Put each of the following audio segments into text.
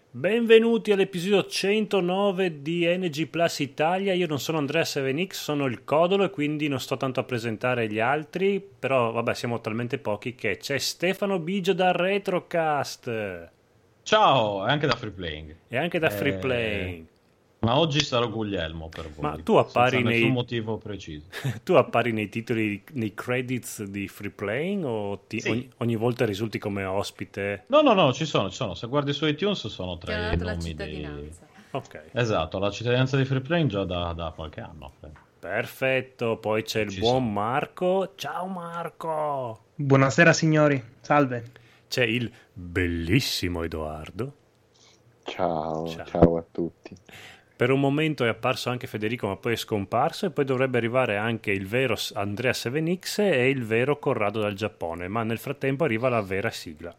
Benvenuti all'episodio 109 di NG Plus Italia. Io non sono Andrea 7X, sono il Codolo e quindi non sto tanto a presentare gli altri, però vabbè, siamo talmente pochi che c'è Stefano Bigio da Retrocast Ciao, e anche da Free Playing. e anche da Free Playing. Ma oggi sarò Guglielmo per Ma voi, tu senza appari nessun nei, motivo preciso. tu appari nei titoli, nei credits di Free Playing o Sì. ogni volta risulti come ospite? No, ci sono. Se guardi su iTunes sono Ti hanno tra i dato la nomi cittadinanza. Ok, Esatto, la cittadinanza di Free Playing già da qualche anno. perfetto. Poi c'è il Ci buon sono. Marco. Ciao Marco! Buonasera signori, salve. C'è il bellissimo Edoardo. Ciao, Ciao. ciao a tutti. Per un momento è apparso anche Federico, ma poi è scomparso, e poi dovrebbe arrivare anche il vero Andrea 7X e il vero Corrado dal Giappone, ma nel frattempo arriva la vera sigla.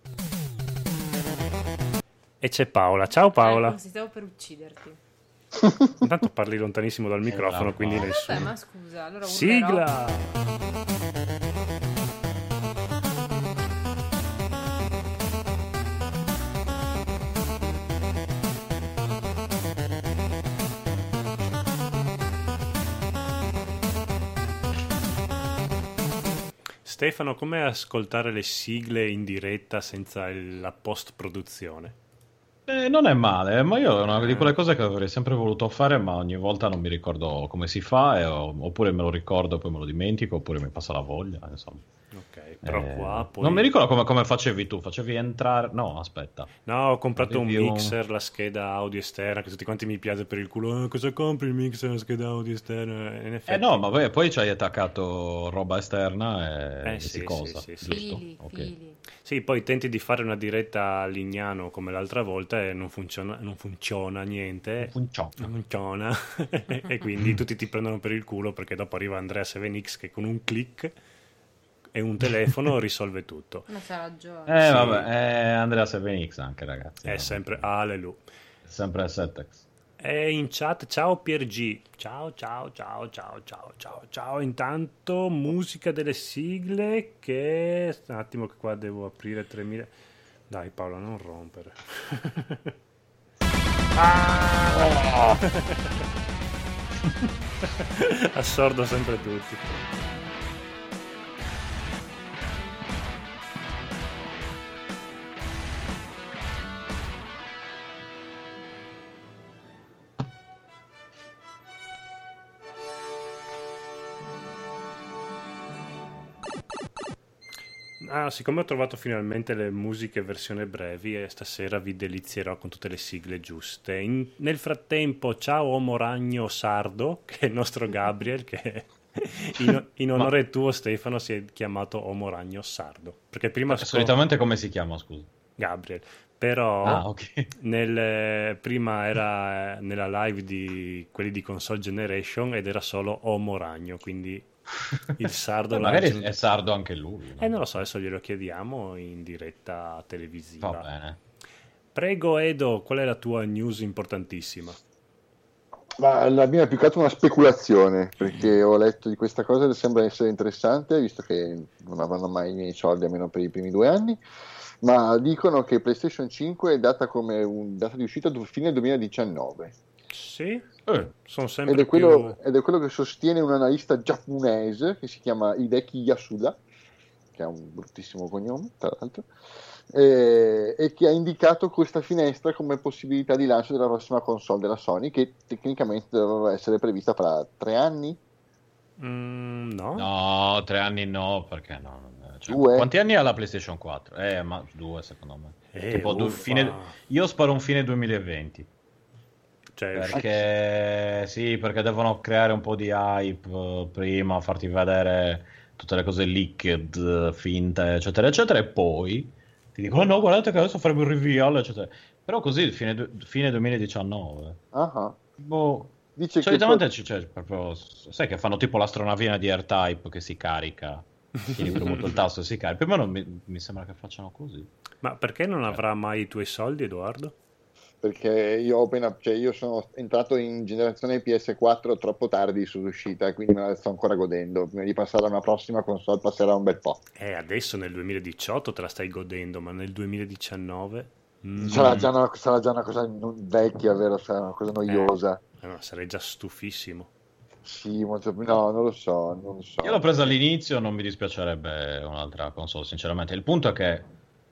E c'è Paola. Ciao Paola. Ecco, stavo per ucciderti. Intanto parli lontanissimo dal microfono, quindi Paola. nessuno. Vabbè, ma scusa, allora urlerò. Sigla! Stefano, com'è ascoltare le sigle in diretta senza la post-produzione? Non è male, ma io è una di quelle cose che avrei sempre voluto fare, ma ogni volta non mi ricordo come si fa, oppure me lo ricordo e poi me lo dimentico, oppure mi passa la voglia, insomma. Ok, però qua poi... Non mi ricordo come facevi tu, facevi entrare... No, aspetta. No, ho comprato un Avevi mixer, la scheda audio esterna, che tutti quanti mi piace per il culo. Cosa compri il mixer, la scheda audio esterna? E in effetti... No, ma poi ci hai attaccato roba esterna e sì, si cosa, sì, sì. giusto? Fili, Ok. fili. Sì, poi tenti di fare una diretta a Lignano come l'altra volta e non funziona niente. Funziona. Non funziona. E quindi tutti ti prendono per il culo perché dopo arriva Andrea 7X che con un click e un telefono risolve tutto. Ma c'ha ragione. Sì. Vabbè, Andrea 7X anche, ragazzi. È sempre alleluia. Sempre 7X. E in chat, ciao Pierg. Ciao. Intanto musica delle sigle che... Un attimo che qua devo aprire 3000... Dai Paolo, non rompere. Assordo sempre tutti. Siccome ho trovato finalmente le musiche versione brevi e stasera vi delizierò con tutte le sigle giuste. Nel frattempo, ciao Omo Ragno Sardo, che è il nostro Gabriel, che in onore tuo Stefano si è chiamato Omo Ragno Sardo. Perché prima Solitamente come si chiama, scusa? Gabriel. Però Ok. prima era nella live di quelli di Console Generation ed era solo Omo Ragno, quindi il sardo l'ha Magari aggiunto. è sardo anche lui. No? Non lo so, adesso glielo chiediamo in diretta televisiva. Va bene. Prego Edo, qual è la tua news importantissima? Ma la mia è più che altro una speculazione, perché ho letto di questa cosa e sembra essere interessante, visto che non avranno mai i miei soldi, almeno per i primi 2 anni, ma dicono che PlayStation 5 è data come data di uscita fine 2019. Sì, sono sempre Ed è, più... ed è quello che sostiene un analista giapponese che si chiama Hideki Yasuda, che ha un bruttissimo cognome, tra l'altro, e che ha indicato questa finestra come possibilità di lancio della prossima console della Sony, che tecnicamente doveva essere prevista fra 3 anni. no? No, 3 anni no, perché no? Cioè, 2? quanti anni ha la PlayStation 4? Ma 2 secondo me. Tipo uffa. Io sparo un fine 2020. Cioè, Perché devono creare un po' di hype prima, farti vedere tutte le cose leaked, finte, eccetera, eccetera, e poi ti dicono no, guardate che adesso faremo il reveal, eccetera. Però così fine 2019. Ah, Boh. dice che Solitamente c'è proprio, sai che fanno tipo l'astronavina di R-Type che si carica, tieni premuto il tasto e si carica. Per me non mi sembra che facciano così. ma perché non avrà mai i tuoi soldi, Edoardo? perché io sono entrato in generazione PS4 troppo tardi sull'uscita e quindi me la sto ancora godendo. Prima di passare a una prossima console passerà un bel po'. Adesso nel 2018 te la stai godendo, ma nel 2019? Sarà già una cosa vecchia, vero? Sarà una cosa noiosa. No, sarei già stufissimo. Sì, no, non lo so. Io l'ho presa all'inizio, non mi dispiacerebbe un'altra console, sinceramente. Il punto è che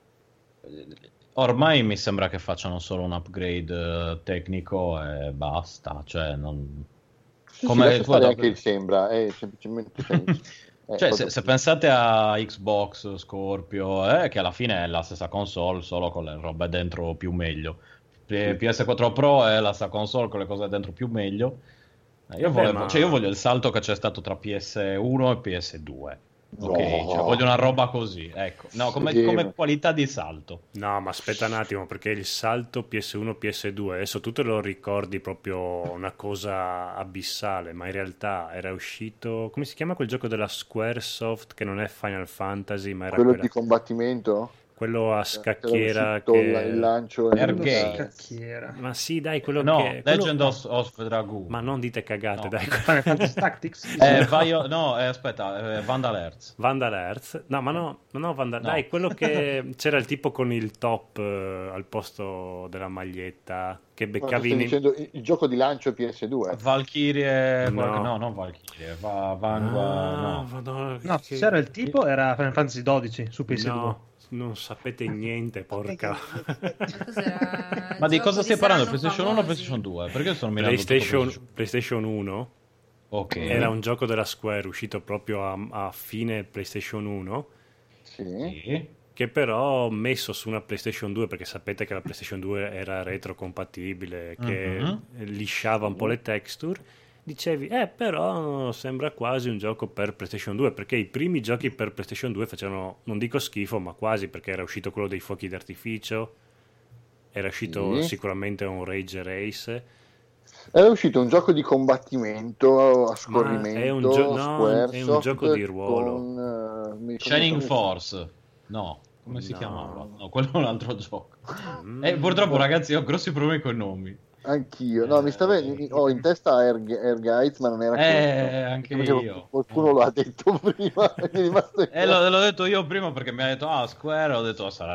ormai mi sembra che facciano solo un upgrade tecnico e basta. Cioè, non... Come fare anche il sembra, è semplicemente cioè, se pensate a Xbox Scorpio, che alla fine è la stessa console, solo con le robe dentro più meglio. PS4 Pro è la stessa console con le cose dentro più meglio. Io voglio il salto che c'è stato tra PS1 e PS2. Ok, cioè, voglio una roba così, ecco. No, come qualità di salto. No, ma aspetta un attimo, perché il salto PS1 PS2 adesso tu te lo ricordi proprio una cosa abissale, ma in realtà era uscito, come si chiama quel gioco della Squaresoft che non è Final Fantasy, ma era quello di combattimento? Quello a scacchiera che il lancio scacchiera. Ma sì, dai, quello che Legend of Dragoon. Ma non dite cagate, dai. Final Fantasy Tactics. Aspetta, Vandal Hearts. Vandal Hearts. No, ma no, Vandal. No. Dai, quello che c'era il tipo con il top al posto della maglietta che beccavi stai dicendo il gioco di lancio PS2. Valkyrie, no, non Valkyrie, Vanguard, no, c'era il tipo, era Final Fantasy 12 su PS2. No. Non sapete niente, porca. Ma di cosa stai parlando? PlayStation 1 o PlayStation 2? Perché sono mirando PlayStation 1 era un gioco della Square uscito proprio a fine PlayStation 1. Sì. Che però messo su una PlayStation 2, perché sapete che la PlayStation 2 era retrocompatibile, che lisciava un po' le texture. Dicevi, però sembra quasi un gioco per PlayStation 2, perché i primi giochi per PlayStation 2 facevano, non dico schifo, ma quasi, perché era uscito quello dei fuochi d'artificio, era uscito sicuramente un Rage Race. Era uscito un gioco di combattimento a scorrimento, è un gioco di ruolo. Shining Force, no, come si chiamava? No, quello è un altro gioco. Purtroppo ragazzi ho grossi problemi con i nomi. Anch'io, no, mi stava ho in testa Erguides, ma non era questo. Anche io. Qualcuno lo ha detto prima. L'ho detto io prima perché mi ha detto Square, ho detto sarà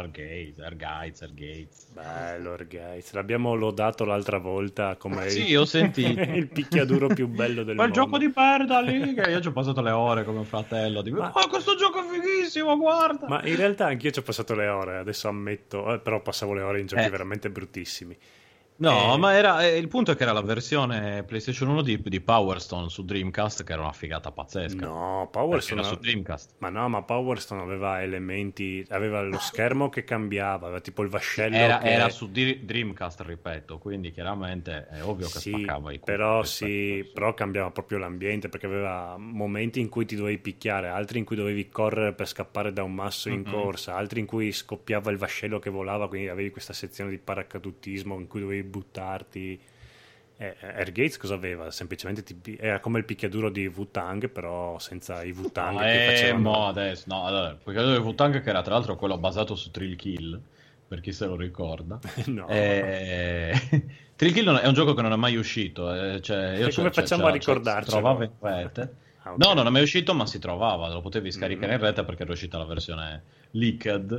Erguides. Bello Erguides, l'abbiamo lodato l'altra volta come sì, ho sentito il picchiaduro più bello del mondo. Quel gioco di merda lì che io ci ho passato le ore come fratello. Questo gioco è fighissimo, guarda. Ma in realtà anch'io ci ho passato le ore, adesso ammetto, però passavo le ore in giochi veramente bruttissimi. No, ma il punto è che era la versione PlayStation 1 di Power Stone su Dreamcast, che era una figata pazzesca. No, Power Stone era su Dreamcast. Ma Power Stone aveva elementi, aveva lo schermo che cambiava, aveva tipo il vascello era su Dreamcast, ripeto, quindi chiaramente è ovvio che spaccava i però cambiava proprio l'ambiente, perché aveva momenti in cui ti dovevi picchiare, altri in cui dovevi correre per scappare da un masso in corsa, altri in cui scoppiava il vascello che volava, quindi avevi questa sezione di paracadutismo in cui dovevi buttarti. Airgates cosa aveva? Semplicemente era come il picchiaduro di Wu-Tang, però senza i Wu-Tang che facevano. Allora, il picchiaduro di Wu-Tang, che era tra l'altro quello basato su Trill Kill, per chi se lo ricorda. No. Trill Kill è un gioco che non è mai uscito, come facciamo a ricordarci? Si trovava in rete. Okay. No, non è mai uscito, ma si trovava, lo potevi scaricare in rete perché era uscita la versione leaked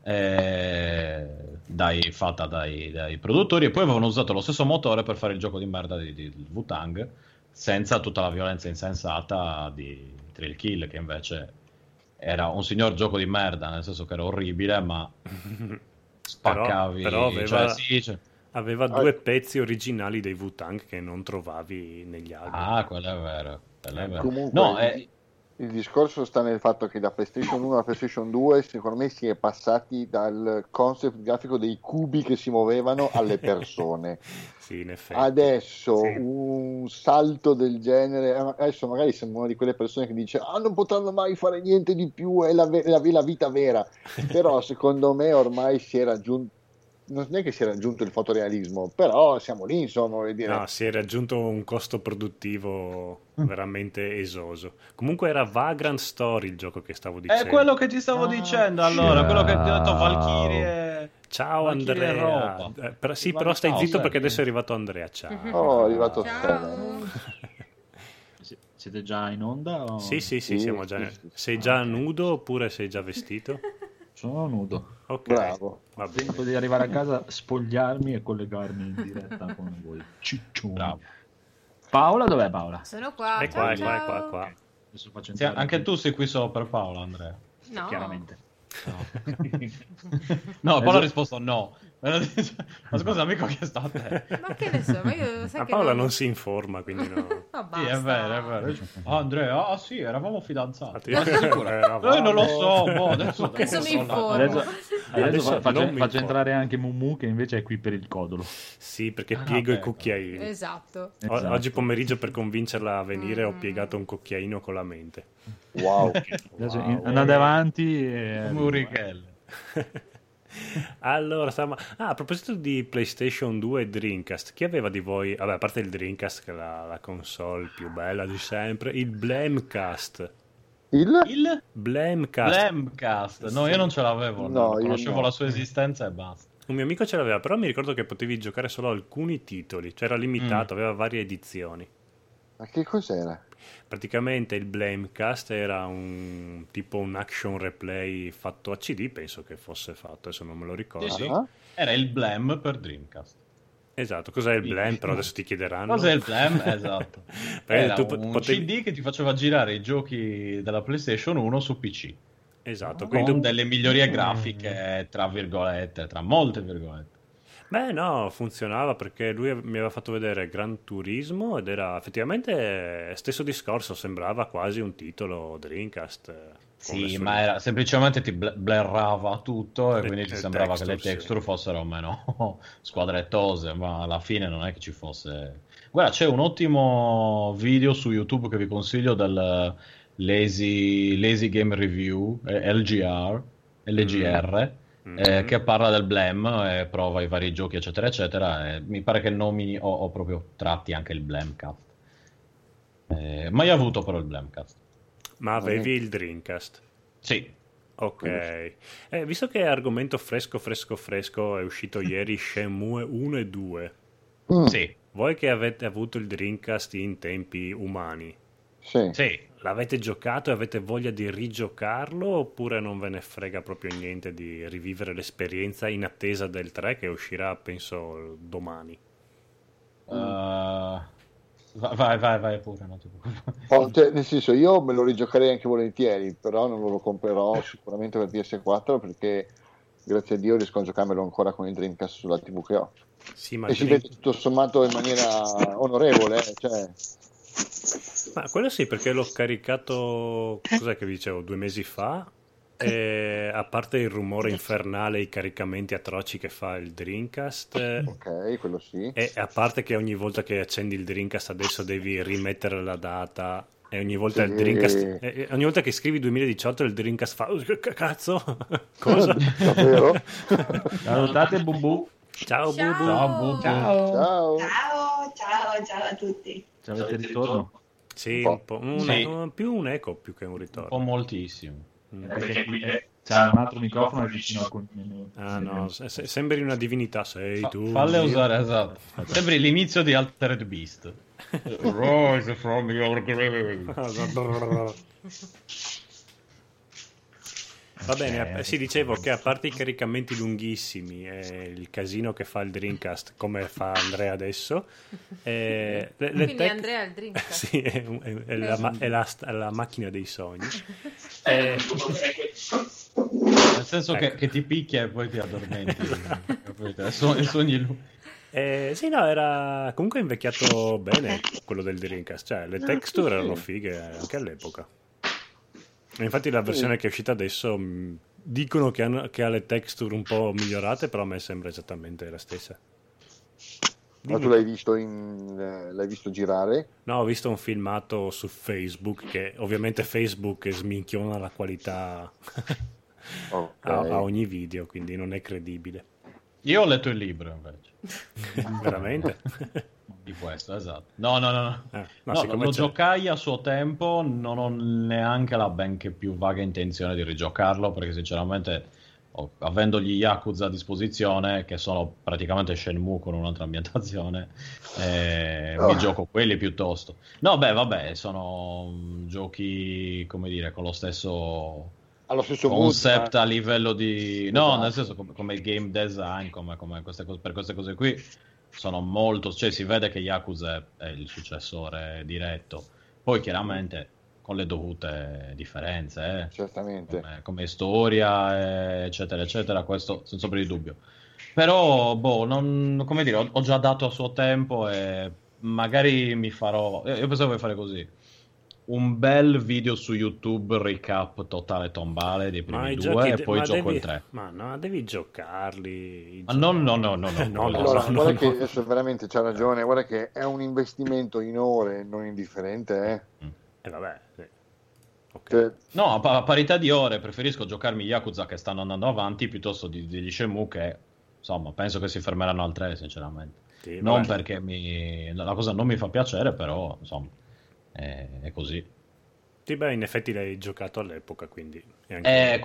fatta dai produttori, e poi avevano usato lo stesso motore per fare il gioco di merda di Wu-Tang, senza tutta la violenza insensata di Trill Kill, che invece era un signor gioco di merda, nel senso che era orribile, ma spaccavi. Però aveva due pezzi originali dei Wu-Tang che non trovavi negli album. Quello è vero. Comunque, il discorso sta nel fatto che da PlayStation 1 a PlayStation 2 secondo me si è passati dal concept grafico dei cubi che si muovevano alle persone. Sì, in effetti. Adesso un salto del genere, adesso magari siamo una di quelle persone che dice non potranno mai fare niente di più, è la vita vera. Però secondo me ormai si è raggiunto, non è che si è raggiunto il fotorealismo, però siamo lì, insomma, vuol dire. No, si è raggiunto un costo produttivo veramente esoso. Comunque era Vagrant Story il gioco che stavo dicendo. È quello che ti stavo dicendo, allora, quello che ti ho detto, Valkyrie. Ciao Andrea. Però stai zitto perché adesso è arrivato Andrea. Ciao. È arrivato Ciao. Siete già in onda? O... Sì, siamo già. Sei già nudo oppure sei già vestito? Sono nudo. Ok, Bravo. va Ho tempo bene. di arrivare a casa, spogliarmi e collegarmi in diretta con voi. Ciccione. Bravo. Paola, dov'è Paola? Sono qua. È qua, ciao, è qua, è qua, è ciao. qua. Adesso faccio Sì, entrare anche tu sei qui solo per Paola, Andrea. No. chiaramente. No, poi Esatto. ha risposto no. Ma scusa, amico, che sta a te? Ma che ne so, ma io sai Ma che Paola non si informa, quindi no. Ma Sì, è vero, è vero. Ah, Andrea, sì, eravamo fidanzati. Ma sei sicuro? Non lo so, boh, adesso Adesso mi informo. Adesso non mi faccio importa. entrare anche Mumu, che invece è qui per il codolo. Sì, perché piego i ecco. cucchiaini. Esatto. Esatto. Oggi pomeriggio per convincerla a venire ho piegato un cucchiaino con la mente. Wow. Adesso Wow. andate avanti e... Come un righello. Allora, a proposito di PlayStation 2 e Dreamcast, chi aveva di voi, vabbè, a parte il Dreamcast che è la console più bella di sempre, il Blamecast? Il Blamecast. Blamcast. No, io non ce l'avevo, No, io conoscevo no. la sua esistenza e basta. Un mio amico ce l'aveva, però mi ricordo che potevi giocare solo alcuni titoli, cioè era limitato, aveva varie edizioni. Ma che cos'era? Praticamente il Blamecast era un tipo un action replay fatto a CD, penso che fosse fatto, adesso non me lo ricordo. Sì, sì. Ah? Era il Blam per Dreamcast. Esatto, cos'è il Sì. Blam? Però adesso ti chiederanno. Cos'è il Blam? Esatto. Perché Era tu un potevi- CD che ti faceva girare i giochi della PlayStation 1 su PC. Esatto, Con quindi tu- delle migliorie grafiche, tra virgolette, tra molte virgolette. Beh, no, funzionava perché lui mi aveva fatto vedere Gran Turismo ed era effettivamente stesso discorso, sembrava quasi un titolo Dreamcast. Con le Sì, sue- ma era semplicemente ti blerrava tutto e Le- quindi ti le sembrava che le texture, sì. texture fossero meno squadrettose, ma alla fine non è che ci fosse. Guarda, c'è un ottimo video su YouTube che vi consiglio del Lazy Game Review, LGR, Mhm. che parla del Blam e prova i vari giochi, eccetera, eccetera. E mi pare che nomini o proprio tratti anche il Blamcast. Mai avuto però il Blamcast. Ma avevi il Dreamcast? Sì. Ok. Visto che è argomento fresco, è uscito ieri Shenmue 1 e 2. Sì. Voi che avete avuto il Dreamcast in tempi umani, Sì. Sì. l'avete giocato e avete voglia di rigiocarlo oppure non ve ne frega proprio niente di rivivere l'esperienza in attesa del 3 che uscirà penso domani? Vai pure, non ti preoccupare. Cioè, nel senso, io me lo rigiocherei anche volentieri, però non lo comprerò sicuramente per PS4 perché grazie a Dio riesco a giocarmelo ancora con il Dreamcast sulla TV che ho. Sì, ma, E si vede tutto sommato in maniera onorevole, cioè. ma quello sì, perché l'ho caricato, cos'è che vi dicevo, 2 mesi fa, e a parte il rumore infernale e i caricamenti atroci che fa il Dreamcast, Ok, quello sì. e a parte che ogni volta che accendi il Dreamcast adesso devi rimettere la data e ogni volta Sì. il Dreamcast ogni volta che scrivi 2018 il Dreamcast fa cazzo cosa? Davvero? Salutate Bubu. Ciao Ciao. Bubu. Ciao, Bubu. Ciao. Ciao a tutti. Ci avete ritorno? Sì, Un po'. più un eco più che un Un ritorno. po' moltissimo. Perché qui c'è un altro microfono vicino al Ah no, sembri una divinità, sei tu. Falle usare, esatto. Sembri l'inizio di Altered Beast. Rise from your grave. Va bene, Ok. sì, dicevo che a parte i caricamenti lunghissimi e il casino che fa il Dreamcast, come fa Andrea adesso, le Quindi Andrea il Dreamcast. sì, è la macchina dei sogni. Nel senso Ecco. che ti picchia e poi ti addormenti. Capito? E sogni lui. Sì, no, era comunque invecchiato bene quello del Dreamcast, cioè le texture erano fighe anche all'epoca. E infatti la versione che è uscita adesso dicono che ha le texture un po' migliorate, però a me sembra esattamente la stessa. Ma tu l'hai visto girare? No, ho visto un filmato su Facebook che ovviamente Facebook sminchiona la qualità Ok. a ogni video, quindi non è credibile. Io ho letto il libro invece. Veramente? Di questo, esatto. No. No, No, siccome lo c'è- giocai a suo tempo, non ho neanche la benché più vaga intenzione di rigiocarlo, perché sinceramente, avendo gli Yakuza a disposizione, che sono praticamente Shenmue con un'altra ambientazione, mi gioco quelli piuttosto. No, beh, vabbè, sono giochi, come dire, con lo stesso allo stesso concept mood, a livello di... No, Esatto. nel senso come il game design, come queste cose, per queste cose qui sono molto... Cioè si vede che Yakuza è il successore diretto. Poi chiaramente con le dovute differenze, certamente. come storia, eccetera, eccetera, questo senza ombra di dubbio. Però, boh, come dire, ho già dato a suo tempo e magari mi farò... Io pensavo di fare così. Un bel video su YouTube, recap totale tombale dei primi due e poi gioco il 3. Ma no, devi giocarli. No. Allora, guarda che adesso veramente c'ha ragione, guarda che è un investimento in ore non indifferente, Vabbè, sì. Ok. Cioè, No, a parità di ore preferisco giocarmi Yakuza che stanno andando avanti piuttosto degli Shenmue che, insomma, penso che si fermeranno al 3, sinceramente. Sì, Non vabbè. perché la cosa non mi fa piacere, però, insomma, è così. Sì, beh, in effetti l'hai giocato all'epoca, quindi... è anche-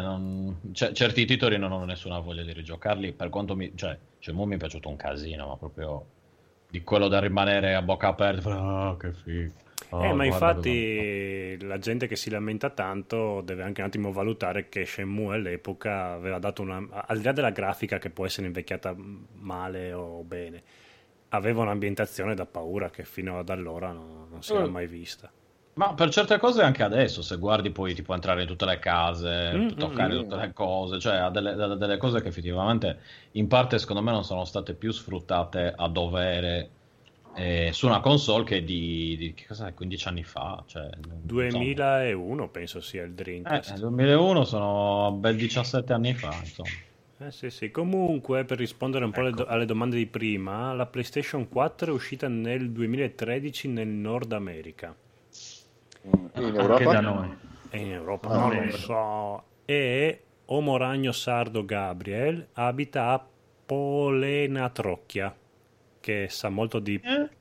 Certi titoli non ho nessuna voglia di rigiocarli, per quanto Shenmue mi è piaciuto un casino, ma proprio di quello da rimanere a bocca aperta, che figo. ma Guarda infatti la gente che si lamenta tanto deve anche un attimo valutare che Shenmue all'epoca aveva dato al di là della grafica che può essere invecchiata male o bene, aveva un'ambientazione da paura che fino ad allora non si era mai vista. Ma per certe cose anche adesso, se guardi poi ti può entrare in tutte le case, toccare tutte le cose, cioè ha delle cose che effettivamente in parte secondo me non sono state più sfruttate a dovere su una console che di che cos'è, 15 anni fa, cioè, 2001 penso sia il insomma. Dreamcast. 2001 sono bel 17 anni fa, insomma. Sì. Comunque, per rispondere un po' alle domande di prima, la PlayStation 4 è uscita nel 2013 nel Nord America. in Anche Europa da noi. E in Europa non lo so. E Omo Ragno Sardo Gabriel abita a Polena Trocchia, che sa molto di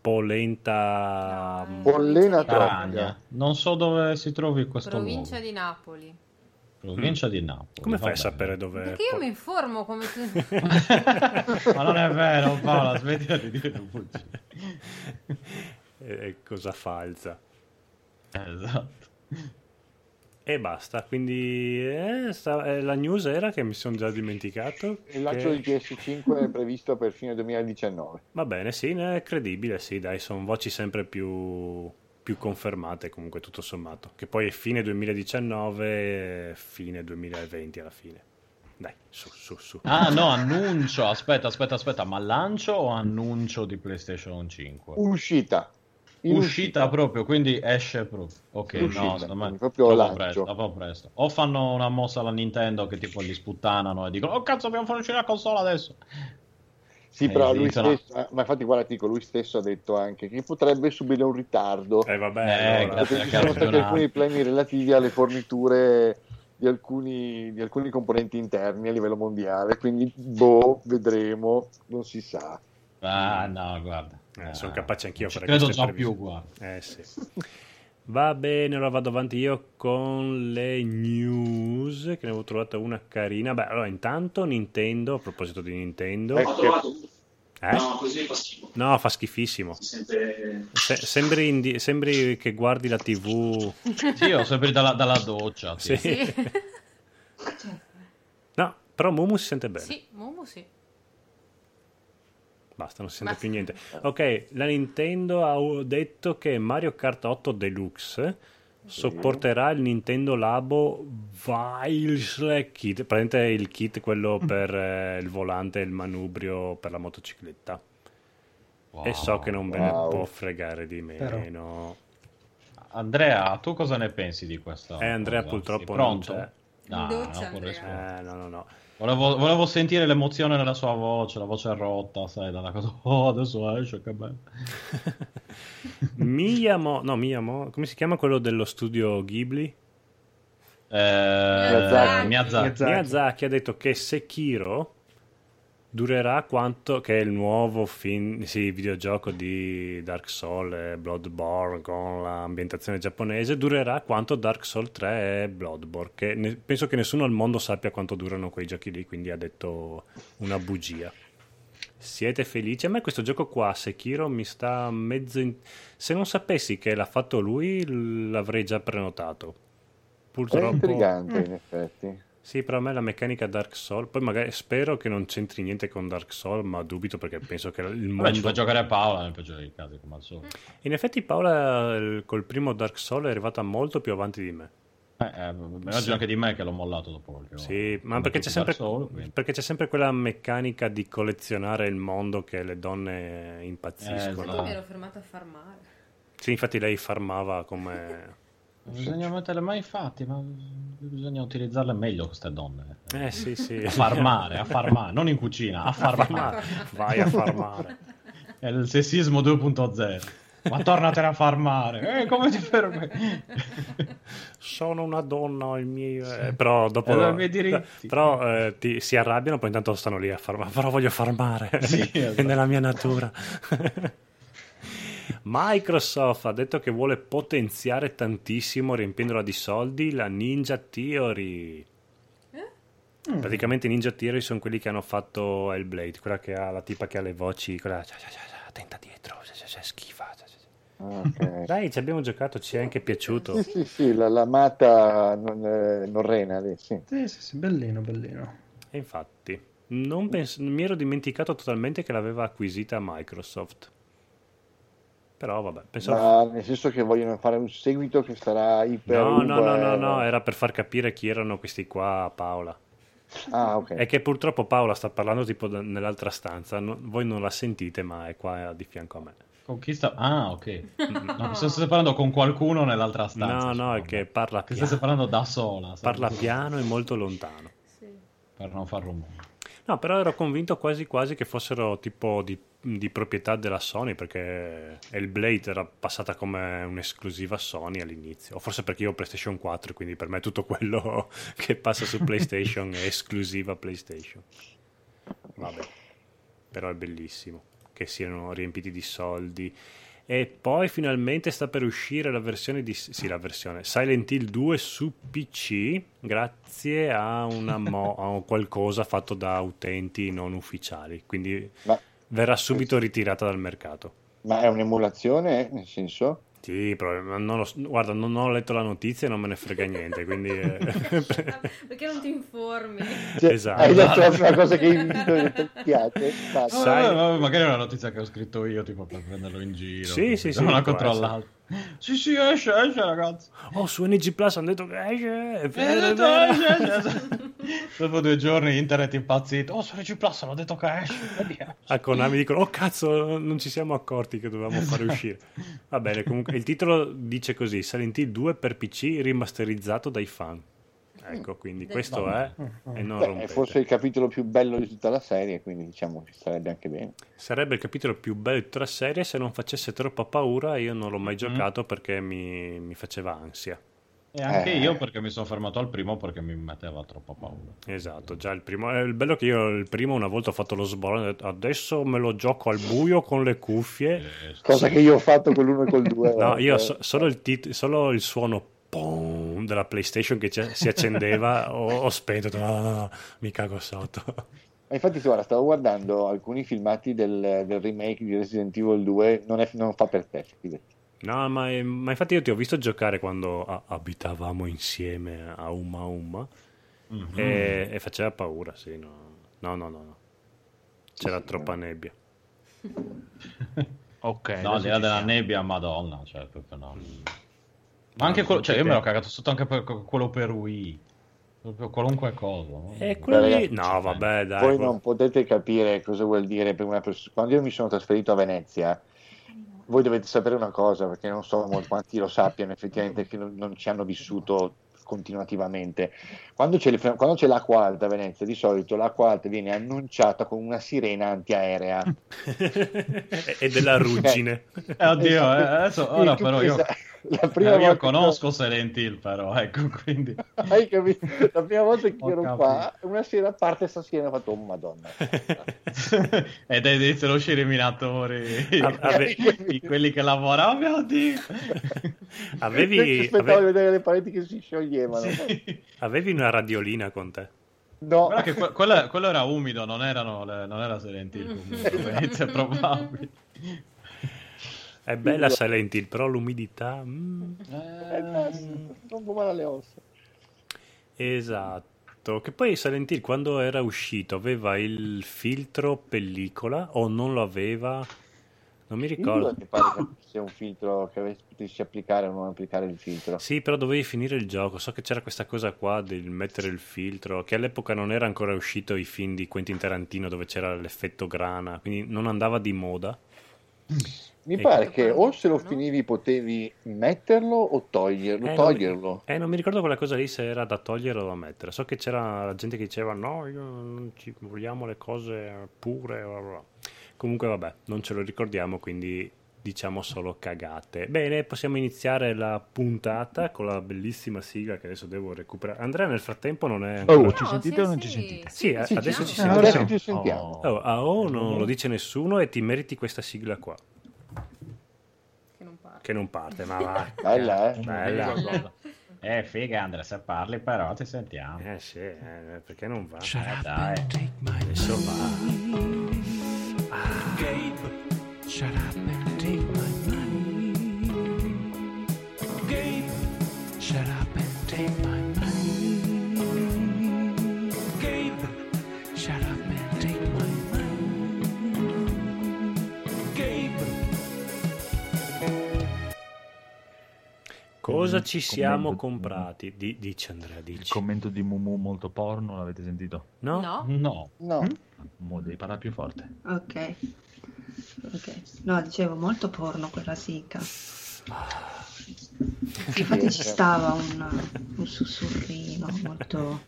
polenta. Pollena Caragna. Trocchia. Non so dove si trovi questo Provincia luogo. di Napoli. Provincia di Napoli. Come fai a vabbè. sapere dove? Perché io mi informo come tu... Ma non è vero, Paola, smettila di dire bugie. È cosa falsa. Esatto. E basta, quindi la news era che mi sono già dimenticato. Il lancio di PS5 è previsto per fine 2019. Va bene, sì, è credibile, sì, dai, sono voci sempre più confermate comunque tutto sommato, che poi è fine 2019, fine 2020 alla fine. Dai, su. Ah no, annuncio, aspetta, ma lancio o annuncio di PlayStation 5? Uscita. Uscita proprio, quindi esce proprio. Ok, Uscita, no, secondo me quindi proprio lancio. troppo presto. O fanno una mossa alla Nintendo che tipo li sputtanano e dicono, oh cazzo, abbiamo fatto uscire la console adesso. Sì, però lui esistono. stesso, ma infatti guarda, dico, lui stesso ha detto anche che potrebbe subire un ritardo. Vabbè, allora. grazie. Perché ci sono stati alcuni problemi relativi alle forniture di alcuni componenti interni a livello mondiale, quindi vedremo, non si sa. Ah no, guarda. Sono capace anch'io a Ci fare credo queste già previsioni. più, guarda. Sì. Va bene, allora vado avanti io con le news, che ne avevo trovata una carina. Beh, allora intanto Nintendo, a proposito di Nintendo... Ho trovato Eh? No, così fa schifo. No, fa schifissimo. Si sente... Sembri che guardi la TV. Sì, io sempre dalla doccia. Sì. Sì. No, però Mumu si sente bene. Sì, Momo sì. Basta, non si sente Basta. più niente. Ok, la Nintendo ha detto che Mario Kart 8 Deluxe sopporterà il Nintendo Labo Wireless Kit, praticamente il kit quello per il volante e il manubrio per la motocicletta. Wow, E so che non ve ne wow. può fregare di meno. Andrea, tu cosa ne pensi di questo? Andrea cosa? purtroppo Sei non pronto? c'è. No, In doccia, non può Andrea. rispondere. No. Volevo sentire l'emozione nella sua voce, la voce rotta, sai, dalla cosa. Oh, adesso esce, che bello. Miyamo, come si chiama quello dello studio Ghibli? Miyazaki. Miyazaki ha detto che Sekiro durerà quanto, che è il nuovo videogioco di Dark Souls e Bloodborne con l'ambientazione giapponese, durerà quanto Dark Souls 3 e Bloodborne, che penso che nessuno al mondo sappia quanto durano quei giochi lì, quindi ha detto una bugia. Siete felici? A me questo gioco qua, Sekiro, mi sta mezzo... Se non sapessi che l'ha fatto lui, l'avrei già prenotato. purtroppo... intrigante, in effetti. Sì, però a me la meccanica Dark Souls, poi magari spero che non c'entri niente con Dark Souls, ma dubito perché penso che il Vabbè, ci fa mondo... giocare Paola nel peggiore dei casi, come al solito. In effetti Paola col primo Dark Souls è arrivata molto più avanti di me. Immagino anche di me che l'ho mollato dopo qualche ora. Sì, ma Come perché tutti c'è sempre, Dark Souls, quindi. perché c'è sempre quella meccanica di collezionare il mondo che le donne impazziscono. esatto. Io mi ero fermata a farmare. Sì, infatti lei farmava come... Bisogna metterle mai fatti, ma bisogna utilizzarle meglio queste donne. sì, sì. A farmare, non in cucina, a farmare. Vai a farmare. È il sessismo 2.0. Ma tornatene a farmare. Come ti fermi? Sono una donna, i miei... però dopo... i miei diritti. Però si arrabbiano, poi intanto stanno lì a farmare. Però voglio farmare. Sì, È esatto. nella mia natura. Microsoft ha detto che vuole potenziare tantissimo, riempiendola di soldi, la Ninja Theory. Praticamente i Ninja Theory sono quelli che hanno fatto Hellblade, quella che ha la tipa che ha le voci, quella attenta dietro, schifa. Ok. Dai, ci abbiamo giocato, ci è anche piaciuto. Sì, l'amata Norrena lì, sì. Sì, bellino, bellino. E infatti, mi ero dimenticato totalmente che l'aveva acquisita Microsoft. Però vabbè, pensavo... Ma nel senso che vogliono fare un seguito che sarà iper... No, era per far capire chi erano questi qua a Paola. Ah, ok. È che purtroppo Paola sta parlando tipo nell'altra stanza, voi non la sentite, ma è qua di fianco a me. Con chi sta? Ah, ok. No, stai parlando con qualcuno nell'altra stanza. No, è che parla Che piano. stai parlando da sola. Parla piano e molto lontano. Sì. Per non far rumore. No, però ero convinto quasi quasi che fossero tipo di proprietà della Sony, perché Hellblade era passata come un'esclusiva Sony all'inizio, o forse perché io ho PlayStation 4, quindi per me tutto quello che passa su PlayStation è esclusiva PlayStation. Vabbè, però è bellissimo che siano riempiti di soldi. E poi finalmente sta per uscire la versione la versione Silent Hill 2 su PC, grazie a a qualcosa fatto da utenti non ufficiali, quindi verrà subito ritirata dal mercato. Ma è un'emulazione, nel senso? Sì, guarda, non ho letto la notizia e non me ne frega niente, quindi... Perché non ti informi? Cioè, Esatto. hai detto la prima cosa che mi piace. Magari è una notizia che ho scritto io, tipo per prenderlo in giro. Sì, non può ho controllato. Sì, esce ragazzi. Oh, su NG Plus hanno detto che esce, è vero. Dopo 2 giorni internet impazzito. Oh, su NG Plus hanno detto che esce. A Konami dicono, oh cazzo, non ci siamo accorti che dovevamo fare uscire. Va bene, comunque il titolo dice così: Silent Hill 2 per PC rimasterizzato dai fan. Ecco, quindi questo è e non È rompete. forse il capitolo più bello di tutta la serie, quindi diciamo che sarebbe anche bene. Sarebbe il capitolo più bello di tutta la serie se non facesse troppa paura. Io non l'ho mai giocato perché mi faceva ansia. E anche io perché mi sono fermato al primo perché mi metteva troppa paura. Esatto, già il primo. Il bello è che io il primo una volta ho fatto lo sborone, ho detto, adesso me lo gioco al buio con le cuffie. Cosa che io ho fatto con l'1 e col 2. No, io solo il suono boom della PlayStation che si accendeva ho spento, no, mi cago sotto. Ma infatti guarda, stavo guardando alcuni filmati del remake di Resident Evil 2, non fa per te, fidati. No, ma infatti io ti ho visto giocare quando abitavamo insieme a Uma e faceva paura, sì, no. C'era troppa nebbia. Ok. No, al di là della nebbia, madonna, cioè proprio no. Ma anche quello, cioè io me l'ho cagato sotto anche per quello per Wii. Proprio qualunque cosa. No? E quello lì... Ragazzi, No, vabbè, dai. Voi non potete capire cosa vuol dire per una persona. Quando io mi sono trasferito a Venezia, voi dovete sapere una cosa, perché non so quanti lo sappiano effettivamente, che non ci hanno vissuto continuativamente. Quando c'è l'acqua alta a Venezia, di solito l'acqua alta viene annunciata con una sirena antiaerea. E della ruggine. Oddio, adesso ora però io... La prima volta io conosco Silent Hill, però ecco, quindi hai capito? La prima volta che Ho ero capito. qua, una sera parte sta sirena e ho fatto, oh madonna. ed iniziano a uscire i minatori, Ave- quelli che lavorano, oh mio Dio. Aspettavo di vedere le pareti che si scioglievano. Sì. Avevi una radiolina con te? No, Guarda che quello era umido, non era Silent Hill comunque, Venezia è probabile. È bella Silent Hill, però l'umidità... non può male alle ossa. Esatto, che poi Silent Hill quando era uscito aveva il filtro pellicola o non lo aveva? Non mi ricordo. Mi pare che sia un filtro che potessi applicare o non applicare il filtro. Sì, però dovevi finire il gioco. So che c'era questa cosa qua del mettere il filtro, che all'epoca non era ancora uscito i film di Quentin Tarantino dove c'era l'effetto grana, quindi non andava di moda. Mi pare che o se lo finivi potevi metterlo o toglierlo. Non mi ricordo quella cosa lì se era da togliere o da mettere. So che c'era la gente che diceva no, io non ci vogliamo le cose pure. Bla bla. Comunque vabbè, non ce lo ricordiamo, quindi diciamo solo cagate. Bene, possiamo iniziare la puntata con la bellissima sigla che adesso devo recuperare. Andrea nel frattempo non è ancora... Oh, ci sentite o non ci sentite? Sì, adesso ci Adesso sentiamo. ci sentiamo. Non lo dice nessuno e ti meriti questa sigla qua. Che non parte, ma va. Bella, Bella. Figa Andrea, se parli però ti sentiamo. Sì, perché non va? Dai. Adesso va. Gabe, shut up and take my money. Gabe, shut up and take my money. Gabe, shut up and take my money. Gabe. Cosa ci siamo comprati? Dici Andrea, Il dici. commento di Mumu molto porno, l'avete sentito? No? No. Mo devi parlare più forte. Ok. No, dicevo molto porno quella sigla. Infatti ci stava un sussurrino molto...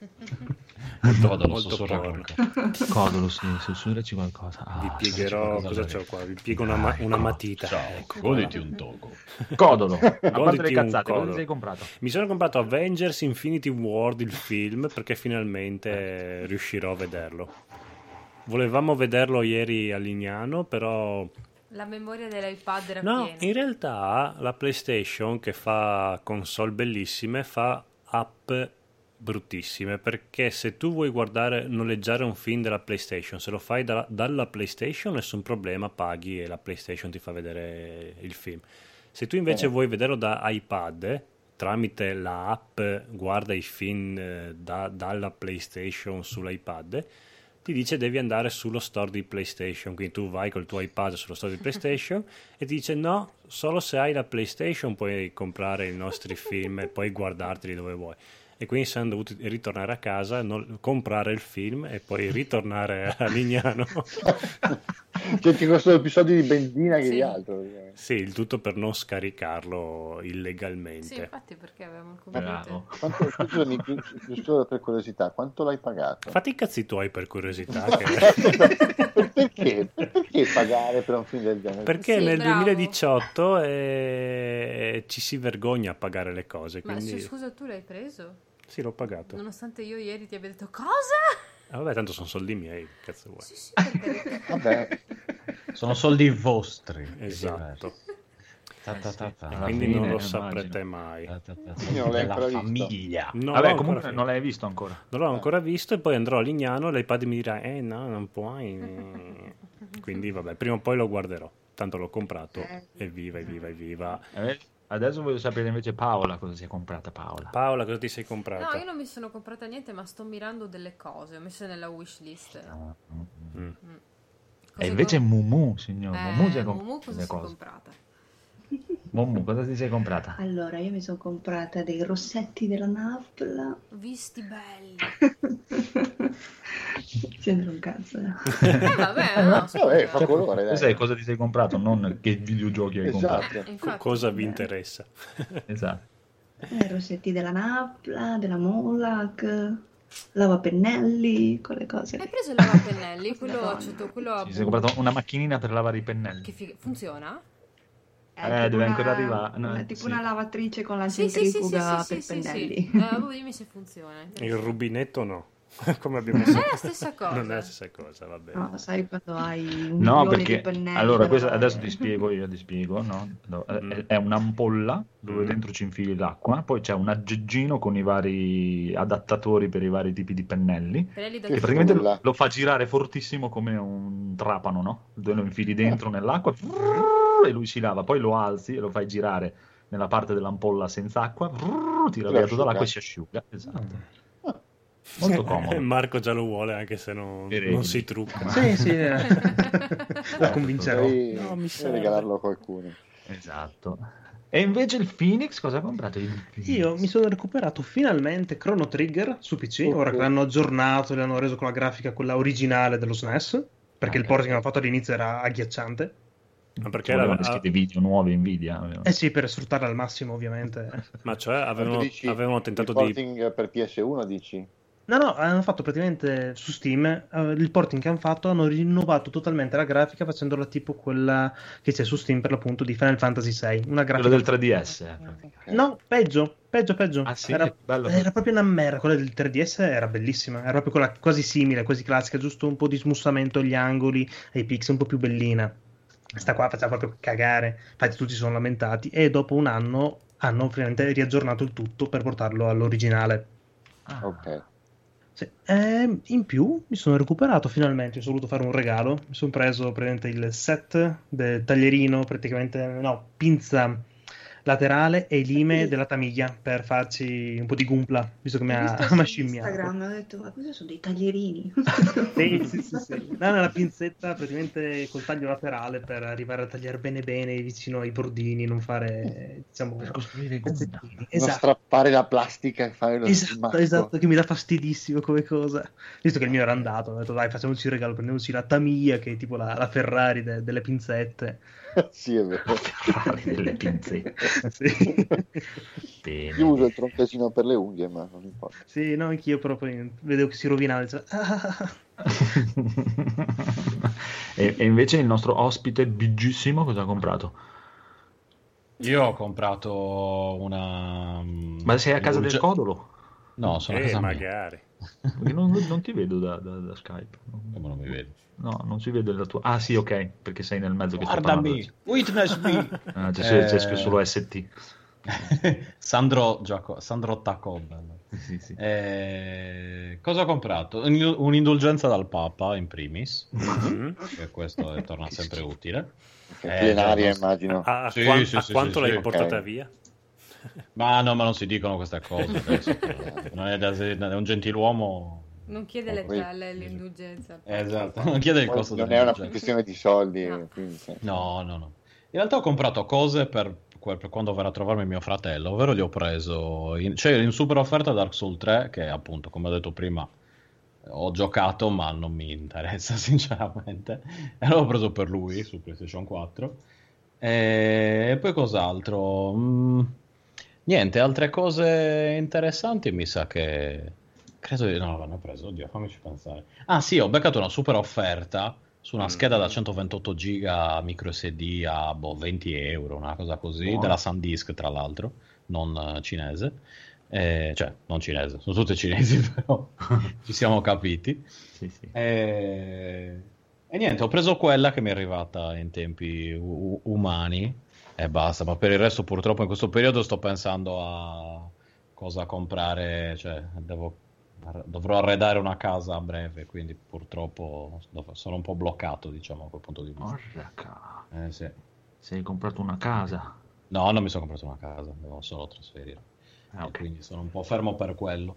Molto porno. Codolo, sì, sussurraci qualcosa. Vi piegherò, cosa c'ho qua? Vi piego una matita. Ecco. Goditi un togo. Codolo, a parte Goditi le un cazzate, cosa codolo. ti sei comprato? Mi sono comprato Avengers Infinity War, il film, perché finalmente riuscirò a vederlo. Volevamo vederlo ieri a Lignano, però... La memoria dell'iPad era No, piena. in realtà la PlayStation, che fa console bellissime, fa app bruttissime, perché se tu vuoi noleggiare un film della PlayStation, se lo fai dalla PlayStation nessun problema, paghi e la PlayStation ti fa vedere il film. Se tu invece vuoi vederlo da iPad, tramite la app guarda i film dalla PlayStation sull'iPad, ti dice devi andare sullo store di PlayStation, quindi tu vai col tuo iPad sullo store di PlayStation e ti dice no, solo se hai la PlayStation puoi comprare i nostri film e poi guardarteli dove vuoi. E quindi siamo dovuti ritornare a casa, comprare il film e poi ritornare a Lignano. Cioè ti costano più soldi di benzina che di altro. Sì, il tutto per non scaricarlo illegalmente. Sì, infatti perché avevamo il computer. Scusami, giusto per curiosità, quanto l'hai pagato? Fatti i cazzi tuoi per curiosità. Perché pagare per un film del genere? Perché Sì, nel bravo. 2018 ci si vergogna a pagare le cose. Ma Quindi... scusa, tu l'hai preso? Sì, l'ho pagato. Nonostante io ieri ti abbia detto cosa? Vabbè, tanto sono soldi miei, cazzo vuoi? Sì, per carità. Vabbè, Sono soldi vostri. Esatto. Alla Quindi fine, non lo immagino. saprete mai. non l'hai Della ancora visto. famiglia. Non Vabbè, l'ho comunque ancora non l'hai visto ancora. Non l'ho ancora visto e poi andrò a Lignano e l'iPad mi dirà no, non puoi. Quindi vabbè, prima o poi lo guarderò. Tanto l'ho comprato. Evviva. Adesso voglio sapere invece Paola cosa si è comprata. Paola, cosa ti sei comprata? No, io non mi sono comprata niente, ma sto mirando delle cose. Ho messo nella wishlist. E invece Mumu, signor. Mumu si è Mumu cosa si è cosa? comprata? Mumu, cosa ti sei comprata? Allora, io mi sono comprata dei rossetti della Napla. Visti belli. Sembra un cazzo. Vabbè, no, Vabbè, fa colore, dai. Sai cosa ti sei comprato, non che videogiochi hai comprato. Esatto. Infatti, Cosa vi interessa? Esatto. Rossetti della Napla, della Molac, lavapennelli, quelle cose. Hai preso il lavapennelli? Quello a Ti sei comprato una macchinina per lavare i pennelli. Che funziona? Deve ancora arrivare. No, È tipo sì. una lavatrice con la Sì, centrifuga per sì. pennelli. Dimmi se funziona. Il rubinetto no. Come abbiamo messo? Non è la stessa cosa. Non è la stessa cosa, va bene. No, sai quando hai un No, milione perché di pennelli allora da questo, lavare. adesso ti spiego, no? No, è un'ampolla dove dentro ci infili l'acqua, poi c'è un aggeggino con i vari adattatori per i vari tipi di pennelli Pennelli da e praticamente lo fa girare fortissimo come un trapano, no? Dove lo infili dentro nell'acqua e lui si lava, poi lo alzi e lo fai girare nella parte dell'ampolla senza acqua, tira via tutta l'acqua e si asciuga. Esatto. Molto comodo. Marco già lo vuole, anche se non si trucca. Sì. La convincerò. Devi mi serve. regalarlo a qualcuno. Esatto. E invece il Phoenix, cosa ha comprato? Io mi sono recuperato finalmente Chrono Trigger su PC, ora che l'hanno aggiornato, l'hanno reso con la grafica quella originale dello SNES, perché il porting che hanno fatto all'inizio era agghiacciante. Ma perché Avevano dei video nuovi Nvidia. Sì, per sfruttarla al massimo, ovviamente. Ma cioè avevano tentato il porting per PS1, dici? No, hanno fatto praticamente su Steam il porting che hanno fatto, hanno rinnovato totalmente la grafica facendola tipo quella che c'è su Steam per l'appunto di Final Fantasy VI. Una grafica... Quella del 3DS. No, peggio. Ah, sì? Era Bello. proprio una merda. Quella del 3DS era bellissima, era proprio quella quasi simile, quasi classica, giusto un po' di smussamento agli angoli, ai pixel, un po' più bellina. Sta qua faceva proprio cagare, infatti tutti si sono lamentati e dopo un anno hanno finalmente riaggiornato il tutto per portarlo all'originale. Ok. Sì. In più mi sono recuperato finalmente, ho voluto fare un regalo, mi sono preso praticamente il set del taglierino, pinza laterale e lime della Tamiglia per farci un po' di gumpla, visto che mi ha scimmiato. Instagram ho detto, ma cosa sono dei taglierini? Sì. No, la pinzetta praticamente col taglio laterale per arrivare a tagliare bene vicino ai bordini, non fare, diciamo, pezzettini. Non Esatto. strappare la plastica e fare lo smacco. Esatto, che mi dà fastidissimo come cosa. Visto che il mio era andato, ho detto dai, facciamoci un regalo, prendiamoci la Tamiya, che è tipo la Ferrari delle pinzette. Sì, è vero. Delle pinzette. Sì. Bene. Io uso il troncasino per le unghie, ma non importa. Sì, no, anch'io proprio vedevo che si rovinava. Dicevo, E invece il nostro ospite biggissimo cosa ha comprato? Io ho comprato una... Ma sei a casa del Codolo? No, sono a casa mia. magari. Perché non ti vedo da Skype. Come non mi vedi? No, non si vede la tua... Ah sì, ok, perché sei nel mezzo che sto Guardami, parlando. witness me. C'è scritto solo ST. Sandro Tacobel. Sì. Cosa ho comprato? Un'indulgenza dal Papa in primis, Mhm. che questo torna sempre utile. Plenaria, no, immagino. A Sì, quanto l'hai sì. portata Ok. via? ma non si dicono queste cose adesso. Non è un gentiluomo. Non chiede l'indulgenza. Esatto, non chiede il Poi costo non è una dell'indulgenza. questione di soldi. No. Quindi, sì. No. In realtà ho comprato cose per quando verrà a trovarmi mio fratello, ovvero gli ho preso c'è in super offerta Dark Souls 3, che appunto, come ho detto prima, ho giocato ma non mi interessa sinceramente, e l'ho preso per lui su PlayStation 4. E poi cos'altro? Niente, altre cose interessanti mi sa che... Credo di no, l'hanno preso, oddio, fammici pensare. Ah sì, ho beccato una super offerta su una scheda da 128 giga micro SD a 20 euro, una cosa così, della SanDisk tra l'altro, non cinese. Cioè, non cinese, sono tutte cinesi però ci siamo capiti. Sì. E niente, ho preso quella che mi è arrivata in tempi umani e basta, ma per il resto purtroppo in questo periodo sto pensando a cosa comprare, cioè dovrò arredare una casa a breve, quindi purtroppo sono un po' bloccato, diciamo, a quel punto di vista. Porca. Sì. Sei comprato una casa? No, non mi sono comprato una casa, devo solo trasferire. Ok. Quindi sono un po' fermo per quello.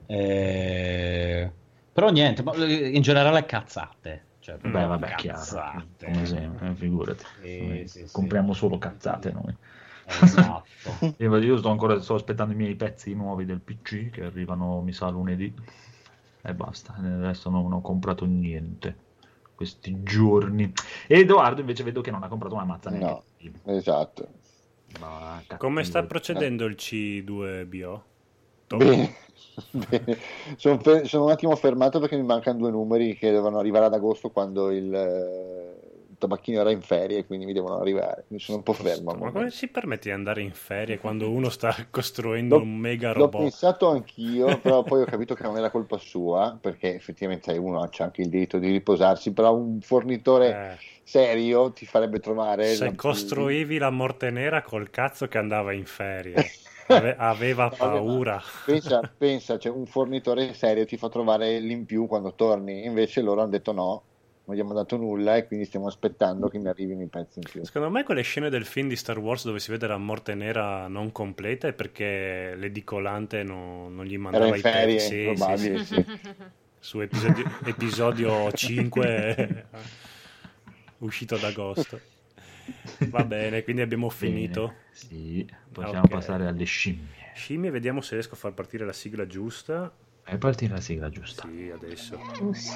Però niente, ma in generale cazzate. Cioè, Beh, vabbè, cazzate. chiaro, come sempre, figurati. Sì. Compriamo solo cazzate noi. Esatto. Io sto aspettando i miei pezzi nuovi del PC che arrivano, mi sa, lunedì e basta. Nel resto non ho comprato niente questi giorni. E Edoardo invece vedo che non ha comprato una mazza neanche. No, esatto. Ma Come sta procedendo il C2BO? Bene. Sono un attimo fermato perché mi mancano 2 numeri che devono arrivare ad agosto quando il tabacchino era in ferie, quindi mi devono arrivare. Quindi sono un po' fermo. Ma come si permette di andare in ferie quando uno sta costruendo L'ho- un mega L'ho robot? pensato anch'io, però poi ho capito che non è la colpa sua, perché effettivamente uno c'ha anche il diritto di riposarsi, però un fornitore serio ti farebbe trovare... Se costruivi la morte nera col cazzo che andava in ferie, aveva paura. Pensa, cioè, un fornitore serio ti fa trovare l'in più quando torni, invece loro hanno detto no, non abbiamo dato nulla e quindi stiamo aspettando che mi arrivino i pezzi in più. Secondo me quelle scene del film di Star Wars dove si vede la morte nera non completa è perché l'edicolante non gli mandava Era in i ferie, pezzi. probabile, sì. Su episodio 5 uscito ad agosto. Va bene, quindi abbiamo finito. Sì, possiamo Ok. passare alle scimmie. Scimmie, vediamo se riesco a far partire la sigla giusta. È partita la sigla giusta. Sì, adesso. Sì.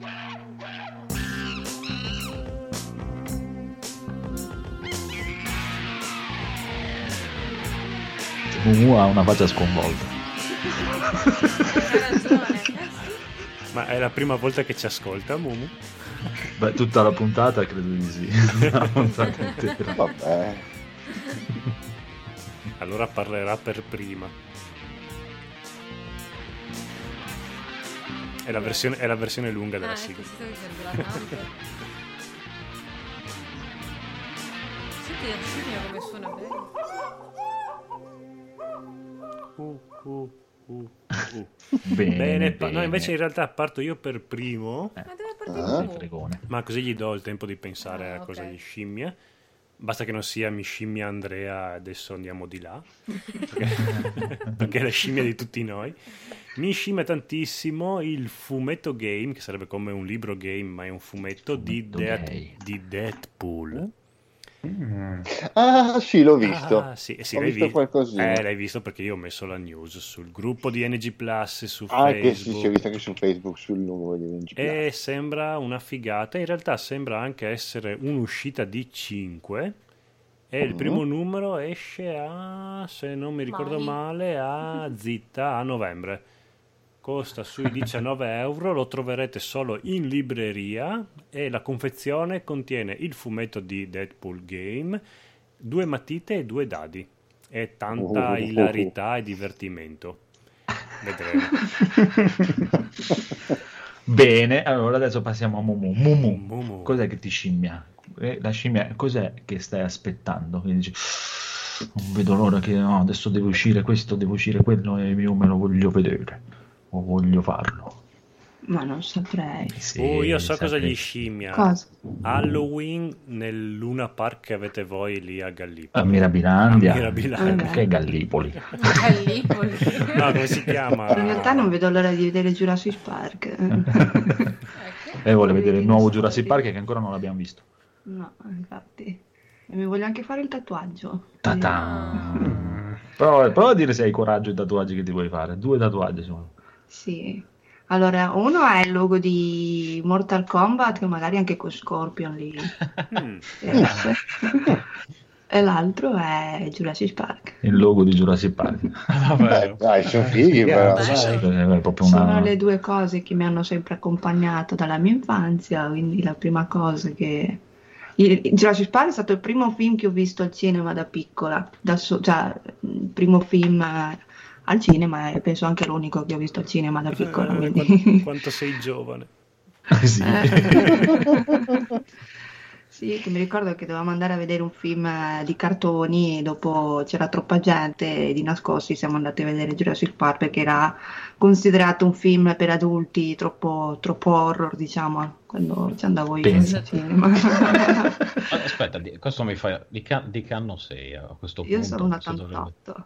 Mumu ha una faccia sconvolta. Hai ragione. Ma è la prima volta che ci ascolta, Mumu? Beh, tutta la puntata credo di sì. La puntata intera. Vabbè. Allora parlerà per prima. È la versione lunga della sigla. Ecco, si sta dicendo la canta. Senti la scimmia come suona bene. Bene, No, invece in realtà parto io per primo, Ma deve partire Che fregone. ma così gli do il tempo di pensare a cosa ok. gli scimmia. Basta che non sia mi scimmia Andrea, adesso andiamo di là, perché è la scimmia di tutti noi. Mi scimmia tantissimo il fumetto game, che sarebbe come un libro game, ma è un fumetto di Deadpool. Ah, sì, l'ho visto. Ah, sì, Ho l'hai visto qualcosina. L'hai visto perché io ho messo la news sul gruppo di NG Plus su Anche sì, Facebook. sì, ho visto anche su Facebook sul numero di NG+. E sembra una figata. In realtà sembra anche essere un'uscita di 5. E il primo numero esce se non mi ricordo male, a novembre. Costa sui 19 euro, lo troverete solo in libreria e la confezione contiene il fumetto di Deadpool Game, 2 matite e 2 dadi. E tanta ilarità e divertimento. Vedremo. Bene, allora adesso passiamo a Mumu. Mumu. Cos'è che ti scimmia? La scimmia, cos'è che stai aspettando? Quindi dici, non vedo l'ora che adesso deve uscire questo, deve uscire quello e io me lo voglio vedere. O voglio farlo. Ma non saprei. Sì, Io so cosa saprei. gli scimmia. Cosa? Halloween nel Luna Park che avete voi lì a Gallipoli. A Mirabilandia. A Mirabilandia. Perché Gallipoli? Gallipoli. No, come si chiama? In realtà non vedo l'ora di vedere Jurassic Park. Lei vuole vedere il nuovo Jurassic Park che ancora non l'abbiamo visto. No, infatti. E mi voglio anche fare il tatuaggio. Ta-ta. Prova a dire se hai coraggio i tatuaggi che ti vuoi fare. 2 tatuaggi sono. Sì. Allora, uno è il logo di Mortal Kombat, che magari anche con Scorpion lì. E l'altro è Jurassic Park. Il logo di Jurassic Park. Dai, sono fighi, però. È proprio Sono le due cose che mi hanno sempre accompagnato dalla mia infanzia, quindi la prima cosa che... Jurassic Park è stato il primo film che ho visto al cinema da piccola, cioè il primo film al cinema e penso anche l'unico che ho visto al cinema da piccola. Quanto sei giovane. Sì. Sì, che mi ricordo che dovevamo andare a vedere un film di cartoni e dopo c'era troppa gente e di nascosti siamo andati a vedere Jurassic Park perché era considerato un film per adulti troppo horror, diciamo, quando ci andavo io al cinema. Aspetta, questo mi fa... Di che anno sei a questo punto? Io sono un 88.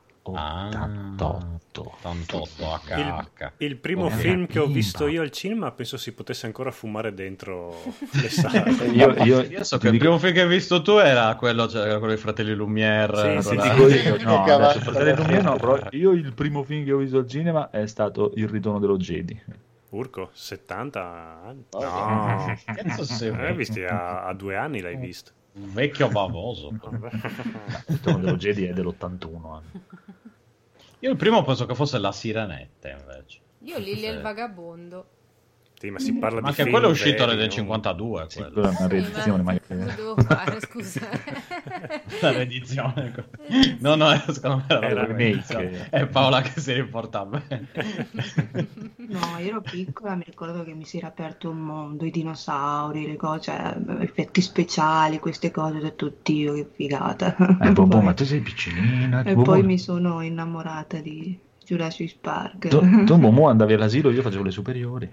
88 HH. Il primo film che ho visto io al cinema penso si potesse ancora fumare dentro le sale. Io so che il primo film che hai visto tu era quello, cioè, quello dei Fratelli Lumière. Sì, Dico io, no, Che adesso, cavolo. Fratelli Lumière no, però io il primo film che ho visto al cinema è stato Il ritorno dello Jedi. Urco, 70 anni? Oh, No, Cazzo sei l'hai visti a 2 anni l'hai visto. un vecchio bavoso. Il ritorno dello Jedi è dell'81. Io il primo penso che fosse La Sirenetta, invece. Io Lily e il vagabondo. Sì, ma si parla Ma di anche film quello è uscito veri, nel non- 52, Sì, quello. quella è una riedizione, ma Cosa devo fare, scusa? La riedizione. No, secondo me era Era la remake. È Paola che si riporta bene. No, io ero piccola, mi ricordo che mi si era aperto un mondo, i dinosauri, le cose, cioè, effetti speciali, queste cose, ho detto, oddio, che figata. ma Poi- tu sei piccinina. E poi mi sono innamorata di Jurassic Park. Tu Momo andavi all'asilo, io facevo le superiori.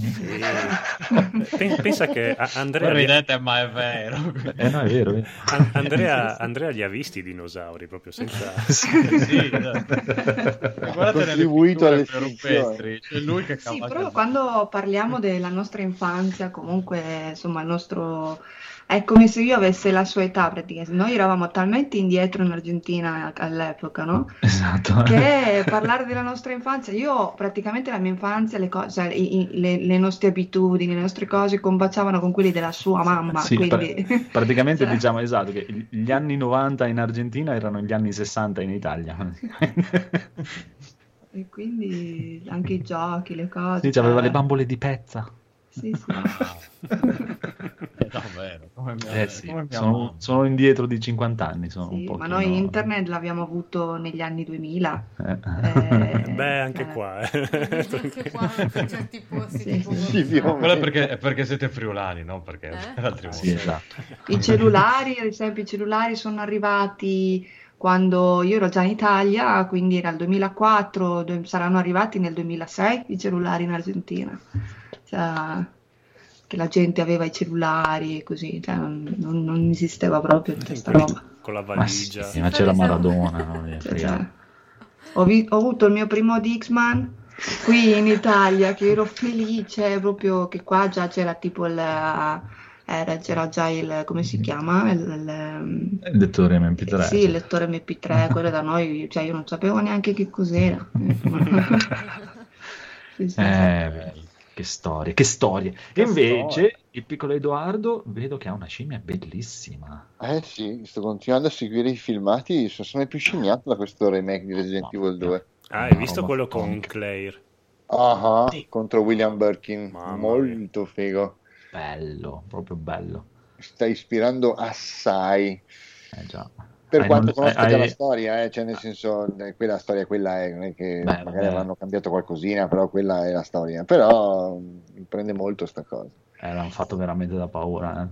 Pensa che Andrea... Voi ridete, ma è vero. No, è vero. Andrea li ha visti i dinosauri, proprio senza... Sì. Guardate, Ha contribuito alle rupestri. C'è lui che Sì, però quando parliamo della nostra infanzia, comunque, insomma, il nostro... È come se io avessi la sua età, praticamente. Noi eravamo talmente indietro in Argentina all'epoca, no? Esatto. Che parlare della nostra infanzia, io praticamente la mia infanzia, le cose, cioè, le nostre abitudini, le nostre cose combaciavano con quelli della sua mamma. Sì, Quindi... praticamente cioè... diciamo esatto che gli anni 90 in Argentina erano gli anni 60 in Italia. E quindi anche i giochi, le cose. Sì, c'aveva le bambole di pezza. Sì, sì. Davvero, Sì, sono indietro di 50 anni. Sono Sì, un po' ma noi internet l'abbiamo avuto negli anni 2000. Beh, anche qua. Anche qua, in certi posti. Sì, tipo... sì. Quello è perché siete friulani, no? Perché per altri Sì, esatto. I cellulari, ad esempio, i cellulari sono arrivati quando io ero già in Italia, quindi era il 2004, saranno arrivati nel 2006 i cellulari in Argentina. Cioè, che la gente aveva i cellulari e così, cioè, non esisteva proprio questa roba. Con la valigia. Sì, ma c'era Maradona. No? Ho avuto il mio primo Dixman qui in Italia, che ero felice, proprio che qua già c'era tipo c'era già il, come si chiama? Il lettore MP3. Sì, il lettore MP3, quello da noi, cioè io non sapevo neanche che cos'era. Sì. Che storie. E invece il piccolo Edoardo vedo che ha una scimmia bellissima. Sì, sto continuando a seguire i filmati, sono sempre più scimmiato da questo remake di Resident Evil 2. Hai visto quello con Claire? Contro William Birkin, molto figo. Bello, proprio bello. Sta ispirando assai. Già. Per quanto conosco già la storia, cioè nel senso, quella storia è, non è che Beh, magari avranno cambiato qualcosina, però quella è la storia. Però mi prende molto sta cosa. L'hanno fatto veramente da paura.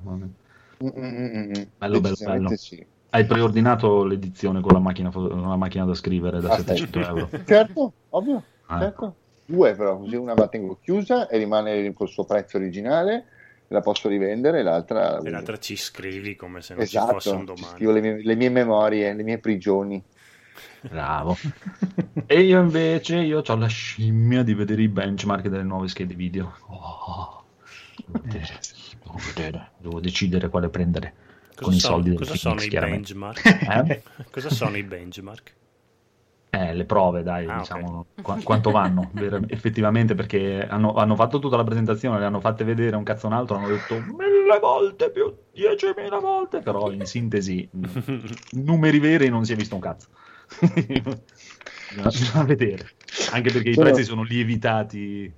Bello. Sì. Hai preordinato l'edizione con la macchina da scrivere da 700 euro? Certo, ovvio. Certo. 2 però, così una la tengo chiusa e rimane col suo prezzo originale, la posso rivendere, l'altra ci scrivi come se non ci esatto, fosse un domani. Ci scrivo le mie memorie, le mie prigioni. Bravo. E io invece ho la scimmia di vedere i benchmark delle nuove schede video. Devo decidere quale prendere con i soldi del Cosa sono i benchmark? Cosa sono i benchmark? Le prove, dai, diciamo, okay. Quanto vanno effettivamente, perché hanno fatto tutta la presentazione, le hanno fatte vedere un cazzo un altro, hanno detto 1000 volte più, 10.000 volte, però in sintesi numeri veri non si è visto un cazzo. Bisogna vedere, anche perché i prezzi sono lievitati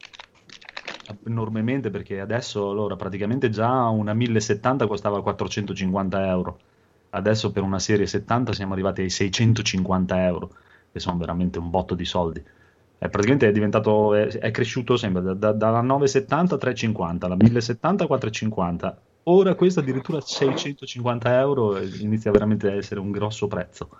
enormemente, perché adesso allora praticamente già una 1070 costava 450 euro, adesso per una serie 70 siamo arrivati ai 650 euro, che sono veramente un botto di soldi. Praticamente è diventato, è cresciuto sempre dalla 970 a 350, la 1070 a 450, ora questo addirittura 650 euro, inizia veramente a essere un grosso prezzo.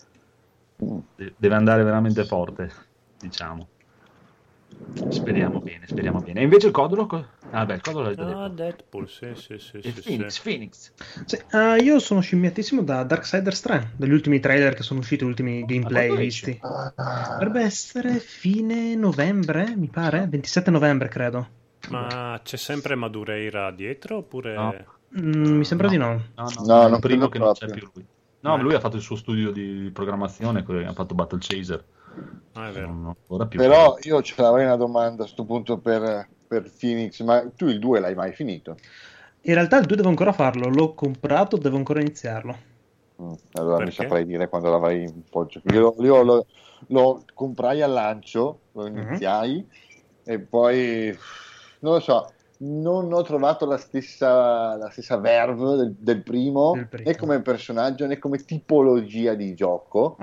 Deve andare veramente forte, diciamo. Speriamo bene. E invece il Codolo? Il Codolo è Deadpool, sì. Phoenix. Sì, io sono scimmiatissimo da Darksiders 3, dagli ultimi trailer che sono usciti, gli ultimi gameplay visti. Dovrebbe essere fine novembre, mi pare, 27 novembre credo. Ma c'è sempre Madureira dietro oppure... No. Mi sembra di no. No, non primo credo che non c'è più lui. No, lui ha fatto il suo studio di programmazione, ha fatto Battle Chaser. È vero. Però io ce l'avrei una domanda a sto punto per Phoenix, ma tu il 2 l'hai mai finito? In realtà il 2 devo ancora farlo, l'ho comprato, devo ancora iniziarlo. Allora mi saprei dire quando l'avrai in poggio. Io lo comprai al lancio, lo iniziai e poi non lo so, non ho trovato la stessa verve del primo, né come personaggio né come tipologia di gioco.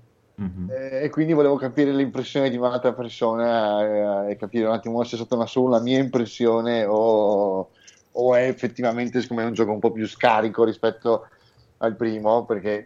E quindi volevo capire l'impressione di un'altra persona e capire un attimo se è stata solo una mia impressione o è effettivamente, secondo me, un gioco un po' più scarico rispetto al primo, perché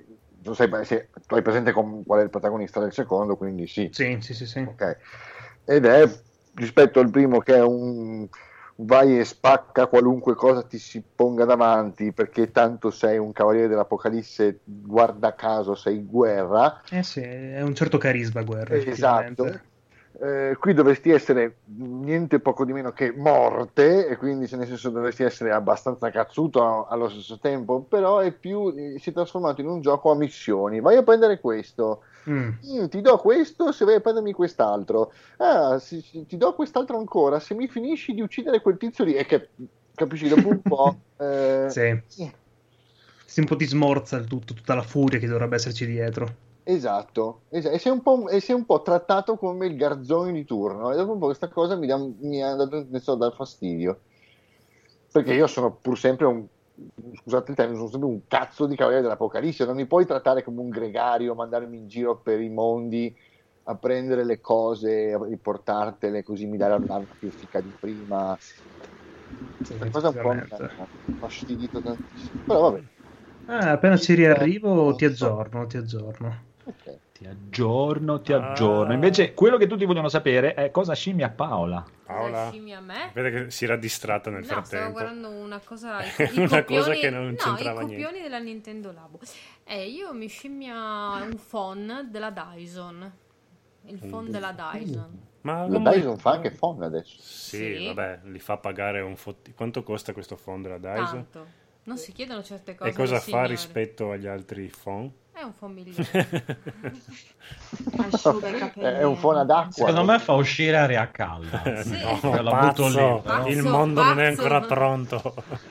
tu hai presente qual è il protagonista del secondo, quindi sì. Sì. Ok. Ed è rispetto al primo che è un vai e spacca qualunque cosa ti si ponga davanti, perché tanto sei un cavaliere dell'Apocalisse, guarda caso sei in guerra. Sì, è un certo carisma guerra. Esatto. Qui dovresti essere niente poco di meno che morte, e quindi nel senso dovresti essere abbastanza cazzuto allo stesso tempo, però si è trasformato in un gioco a missioni. Vai a prendere questo, ti do questo se vai a prendermi quest'altro, ti do quest'altro ancora se mi finisci di uccidere quel tizio lì, e che capisci dopo un po'. Sì. Si un po' ti smorza il tutto, tutta la furia che dovrebbe esserci dietro. Esatto. E sei un po' trattato come il garzone di turno, e dopo un po' questa cosa mi ha dato dal fastidio, perché io sono pur sempre scusate il termine, sono sempre un cazzo di cavaliere dell'Apocalisse, non mi puoi trattare come un gregario, mandarmi in giro per i mondi a prendere le cose, a riportartele, così mi dai l'arma più efficace di prima. Questa cosa un po' mi ha fastidito tantissimo, però vabbè. Appena ci riarrivo ti aggiorno. Okay. Ti aggiorno. Invece quello che tutti vogliono sapere è cosa scimmia Paola. Cosa scimmia me? Vede che si era distratta nel frattempo. frattempo. Stavo guardando una cosa, una cosa che non c'entrava niente. I copioni della Nintendo Labo. Io mi scimmia un phone della Dyson. Il phone della Dyson. Ma la Dyson fa anche phone adesso. Sì, vabbè, li fa pagare quanto costa questo phone della Dyson? Tanto. Non si chiedono certe cose. E cosa fa rispetto agli altri phone? È un phone migliore. Asciuga i capelli. È un phone ad acqua. Secondo me fa uscire aria calda. Sì. No, la butto lì. Però. Il mondo non è ancora pronto.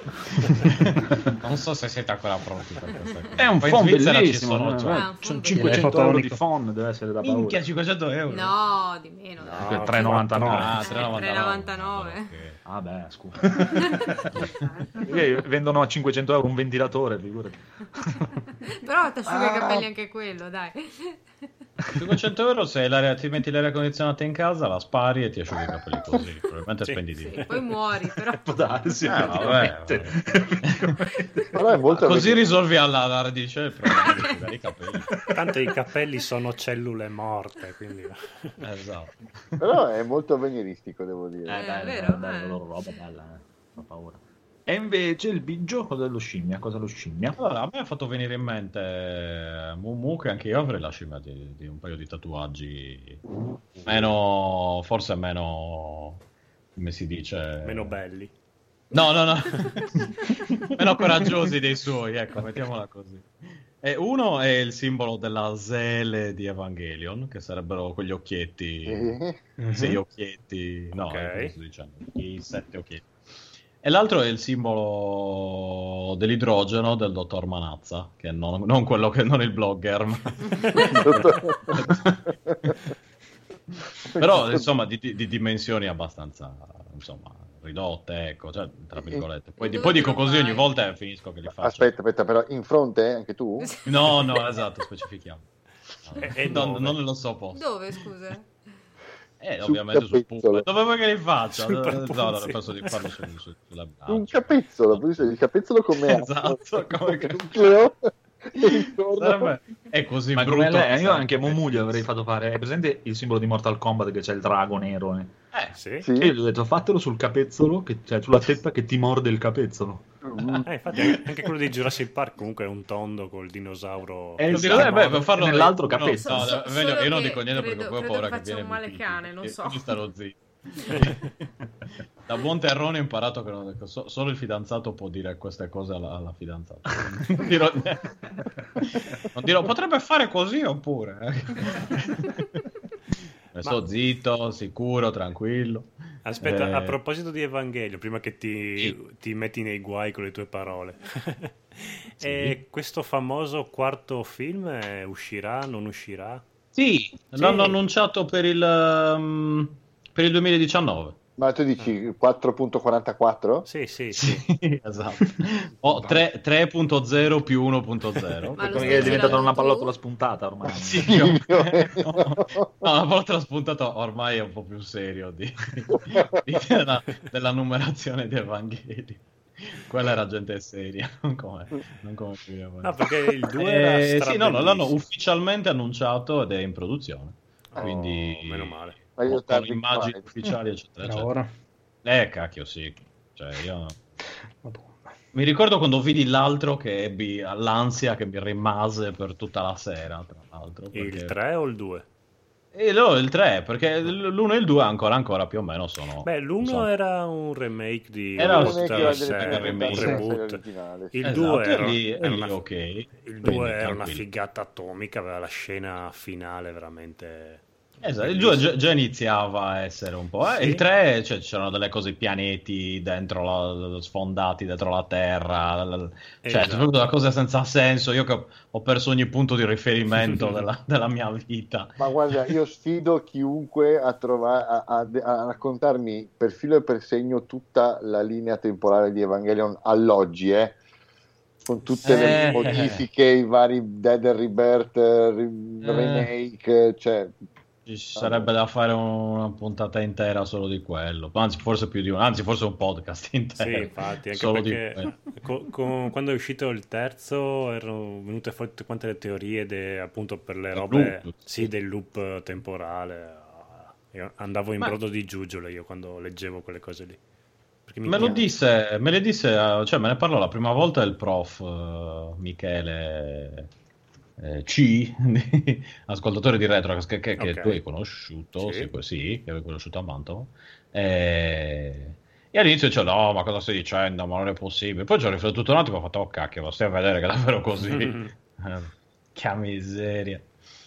Non so se siete ancora pronti per questa cosa. È un phone bellissimo. Sono 500 euro di phone, deve essere da paura. Minchia, 500 euro. No, di meno. No, 3,99. 3,99. Ah beh, scusa. Vendono a 500 euro un ventilatore, figurati. Però ti asciuga i capelli anche quello, dai. 500 euro se ti metti l'aria condizionata in casa, la spari e ti asciughi i capelli così. Probabilmente spendi di più. Poi muori, però. Può darsi. Vabbè. Però è molto così risolvi alla radice il problema di asciugare i capelli. Tanto i capelli sono cellule morte, quindi... Esatto. Però è molto avveniristico, devo dire. È vero. Roba bella, fa paura. E invece il biggio, cosa lo scimmia? Allora, a me ha fatto venire in mente Mumu, che anche io avrei la scimmia di un paio di tatuaggi forse meno, come si dice? Meno belli. No. Meno coraggiosi dei suoi, ecco, mettiamola così. E uno è il simbolo della Zele di Evangelion, che sarebbero quegli occhietti, 6 occhietti, no, okay. Sto dicendo, i 7 occhietti. E l'altro è il simbolo dell'idrogeno del dottor Manazza, che non quello che non il blogger, ma... però insomma di dimensioni abbastanza ridotte, ecco, cioè, tra virgolette. Poi dico così ogni volta e finisco che li faccio. Aspetta, però in fronte anche tu? No, esatto, specifichiamo. Non lo so posto. Dove, scusa? Ovviamente sul punto. Dove vuoi che li faccia? No, penso di farlo sulla bilancia. Un capezzolo, il capezzolo come esatto, come è così ma brutto. Lei, io anche Mumu gli avrei fatto fare. È presente il simbolo di Mortal Kombat che c'è il drago nero? Sì. E gli ho detto fatelo sul capezzolo, cioè sulla testa che ti morde il capezzolo. Infatti anche quello di Jurassic Park comunque è un tondo col dinosauro. Per farlo nell'altro capezzolo. Io non dico niente perché poi ho paura che viene un male cane, non so. Quindi starò zitto. Da buon terrone ho imparato che solo il fidanzato può dire queste cose alla fidanzata. Non dirò potrebbe fare così oppure sto zitto, sicuro, tranquillo. Aspetta, a proposito di Evangelio, prima che ti metti nei guai con le tue parole, e questo famoso quarto film uscirà, non uscirà? Sì, l'hanno annunciato per il 2019. Ma tu dici 4.44? Sì. Esatto. 3.0 più 1.0. Perché è diventata una pallottola spuntata ormai. Sì, no, una pallottola spuntata ormai è un po' più serio della numerazione di Evangeli. Quella era gente seria, non come No, perché il 2 era sì, no, l'hanno ufficialmente annunciato ed è in produzione. Quindi meno male. con immagini ufficiali, eccetera, eccetera. Ora. Cacchio, sì. Cioè, io mi ricordo quando vidi l'altro che ebbi l'ansia che mi rimase per tutta la sera, tra l'altro. Il 3 o il 2? Il 3, perché l'1 e il 2 ancora più o meno sono... Beh, l'1 era un remake di Era un reboot. Il 2 era una figata atomica, aveva la scena finale veramente... Esatto, il 2 già iniziava a essere un po'. Sì. Il 3, cioè, c'erano delle cose, pianeti dentro sfondati dentro la terra, cioè proprio delle cose senza senso. Io che ho perso ogni punto di riferimento della mia vita. Ma guarda, io sfido chiunque a raccontarmi per filo e per segno tutta la linea temporale di Evangelion all'oggi, con tutte le modifiche, i vari Dead and Rebirth, remake, cioè... Ci sarebbe da fare una puntata intera solo di quello, anzi forse più di una, anzi forse un podcast intero. Sì, infatti, anche solo perché quando è uscito il terzo erano venute fuori tutte quante le teorie appunto per le robe del loop temporale. Io andavo in brodo di giuggiole io quando leggevo quelle cose lì. Me le disse, cioè me ne parlò la prima volta il prof Michele C, ascoltatore di Retro, che tu hai conosciuto, sì, che avevi conosciuto a Mantova, e all'inizio dicevo no, ma cosa stai dicendo, ma non è possibile. Poi ci ho riflettuto un attimo e ho fatto cacchio, lo stai a vedere che è davvero così. Che miseria.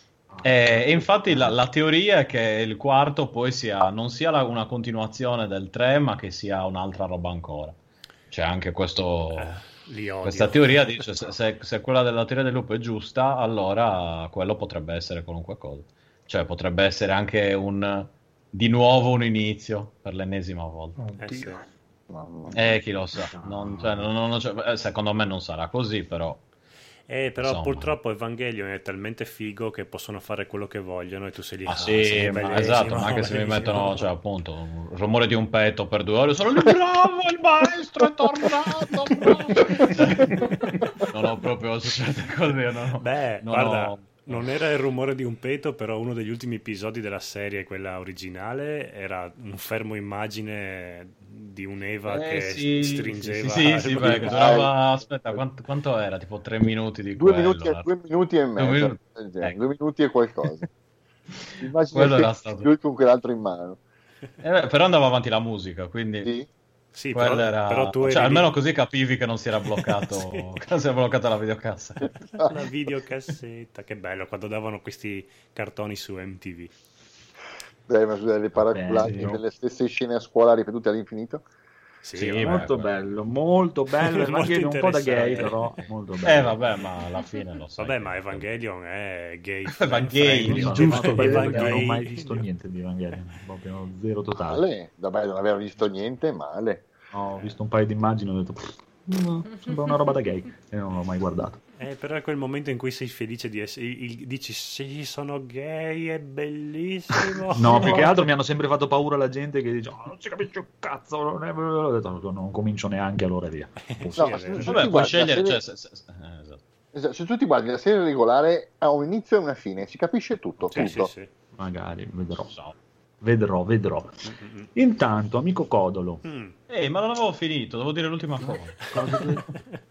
E infatti la teoria è che il quarto poi non sia una continuazione del 3, ma che sia un'altra roba ancora. C'è anche questa teoria dice se quella della teoria del lupo è giusta, allora quello potrebbe essere qualunque cosa. Cioè potrebbe essere anche di nuovo un inizio per l'ennesima volta. Sì. Chi lo sa. Secondo me non sarà così, però. Però insomma. Purtroppo Evangelion è talmente figo che possono fare quello che vogliono e tu sei lì. Sì, esatto, ma anche se mi mettono, cioè appunto, un rumore di un petto per 2 ore, sono lì, bravo, il maestro è tornato, bravo. Non ho proprio certe cose, non era il rumore di un petto, però uno degli ultimi episodi della serie, quella originale, era un fermo immagine di un'Eva che stringeva. Sì, perché durava, aspetta, quanto era? Tipo 3 minuti di 2 quello. 2 minuti e mezzo. 2 minuti e qualcosa. Immagina lui con quell'altro in mano. Però andava avanti la musica, quindi... Sì, però tu almeno così capivi che non si era bloccato che non si era bloccata la videocassetta. La videocassetta, che bello quando davano questi cartoni su MTV. Beh, ma delle paraculate delle stesse scene a scuola ripetute all'infinito. Sì, molto bello, molto bello. Evangelion un po' da gay, però molto bello. Vabbè, ma alla fine lo so. Vabbè, ma Evangelion è gay. Evangelion, giusto, non ho mai visto niente di Evangelion, proprio zero totale. Vabbè, non aver visto niente, male. No, ho visto un paio di immagini e ho detto sembra una roba da gay e non l'ho mai guardato. Però è quel momento in cui sei felice di essere, dici sì, sono gay, è bellissimo. No, più che altro mi hanno sempre fatto paura la gente che dice non si capisce un cazzo, non è... ho detto non comincio neanche allora via. Vabbè, puoi scegliere, esatto. Se tu ti guardi la serie regolare ha un inizio e una fine, si capisce tutto. Sì. Magari vedrò. Intanto, amico Codolo. Ma non avevo finito, devo dire l'ultima cosa.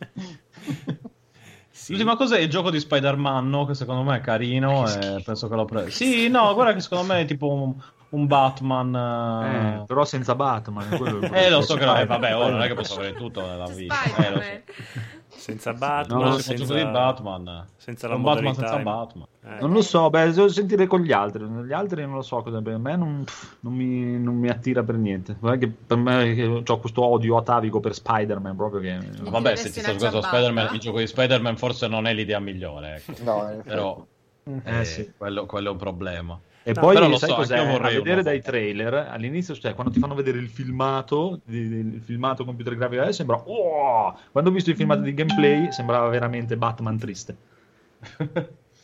L'ultima cosa è il gioco di Spider-Man, no? Che secondo me è carino e penso che l'ho preso. Sì, no, guarda che secondo me è tipo un Batman. Però senza Batman. Lo so che vabbè, non è che posso avere tutto nella vita. Lo so. Senza Batman, senza di Batman, senza la Batman senza Batman. Non lo so, devo sentire con gli altri. Gli altri non lo so cosa, per me non mi attira per niente. Guarda che per me ho questo odio atavico per Spider-Man proprio che... Vabbè, se ti sta giocando Spider-Man, il gioco di Spider-Man forse non è l'idea migliore, ecco. No, però sì, quello è un problema. E poi sai cos'è? A vedere dai trailer all'inizio, cioè quando ti fanno vedere il filmato computer grafico, sembra quando ho visto il filmato di gameplay sembrava veramente Batman triste.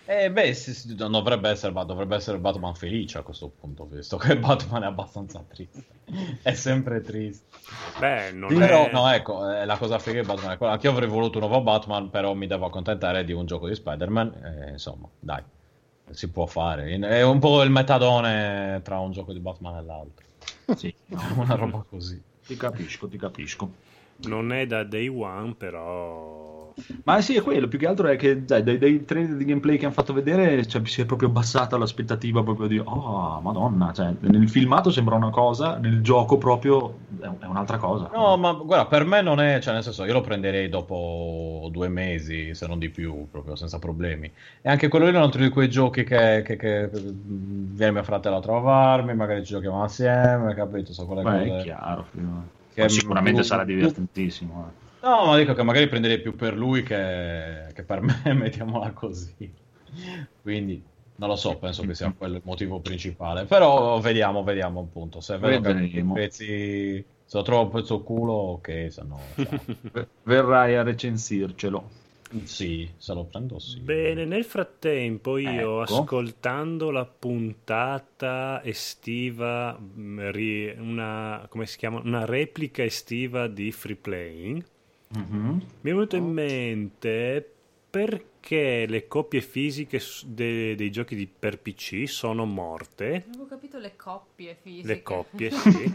dovrebbe essere Batman felice a questo punto, visto che Batman è abbastanza triste. È sempre triste. Beh, non Però, è... no, ecco, la cosa figa di Batman è quella. Anche io avrei voluto un nuovo Batman, però mi devo accontentare di un gioco di Spider-Man. Insomma, dai, si può fare. È un po' il metadone tra un gioco di Batman e l'altro. Sì, Una roba così. ti capisco. Non è da day one, però... Ma sì, è quello, più che altro è che dai trailer di gameplay che hanno fatto vedere, cioè, si è proprio abbassata l'aspettativa proprio di oh, madonna, cioè, nel filmato sembra una cosa, nel gioco proprio è un'altra cosa. No, ma guarda, per me non è, cioè nel senso, io lo prenderei dopo 2 mesi, se non di più, proprio senza problemi. E anche quello lì è un altro di quei giochi che viene mio fratello a trovarmi, magari ci giochiamo assieme, capito? So quelle Beh, cose è chiaro, che sicuramente sarà divertentissimo. No, ma dico che magari prenderei più per lui che per me, mettiamola così. Quindi, non lo so, penso che sia quello il motivo principale. Però vediamo appunto. Se vedo che i pezzi, se lo trovo un pezzo culo, ok, se no... Verrai a recensircelo. Sì, se lo prendo sì. Bene, nel frattempo io, Ecco. ascoltando la puntata estiva, come si chiama? Una replica estiva di Free Playing, mi è venuto in mente perché le copie fisiche dei giochi per PC sono morte. Non avevo capito le coppie fisiche. Le coppie, sì.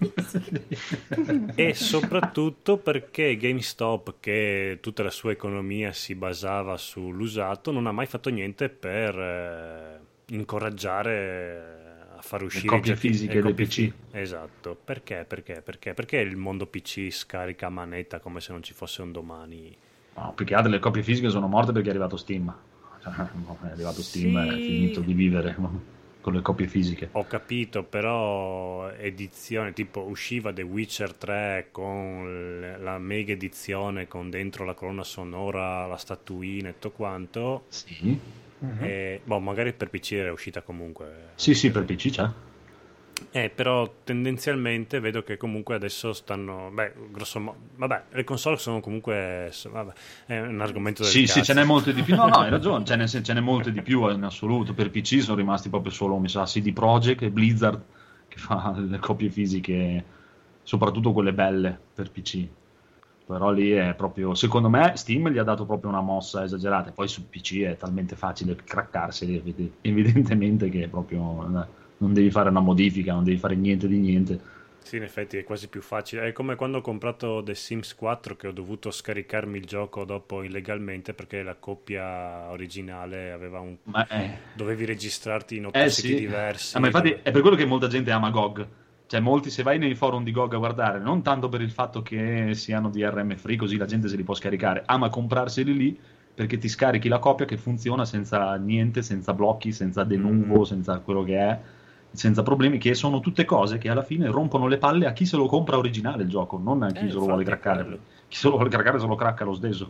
E soprattutto perché GameStop, che tutta la sua economia si basava sull'usato, non ha mai fatto niente per incoraggiare a far uscire copie i giochi, fisiche le dei copie PC. Esatto. Perché? Perché il mondo PC scarica a manetta come se non ci fosse un domani? No, più che altro le copie fisiche sono morte perché è arrivato Steam. Cioè, è arrivato Steam e è finito di vivere con le copie fisiche. Ho capito, però edizione, tipo usciva The Witcher 3 con la mega edizione con dentro la colonna sonora, la statuina e tutto quanto. Sì. E, magari per PC era uscita comunque. Sì, per PC c'è. Però tendenzialmente vedo che comunque adesso stanno, grosso modo, le console sono comunque, è un argomento del Sì, cazzo. ce n'è molte di più. No, hai ragione, ce n'è molte di più in assoluto. Per PC sono rimasti proprio solo, mi sa, CD Projekt e Blizzard che fa le copie fisiche, soprattutto quelle belle per PC. Però lì è proprio, secondo me, Steam gli ha dato proprio una mossa esagerata. Poi su PC è talmente facile craccarseli, evidentemente, che proprio non devi fare una modifica, non devi fare niente di niente. Sì, in effetti è quasi più facile. È come quando ho comprato The Sims 4, che ho dovuto scaricarmi il gioco dopo illegalmente perché la copia originale aveva dovevi registrarti in 8 siti diversi. Ma infatti è per quello che molta gente ama GOG. Cioè, molti, se vai nei forum di GOG a guardare, non tanto per il fatto che siano DRM free, così la gente se li può scaricare, ama comprarseli lì perché ti scarichi la copia che funziona senza niente, senza blocchi, senza denuvo, senza quello che è, senza problemi, che sono tutte cose che alla fine rompono le palle a chi se lo compra originale il gioco, non a chi se lo vuole craccare. Chi se lo vuole craccare se lo cracca lo stesso.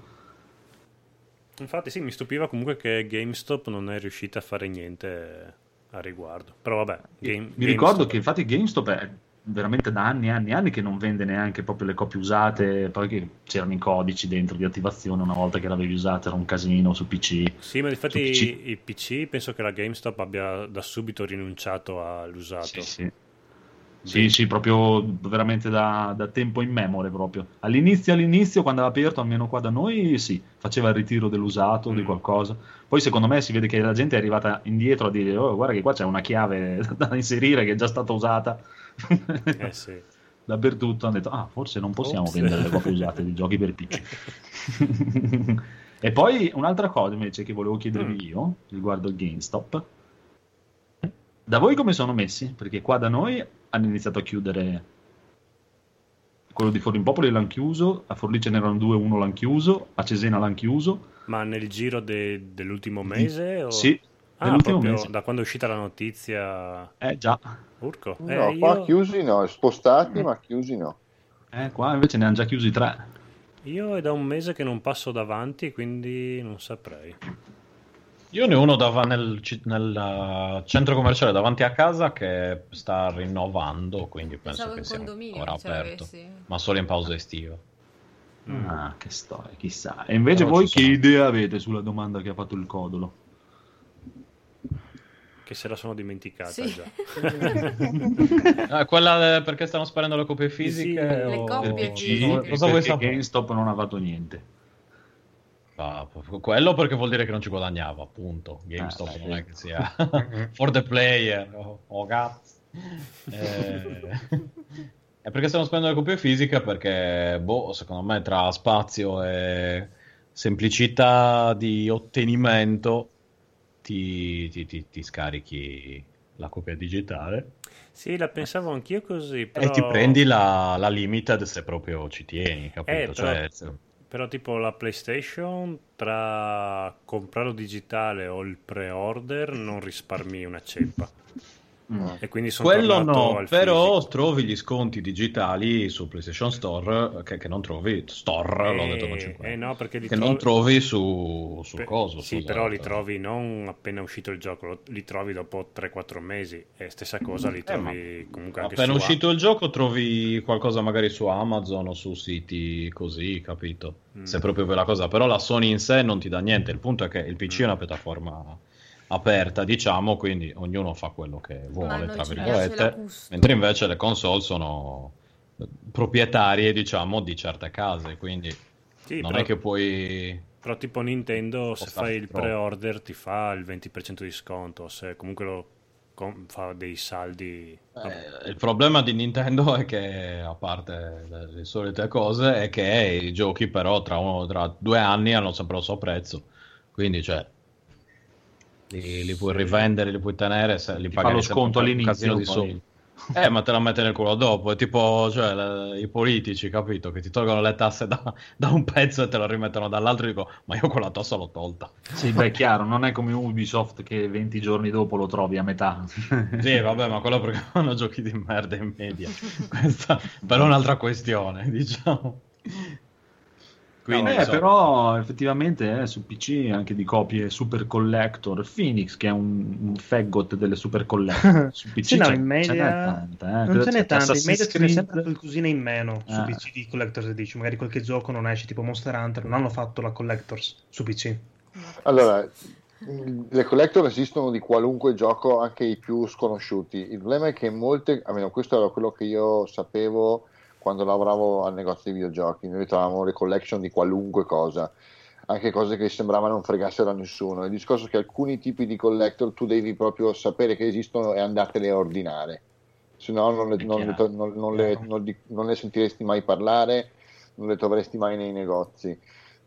Infatti sì, mi stupiva comunque che GameStop non è riuscita a fare niente a riguardo. Però vabbè, mi ricordo che infatti GameStop è veramente da anni e anni e anni che non vende neanche proprio le copie usate, poi che c'erano i codici dentro di attivazione una volta che l'avevi usata, era un casino su PC. Sì, ma infatti i PC penso che la GameStop abbia da subito rinunciato all'usato. Sì, proprio veramente da tempo in memoria proprio. All'inizio, quando aveva aperto, almeno qua da noi, sì, faceva il ritiro dell'usato, di qualcosa. Poi secondo me si vede che la gente è arrivata indietro a dire oh, guarda che qua c'è una chiave da inserire che è già stata usata. Sì. Dappertutto hanno detto forse non possiamo vendere le copie usate di giochi per PC. E poi un'altra cosa invece che volevo chiedervi io riguardo il GameStop, da voi come sono messi? Perché qua da noi hanno iniziato a chiudere quello di Forlimpopoli, l'hanno chiuso, a Forlì ce n'erano 2, uno l'hanno chiuso, a Cesena l'hanno chiuso. Ma nel giro dell'ultimo mese? Sì, nell'ultimo mese. Da quando è uscita la notizia? Già. Urco. No, qua chiusi no, spostati ma chiusi no. Qua invece ne hanno già chiusi 3. Io è da un mese che non passo davanti, quindi non saprei. Io ne ho uno nel centro commerciale davanti a casa che sta rinnovando, quindi penso che sia ancora aperto, ma solo in pausa estiva. Che storia, chissà. E invece voi che idea avete sulla domanda che ha fatto il Codolo? Che se la sono dimenticata Sì. già. Quella perché stanno sparando le copie fisiche? Le o- copie PC, fisiche. Cosa vuoi perché sapere? GameStop non ha fatto niente. Quello perché vuol dire che non ci guadagnava, appunto. GameStop sì. non è che sia for the player. Oh, cazzo. È perché stanno spendendo le copie fisiche perché, secondo me tra spazio e semplicità di ottenimento ti scarichi la copia digitale Sì, la pensavo anch'io così, e però... ti prendi la limited se proprio ci tieni, capito? però, Cioè, però tipo la PlayStation, tra comprarlo digitale o il pre-order, non risparmi una ceppa. E quindi sono quello tornato no, al però fisico. trovi gli sconti digitali su PlayStation Store che non trovi Store, l'ho detto con 5 no, perché li che non trovi su coso. Sì, scusa. però li trovi non appena uscito il gioco, li trovi dopo 3-4 mesi. E stessa cosa li trovi comunque anche appena su uscito il gioco trovi qualcosa magari su Amazon o su siti così, capito? Se proprio quella cosa, però la Sony in sé non ti dà niente, il punto è che il PC è una piattaforma aperta, diciamo, quindi ognuno fa quello che vuole, noi tra ci piace la virgolette, custom. mentre invece le console sono proprietarie, diciamo, di certe case, quindi Sì, non però- è che puoi... Però tipo Nintendo, se Costarti fai il troppo. pre-order ti fa il 20% di sconto, se comunque fa dei saldi... Il problema di Nintendo è che, a parte le solite cose, è che i giochi però tra 2 anni hanno sempre lo stesso prezzo, quindi cioè li puoi rivendere, li puoi tenere, li Ti fa paghi lo sempre sconto un casino all'inizio, di poi- soldi. Ma te la mette nel culo dopo, è tipo cioè, i politici, capito? Che ti tolgono le tasse da un pezzo e te lo rimettono dall'altro, dico, ma io quella tassa l'ho tolta. Sì, beh, è chiaro, non è come Ubisoft che 20 giorni dopo lo trovi a metà. Sì, vabbè, ma quello perché fanno giochi di merda in media. Questa però è un'altra questione, diciamo. Quindi, insomma, però effettivamente su PC anche di copie Super Collector, Phoenix che è un faggot delle Super Collector, su PC Sì, no, ce in n'è media tanta, non Credo ce n'è c'è tanta, in Assassin's media ce n'è Creed. sempre qualcosina in meno su Ah. PC di Collector's Edition, magari qualche gioco non esce, tipo Monster Hunter, non hanno fatto la Collector's su PC. Allora, le collector esistono di qualunque gioco, anche i più sconosciuti. Il problema è che molte, almeno questo era quello che io sapevo quando lavoravo al negozio di videogiochi, noi trovavamo le collection di qualunque cosa, anche cose che sembrava non fregassero a nessuno. Il discorso è che alcuni tipi di collector tu devi proprio sapere che esistono e andartene a ordinare, se no non le sentiresti mai parlare, non le troveresti mai nei negozi.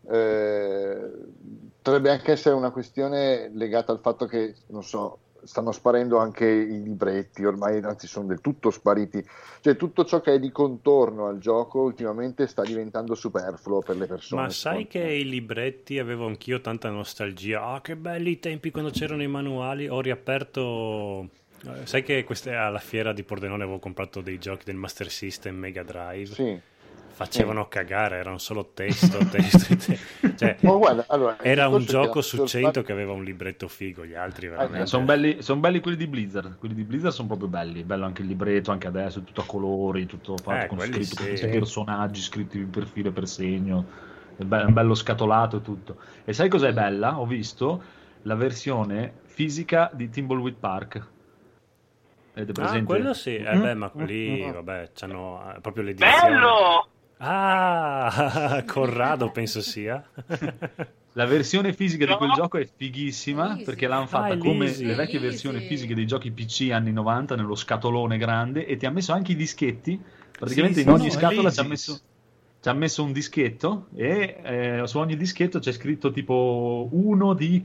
Potrebbe anche essere una questione legata al fatto che, non so, stanno sparendo anche i libretti, ormai anzi sono del tutto spariti, cioè tutto ciò che è di contorno al gioco ultimamente sta diventando superfluo per le persone. Ma sai che i libretti avevo anch'io tanta nostalgia? Ah, che belli i tempi quando c'erano i manuali. Ho riaperto... sai che alla fiera di Pordenone avevo comprato dei giochi del Master System Mega Drive? Sì. Facevano cagare, erano solo testo. Cioè, Ma guarda, allora, era il un discorso è gioco che su 100 che aveva un libretto figo, gli altri veramente... Sono belli quelli di Blizzard. Quelli di Blizzard sono proprio belli. Bello anche il libretto, anche adesso, tutto a colori, tutto fatto con quelli scritto sì. tutti i personaggi scritti per filo e per segno. È bello scatolato e tutto. E sai cos'è bella? Ho visto la versione fisica di Thimbleweed Park. Avete presente? Quello sì. Beh, ma lì, vabbè, c'hanno proprio l'edizione. Bello! Ah, Corrado penso sia. La versione fisica di quel No. gioco è fighissima Easy. perché l'hanno fatta è come l'easy. le vecchie Easy. versioni fisiche dei giochi PC anni 90 nello scatolone grande e ti ha messo anche i dischetti. Praticamente Sì, in sì, ogni no, è scatola l'easy. ci ha messo un dischetto e su ogni dischetto c'è scritto tipo 1 di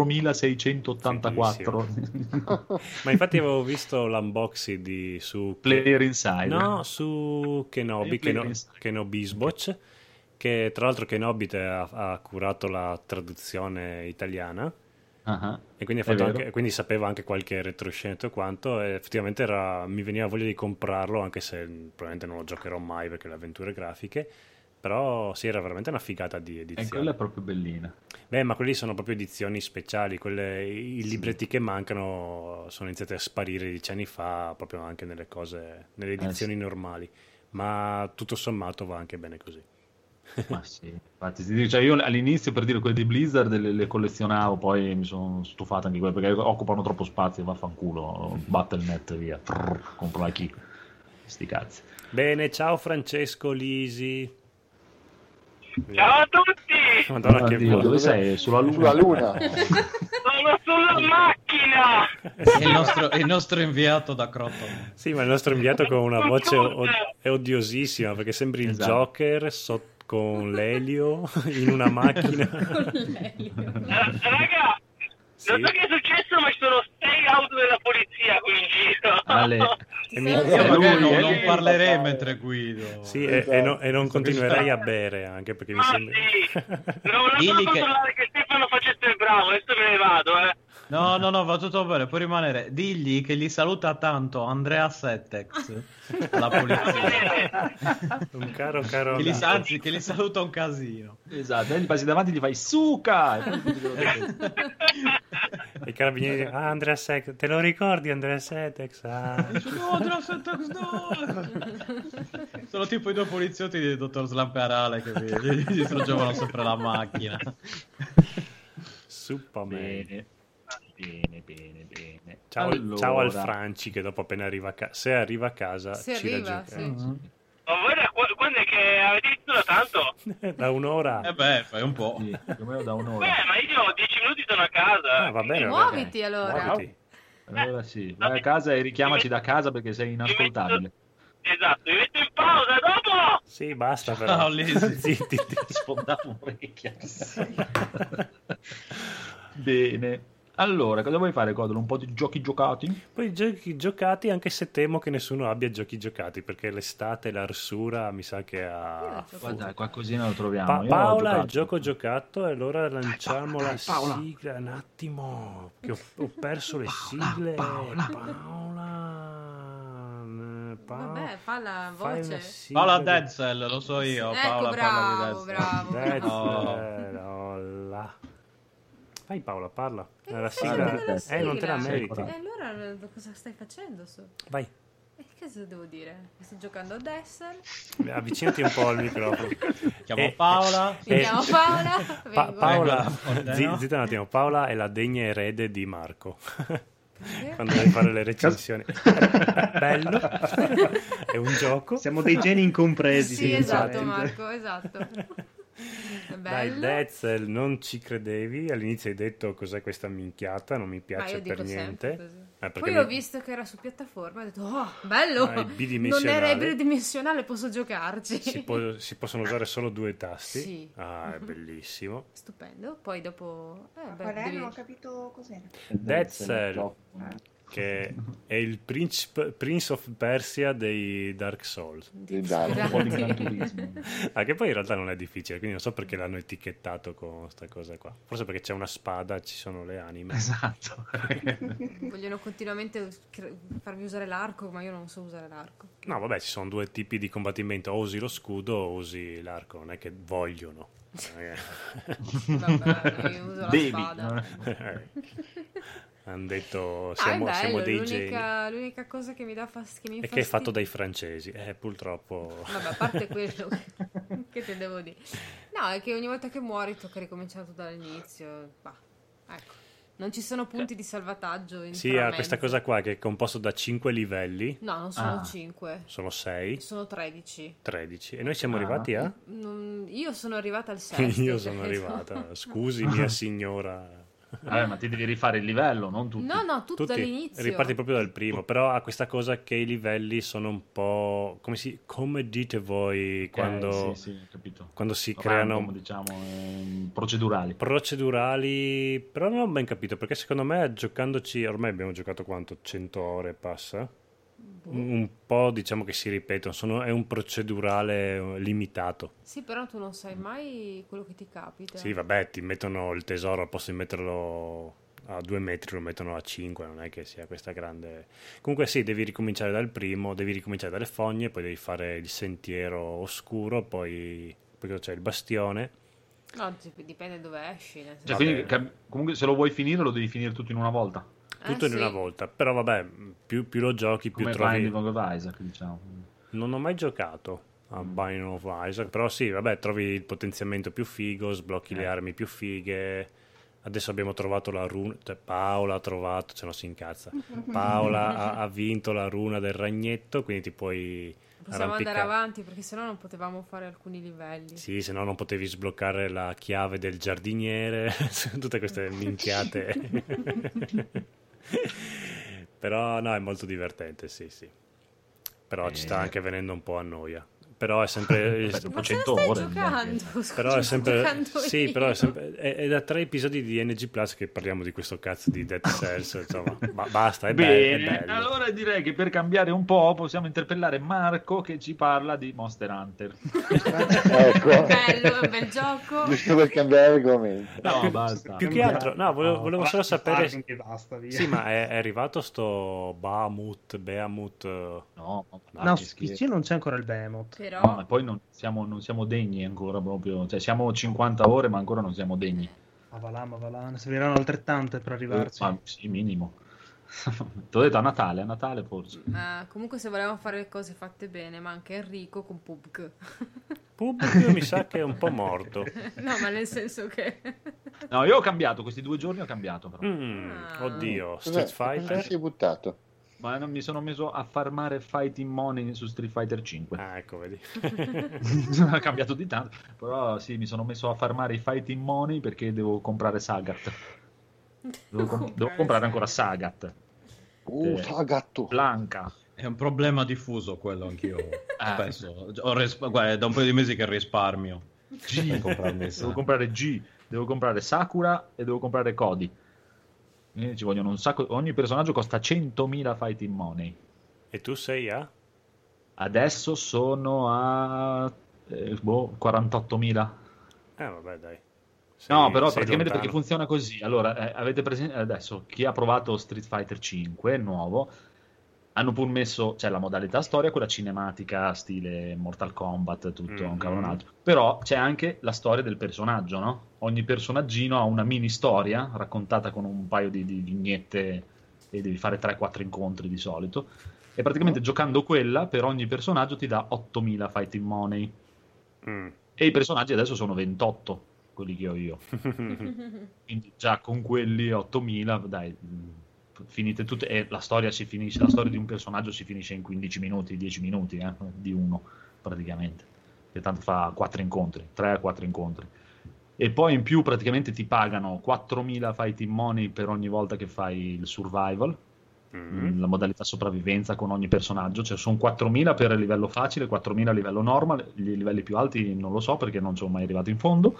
4684 Ma infatti avevo visto l'unboxing su Player Inside. No, su Kenobi, Player Inside. Kenobisboch, che tra l'altro Kenobi ha curato la traduzione italiana. Ah, E quindi, è vero. quindi sapevo anche qualche retroscena e quanto, e effettivamente mi veniva voglia di comprarlo, anche se probabilmente non lo giocherò mai perché le avventure grafiche, però sì, era veramente una figata di E edizione. quella è proprio bellina. Beh, ma quelli sono proprio edizioni speciali, i libretti che mancano sono iniziati a sparire 10 anni fa, proprio anche nelle edizioni normali, ma tutto sommato va anche bene così. Ma sì, infatti, cioè io all'inizio, per dire, quelle di Blizzard le collezionavo, poi mi sono stufato anche quelle perché occupano troppo spazio, vaffanculo, Battle.net, via, compro la key, sti cazzi. Bene, ciao Francesco Lisi. Ciao a tutti! Madonna, che Dio, vuoi. dove sei? Sulla Luna? Sulla Luna. Sono sulla macchina! È il nostro inviato da Croton. Sì, ma il nostro inviato con una voce è odiosissima perché sembri il Esatto. Joker con l'elio in una macchina. Raga, Sì. non so che è successo, ma ci sono 6 auto della polizia qui in giro. Ale. E mi- Non parlerei mentre guido. Sì, e non continuerei a bere anche perché mi Ma sembra... sì, non Digli posso che- controllare che Stefano facesse il bravo, adesso me ne vado, No, va tutto bene, puoi rimanere. Digli che gli saluta tanto Andrea Settex, la polizia. Un caro Che gli, anzi, che gli saluta un casino. Esatto, e gli passi davanti e gli fai suca! I carabinieri, Andrea Setex, te lo ricordi Andrea Setex? Ah. No, Andrea Settex, no! Sono tipo i due poliziotti di Dottor Slamperale che gli distruggevano sempre la macchina. Superman. Bene. Ciao, Allora. ciao al Franci che dopo appena arriva a casa, se arriva a casa Se ci arriva, raggiunge. sì. Ma voi quando è che avete visto da tanto? Da un'ora. Beh, fai un po'. Sì, più o meno da Beh, un'ora. ma io ho 10 minuti sono a casa. Ah, va bene, va bene. Muoviti allora. Muoviti. Allora sì, vai a casa e richiamaci da casa perché sei inascoltabile. Esatto, mi metto in pausa, dopo! Sì, basta però. Ciao, Lisi. Zitti. Sfondavo orecchia. Bene. Allora, cosa vuoi fare, Codolo? Un po' di giochi giocati? Poi giochi giocati, anche se temo che nessuno abbia giochi giocati, perché l'estate, l'arsura, mi sa che ha... Guarda, qualcosina lo troviamo. Io ho Paola, il giocato. gioco giocato, e allora lanciamo la Paola. sigla. Un attimo, che ho perso le sigle. Vabbè, fa la fai voce. una sigla Paola di- Denzel, lo so io. Ecco, Paola bravo, parla di Denzel. Denzel, olla. Vai Paola, parla. La Non sigla... te la non te la sigla. meriti. E allora cosa stai facendo? Vai, E che cosa devo dire? Sto giocando a Dessel. avvicinati un po' al microfono. Chiamo Paola. Mi chiamo Paola. vengo- Paola, Vengo. zitta un attimo. Paola è la degna erede di Marco. Quando devi fare le recensioni. Bello. È un gioco. Siamo dei geni incompresi. Sì, esatto, sinceramente. Marco, esatto. È Dai, bello. Detzel, non ci credevi. All'inizio hai detto cos'è questa minchiata, non mi Ma piace io per dico sempre niente. così. Perché Poi ho visto che era su piattaforma e ho detto, oh, bello! Ah, è Non bidimensionale. era bidimensionale, posso giocarci. Si possono usare solo 2 tasti. Sì. Ah, è bellissimo. Stupendo. Poi dopo... Qual è? devi- Non ho capito cos'era. Detzel, che è il Prince of Persia dei Dark Souls. Un po' di Gran Turismo. Ah, che poi in realtà non è difficile, quindi non so perché l'hanno etichettato con sta cosa qua. Forse perché c'è una spada, ci sono le anime. Esatto. Vogliono continuamente farmi usare l'arco, ma io non so usare l'arco. No, vabbè, ci sono 2 tipi di combattimento, o usi lo scudo o usi l'arco, non è che vogliono. Vabbè, io uso la Devi. spada. Hanno detto Ah, siamo, è siamo bello, dei geni. l'unica cosa che mi dà fastidio E che è fatto dai francesi, purtroppo. Vabbè, a parte quello, che te devo dire? No, è che ogni volta che muori tocca ricominciare tutto dall'inizio. Bah, ecco. Non ci sono punti di salvataggio. Sì, ha interamente. questa cosa qua che è composto da 5 livelli. No, non sono 5. Sono 6, Sono 13. 13. E noi siamo arrivati a? Io sono arrivata al sesto. Io sono credo. arrivata. Scusi, mia signora. Ma ti devi rifare il livello, non tutti. No, tutto Tutti dall'inizio. riparti proprio dal primo, però ha questa cosa che i livelli sono un po' come dite voi quando, Sì, ho capito. quando si Random, creano diciamo, procedurali. procedurali, però non ho ben capito perché secondo me giocandoci, ormai abbiamo giocato quanto? 100 ore passa? Un po' diciamo che si ripetono, è un procedurale limitato. Sì, però tu non sai mai quello che ti capita. Sì, vabbè, ti mettono il tesoro, al posto di metterlo a 2 metri lo mettono a 5, non è che sia questa grande... Comunque sì, devi ricominciare dal primo, devi ricominciare dalle fogne, poi devi fare il sentiero oscuro, poi c'è il bastione. No, dipende dove esci. Nel senso. Cioè, quindi, comunque se lo vuoi finire lo devi finire tutto in una volta. Tutto in sì. una volta, però vabbè, più lo giochi, più Come trovi... Binding of Isaac, diciamo. Non ho mai giocato a Binding of Isaac, però sì, vabbè, trovi il potenziamento più figo, sblocchi le armi più fighe. Adesso abbiamo trovato la runa, cioè Paola ha trovato, se no si incazza, Paola ha vinto la runa del ragnetto, quindi ti puoi Possiamo andare avanti, perché sennò non potevamo fare alcuni livelli. Sì, se no non potevi sbloccare la chiave del giardiniere, tutte queste minchiate. Però no, è molto divertente, sì. Però ci sta anche venendo un po' a noia. Però è sempre dopo 100 ore giocando, però è sempre sì, però è sempre è da 3 episodi di NG Plus che parliamo di questo cazzo di Dead Cells, insomma. Basta, è bene, bello. Allora direi che per cambiare un po' possiamo interpellare Marco che ci parla di Monster Hunter. Ecco. Bello, un bel gioco. Giusto per cambiare argomento. No, basta. Più che altro, no, volevo solo sapere che basta, via. sì, ma è arrivato sto Behemoth No, su PC non c'è ancora il Behemoth. Però no, ma poi non siamo degni ancora proprio, cioè siamo 50 ore ma ancora non siamo degni. Ma va là, ne serviranno altrettante per arrivarci. Ma sì, minimo. Ti ho detto a Natale forse. Comunque se volevamo fare le cose fatte bene, manca Enrico con PUBG. PUBG mi sa che è un po' morto. No, ma nel senso che No, io ho cambiato, questi 2 giorni ho cambiato però. Oddio, Street Fighter. Si è buttato. Ma non mi sono messo a farmare fighting money su Street Fighter 5. Ecco, vedi. Ha cambiato di tanto. Però sì, mi sono messo a farmare i fighting money perché devo comprare Sagat. Devo comprare ancora Sagat. Sagatto. Blanca. È un problema diffuso quello, anch'io. Spesso. Guarda, è da un paio di mesi che risparmio. Devo comprare G, devo comprare Sakura e devo comprare Cody. Ci vogliono un sacco. Ogni personaggio costa 100.000 fighting money. E tu sei a? Adesso sono a 48.000. Vabbè, dai. No, però praticamente lontano. Perché funziona così. Allora, avete presente adesso chi ha provato Street Fighter 5, il nuovo, hanno pur messo, la modalità storia, quella cinematica, stile Mortal Kombat, tutto un cavolo altro. Però c'è anche la storia del personaggio, no? Ogni personaggino ha una mini storia raccontata con un paio di vignette e devi fare 3-4 incontri di solito. E praticamente giocando quella, per ogni personaggio ti dà 8.000 fighting money. E i personaggi adesso sono 28, quelli che ho io. Quindi già con quelli 8.000, dai, finite tutte. E la storia si finisce, la storia di un personaggio si finisce in 15 minuti, 10 minuti, di uno, praticamente. Che tanto fa 4 incontri, 3-4 incontri. E poi in più praticamente ti pagano 4.000 fighting money per ogni volta che fai il survival, la modalità sopravvivenza con ogni personaggio, cioè sono 4.000 per il livello facile, 4.000 a livello normal, i livelli più alti non lo so perché non sono mai arrivato in fondo.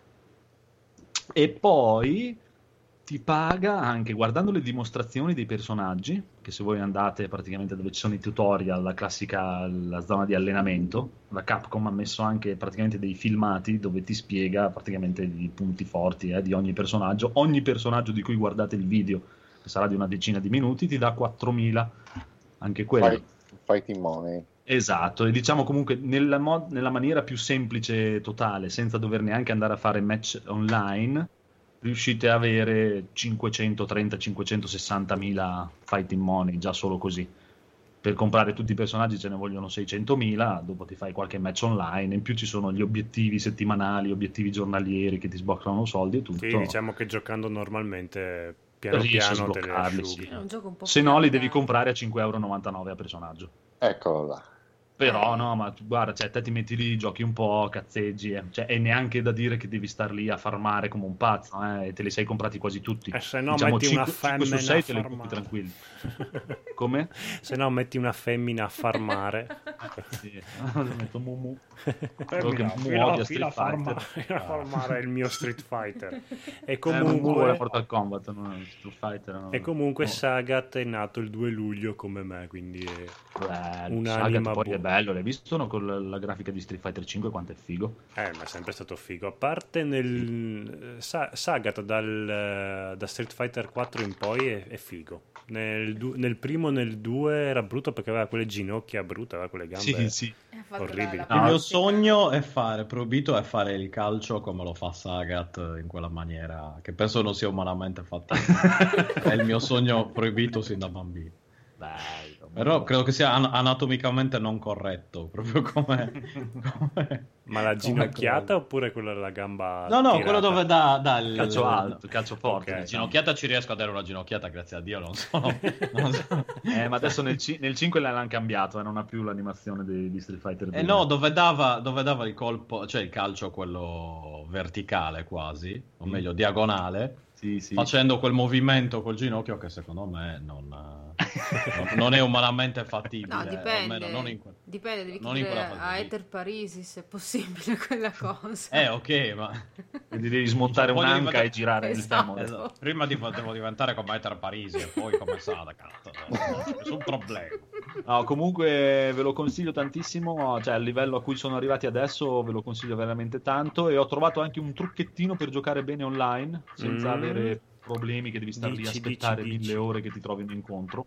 E poi ti paga anche guardando le dimostrazioni dei personaggi, che se voi andate praticamente dove ci sono i tutorial, la classica la zona di allenamento, la Capcom ha messo anche praticamente dei filmati dove ti spiega praticamente i punti forti di ogni personaggio di cui guardate il video, che sarà di una decina di minuti, ti dà 4.000 anche quello. Fighting money. Esatto, e diciamo comunque nella maniera più semplice totale, senza dover neanche andare a fare match online, riuscite a avere 530-560.000 fighting money già solo così. Per comprare tutti i personaggi ce ne vogliono 600.000, dopo ti fai qualche match online, in più ci sono gli obiettivi settimanali, obiettivi giornalieri che ti sbloccano soldi e tutto. Sì, diciamo che giocando normalmente piano piano te li asciughi. Sì. È un gioco un po' se no li devi comprare a 5,99€ a personaggio. Eccolo là. Però no, ma guarda, te ti metti lì, giochi un po', cazzeggi, e neanche da dire che devi star lì a farmare come un pazzo, e te li sei comprati quasi tutti. Se no diciamo, metti 5, una femmina 5 su 6 a te li compri farmare. tranquilli. Come? Se no metti una femmina a farmare. Sì, metto Mumu. Fila a farmare il mio Street Fighter. E Mumu comunque vuole Mortal Kombat, non Street Fighter. No. E comunque Sagat è nato il 2 luglio come me, quindi è un'anima poi è bello, l'hai visto con la grafica di Street Fighter 5 quanto è figo? Ma è sempre stato figo. A parte Sagat da Street Fighter 4 in poi è figo. Nel primo, nel 2 era brutto perché aveva quelle ginocchia brutte, aveva quelle gambe orribili. Il mio sogno è proibito è fare il calcio come lo fa Sagat, in quella maniera che penso non sia umanamente fatta. È il mio sogno proibito sin da bambino. Bello, Però credo che sia anatomicamente non corretto, proprio come... Ma la ginocchiata oppure quella della gamba No, tirata? quello dove dà il calcio alto, calcio forte. Ok. La ginocchiata ci riesco a dare una ginocchiata, grazie a Dio, non so. Ma adesso nel 5 l'hanno cambiato, non ha più l'animazione di Street Fighter 2. No, dove dava il colpo, cioè il calcio quello verticale quasi, o meglio diagonale, sì. facendo quel movimento col ginocchio che secondo me non è umanamente fattibile. No, dipende. Almeno non in Dipende, devi non in chiedere quella fase a lì. Ether Parisi se è possibile quella cosa. Ok, ma... Quindi devi smontare Poi un'anca devi e girare il Esatto. femore. Prima devo diventare come Ether Parisi e poi come Sada, cazzo. Non c'è nessun problema. No, comunque ve lo consiglio tantissimo, cioè al livello a cui sono arrivati adesso ve lo consiglio veramente tanto, e ho trovato anche un trucchettino per giocare bene online senza avere problemi che devi stare lì a aspettare 1000 ore che ti trovi un incontro.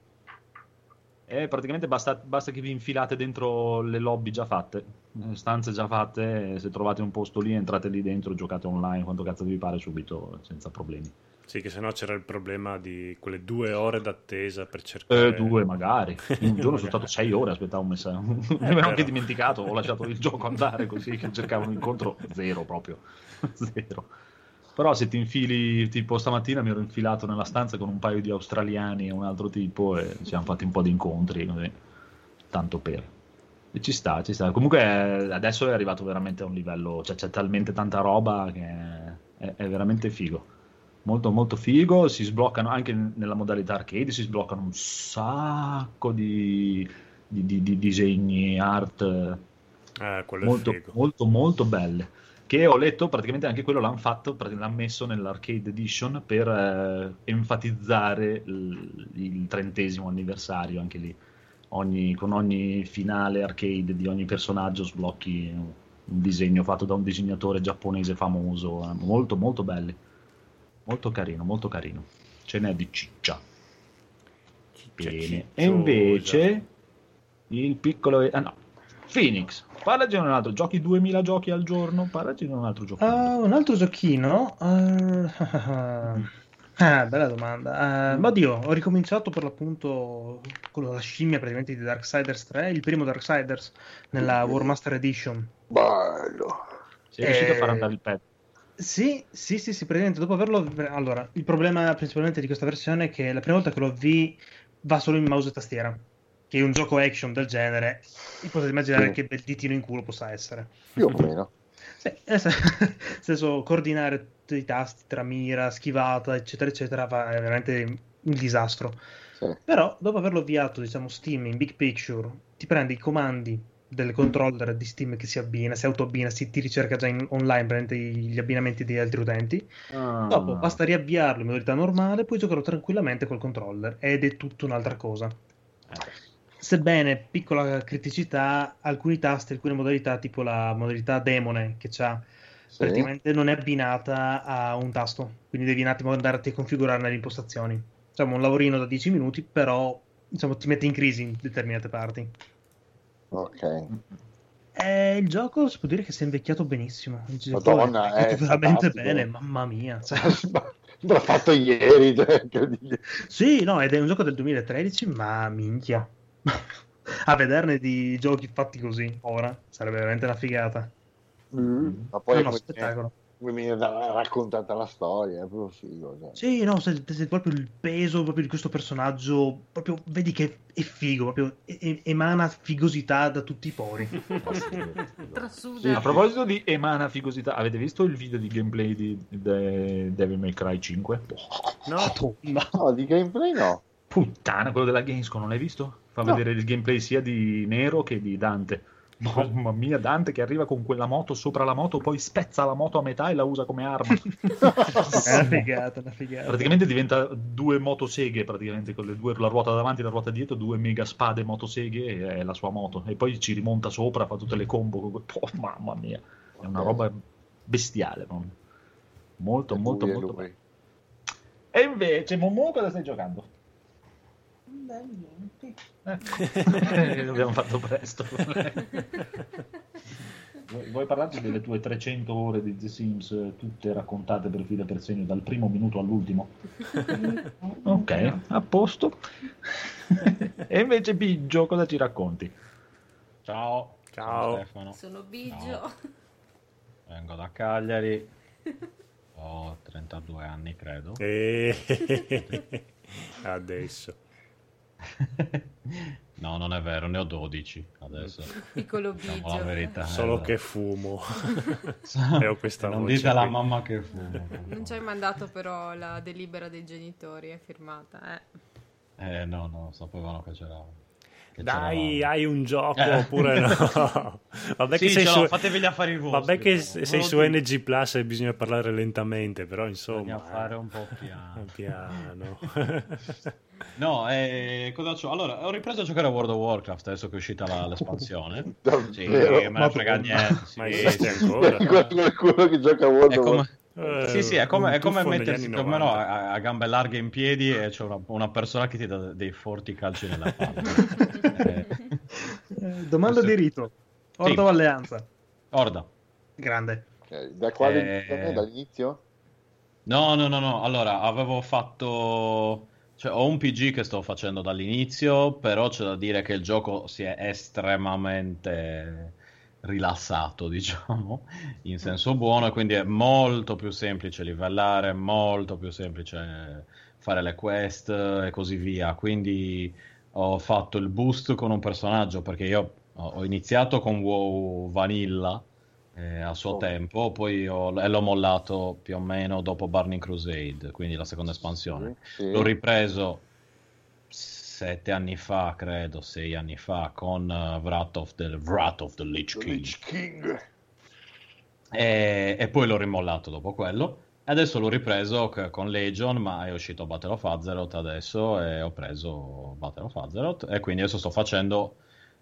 E praticamente basta che vi infilate dentro le lobby già fatte, stanze già fatte, se trovate un posto lì entrate lì dentro, giocate online quanto cazzo vi pare subito senza problemi. Sì, che sennò c'era il problema di quelle 2 ore d'attesa per cercare... 2 magari. Un giorno sono stato 6 ore, aspettavo un messaggio. Mi ero anche dimenticato, ho lasciato il gioco andare così, che cercavo un incontro zero proprio. Zero. Però se ti infili, tipo stamattina mi ero infilato nella stanza con un paio di australiani e un altro tipo e ci siamo fatti un po' di incontri, così, tanto per. E ci sta. Comunque adesso è arrivato veramente a un livello, cioè c'è talmente tanta roba che è veramente figo. Molto molto figo, si sbloccano anche nella modalità arcade, si sbloccano un sacco di disegni, art quello molto, è figo. molto molto belle, che ho letto praticamente anche quello l'hanno fatto, l'hanno messo nell'arcade edition per enfatizzare il 30° anniversario, anche lì con ogni finale arcade di ogni personaggio sblocchi un disegno fatto da un disegnatore giapponese famoso, molto molto belli. Molto carino. Ce n'è di ciccia. Bene. E invece il piccolo... Phoenix. Parlaci di un altro. Giochi 2000 giochi al giorno? Parlaci di un altro gioco. Un altro giochino? Bella domanda. Ma oddio, ho ricominciato per l'appunto con la scimmia praticamente di Darksiders 3, il primo Darksiders nella War Master Edition. Bello. Sei riuscito a far andare il pezzo? Sì, praticamente dopo averlo... Allora, il problema principalmente di questa versione è che la prima volta che lo vi va solo in mouse e tastiera, che è un gioco action del genere, e potete immaginare che bel ditino in culo possa essere. Più o meno. Sì, nel senso, coordinare tutti i tasti tra mira, schivata, eccetera, eccetera, è veramente un disastro. Sì. Però, dopo averlo avviato, diciamo, Steam in Big Picture, ti prende i comandi del controller di Steam che si abbina, si autoabbina, ti ricerca già online prende gli abbinamenti di altri utenti. Dopo basta riavviarlo in modalità normale, puoi giocarlo tranquillamente col controller ed è tutta un'altra cosa. Sebbene, piccola criticità, alcuni tasti, alcune modalità, tipo la modalità demone che c'ha, praticamente non è abbinata a un tasto, quindi devi un attimo andarti a configurare nelle impostazioni. Diciamo un lavorino da 10 minuti, però diciamo, ti mette in crisi in determinate parti. Ok. Il gioco si può dire che si è invecchiato benissimo. Madonna, è veramente fantastico. bene, mamma mia. Cioè... L'ho fatto ieri. Sì, no, ed è un gioco del 2013, ma minchia. A vederne di giochi fatti così ora sarebbe veramente una figata. Ma poi spettacolo. Come mi è raccontata la storia, è proprio figo. Cioè. Sì, no, se proprio il peso proprio di questo personaggio, proprio vedi che è figo, proprio emana figosità da tutti i pori. Sì. A proposito di emana figosità, avete visto il video di gameplay di Devil May Cry 5? No, di gameplay no. Puttana, quello della Gamescom, non l'hai visto? Fa vedere il gameplay sia di Nero che di Dante. Mamma mia, Dante che arriva con quella moto sopra la moto, poi spezza la moto a metà e la usa come arma. È una figata. Praticamente diventa 2 motoseghe, praticamente con le 2, la ruota davanti e la ruota dietro, 2 mega spade motoseghe e è la sua moto. E poi ci rimonta sopra, fa tutte le combo. Mamma mia, è una roba bestiale. Molto bello. E invece, Momo, cosa stai giocando? Niente. Abbiamo fatto presto. Vuoi parlarci delle tue 300 ore di The Sims, tutte raccontate per filo e per segno dal primo minuto all'ultimo? Ok, a posto. E invece Biggio, cosa ci racconti? Ciao. Ciao. Sono Stefano. Sono Biggio. Ciao. Vengo da Cagliari. Ho 32 anni, credo. Adesso. No, non è vero, ne ho 12 adesso. Piccolo Diciamo la Biggio. verità. Solo che fumo. E ho questa Non voce dite alla qui. mamma che fumo. Non ci hai mandato però la delibera dei genitori, è firmata, No, sapevano che c'era. Dai, hai un gioco oppure no? Vabbè Sì, che sei ce l'ho, su... fatevi gli affari vostri. Vabbè che però. sei su NG Plus e bisogna parlare lentamente, però insomma... Bisogna fare un po' piano. Piano. No, cosa c'ho? Allora, ho ripreso a giocare a World of Warcraft adesso che è uscita l'espansione. Sì, Davvero? me ne frega niente. Ma Sì, esiste ancora? Qualcuno che gioca a World È of come... Warcraft. Sì, è come un tuffo negli mettersi anni più o meno 90. a gambe larghe in piedi e c'è una persona che ti dà dei forti calci nella palla. Domanda di rito. Orda o alleanza? Orda. Grande. Ok, da quale edizione? Dall'inizio? No. Allora, avevo fatto... Cioè, ho un PG che sto facendo dall'inizio, però c'è da dire che il gioco si è estremamente rilassato, diciamo, in senso buono, e quindi è molto più semplice livellare, molto più semplice fare le quest e così via. Quindi ho fatto il boost con un personaggio, perché io ho iniziato con WoW Vanilla a suo tempo, poi l'ho mollato più o meno dopo Burning Crusade, quindi la seconda espansione. Sì. L'ho ripreso 7 anni fa, credo, 6 anni fa, con Wrath of the Lich King. E poi l'ho rimollato dopo quello. Adesso l'ho ripreso con Legion, ma è uscito Battle of Azeroth adesso e ho preso Battle of Azeroth e quindi adesso sto facendo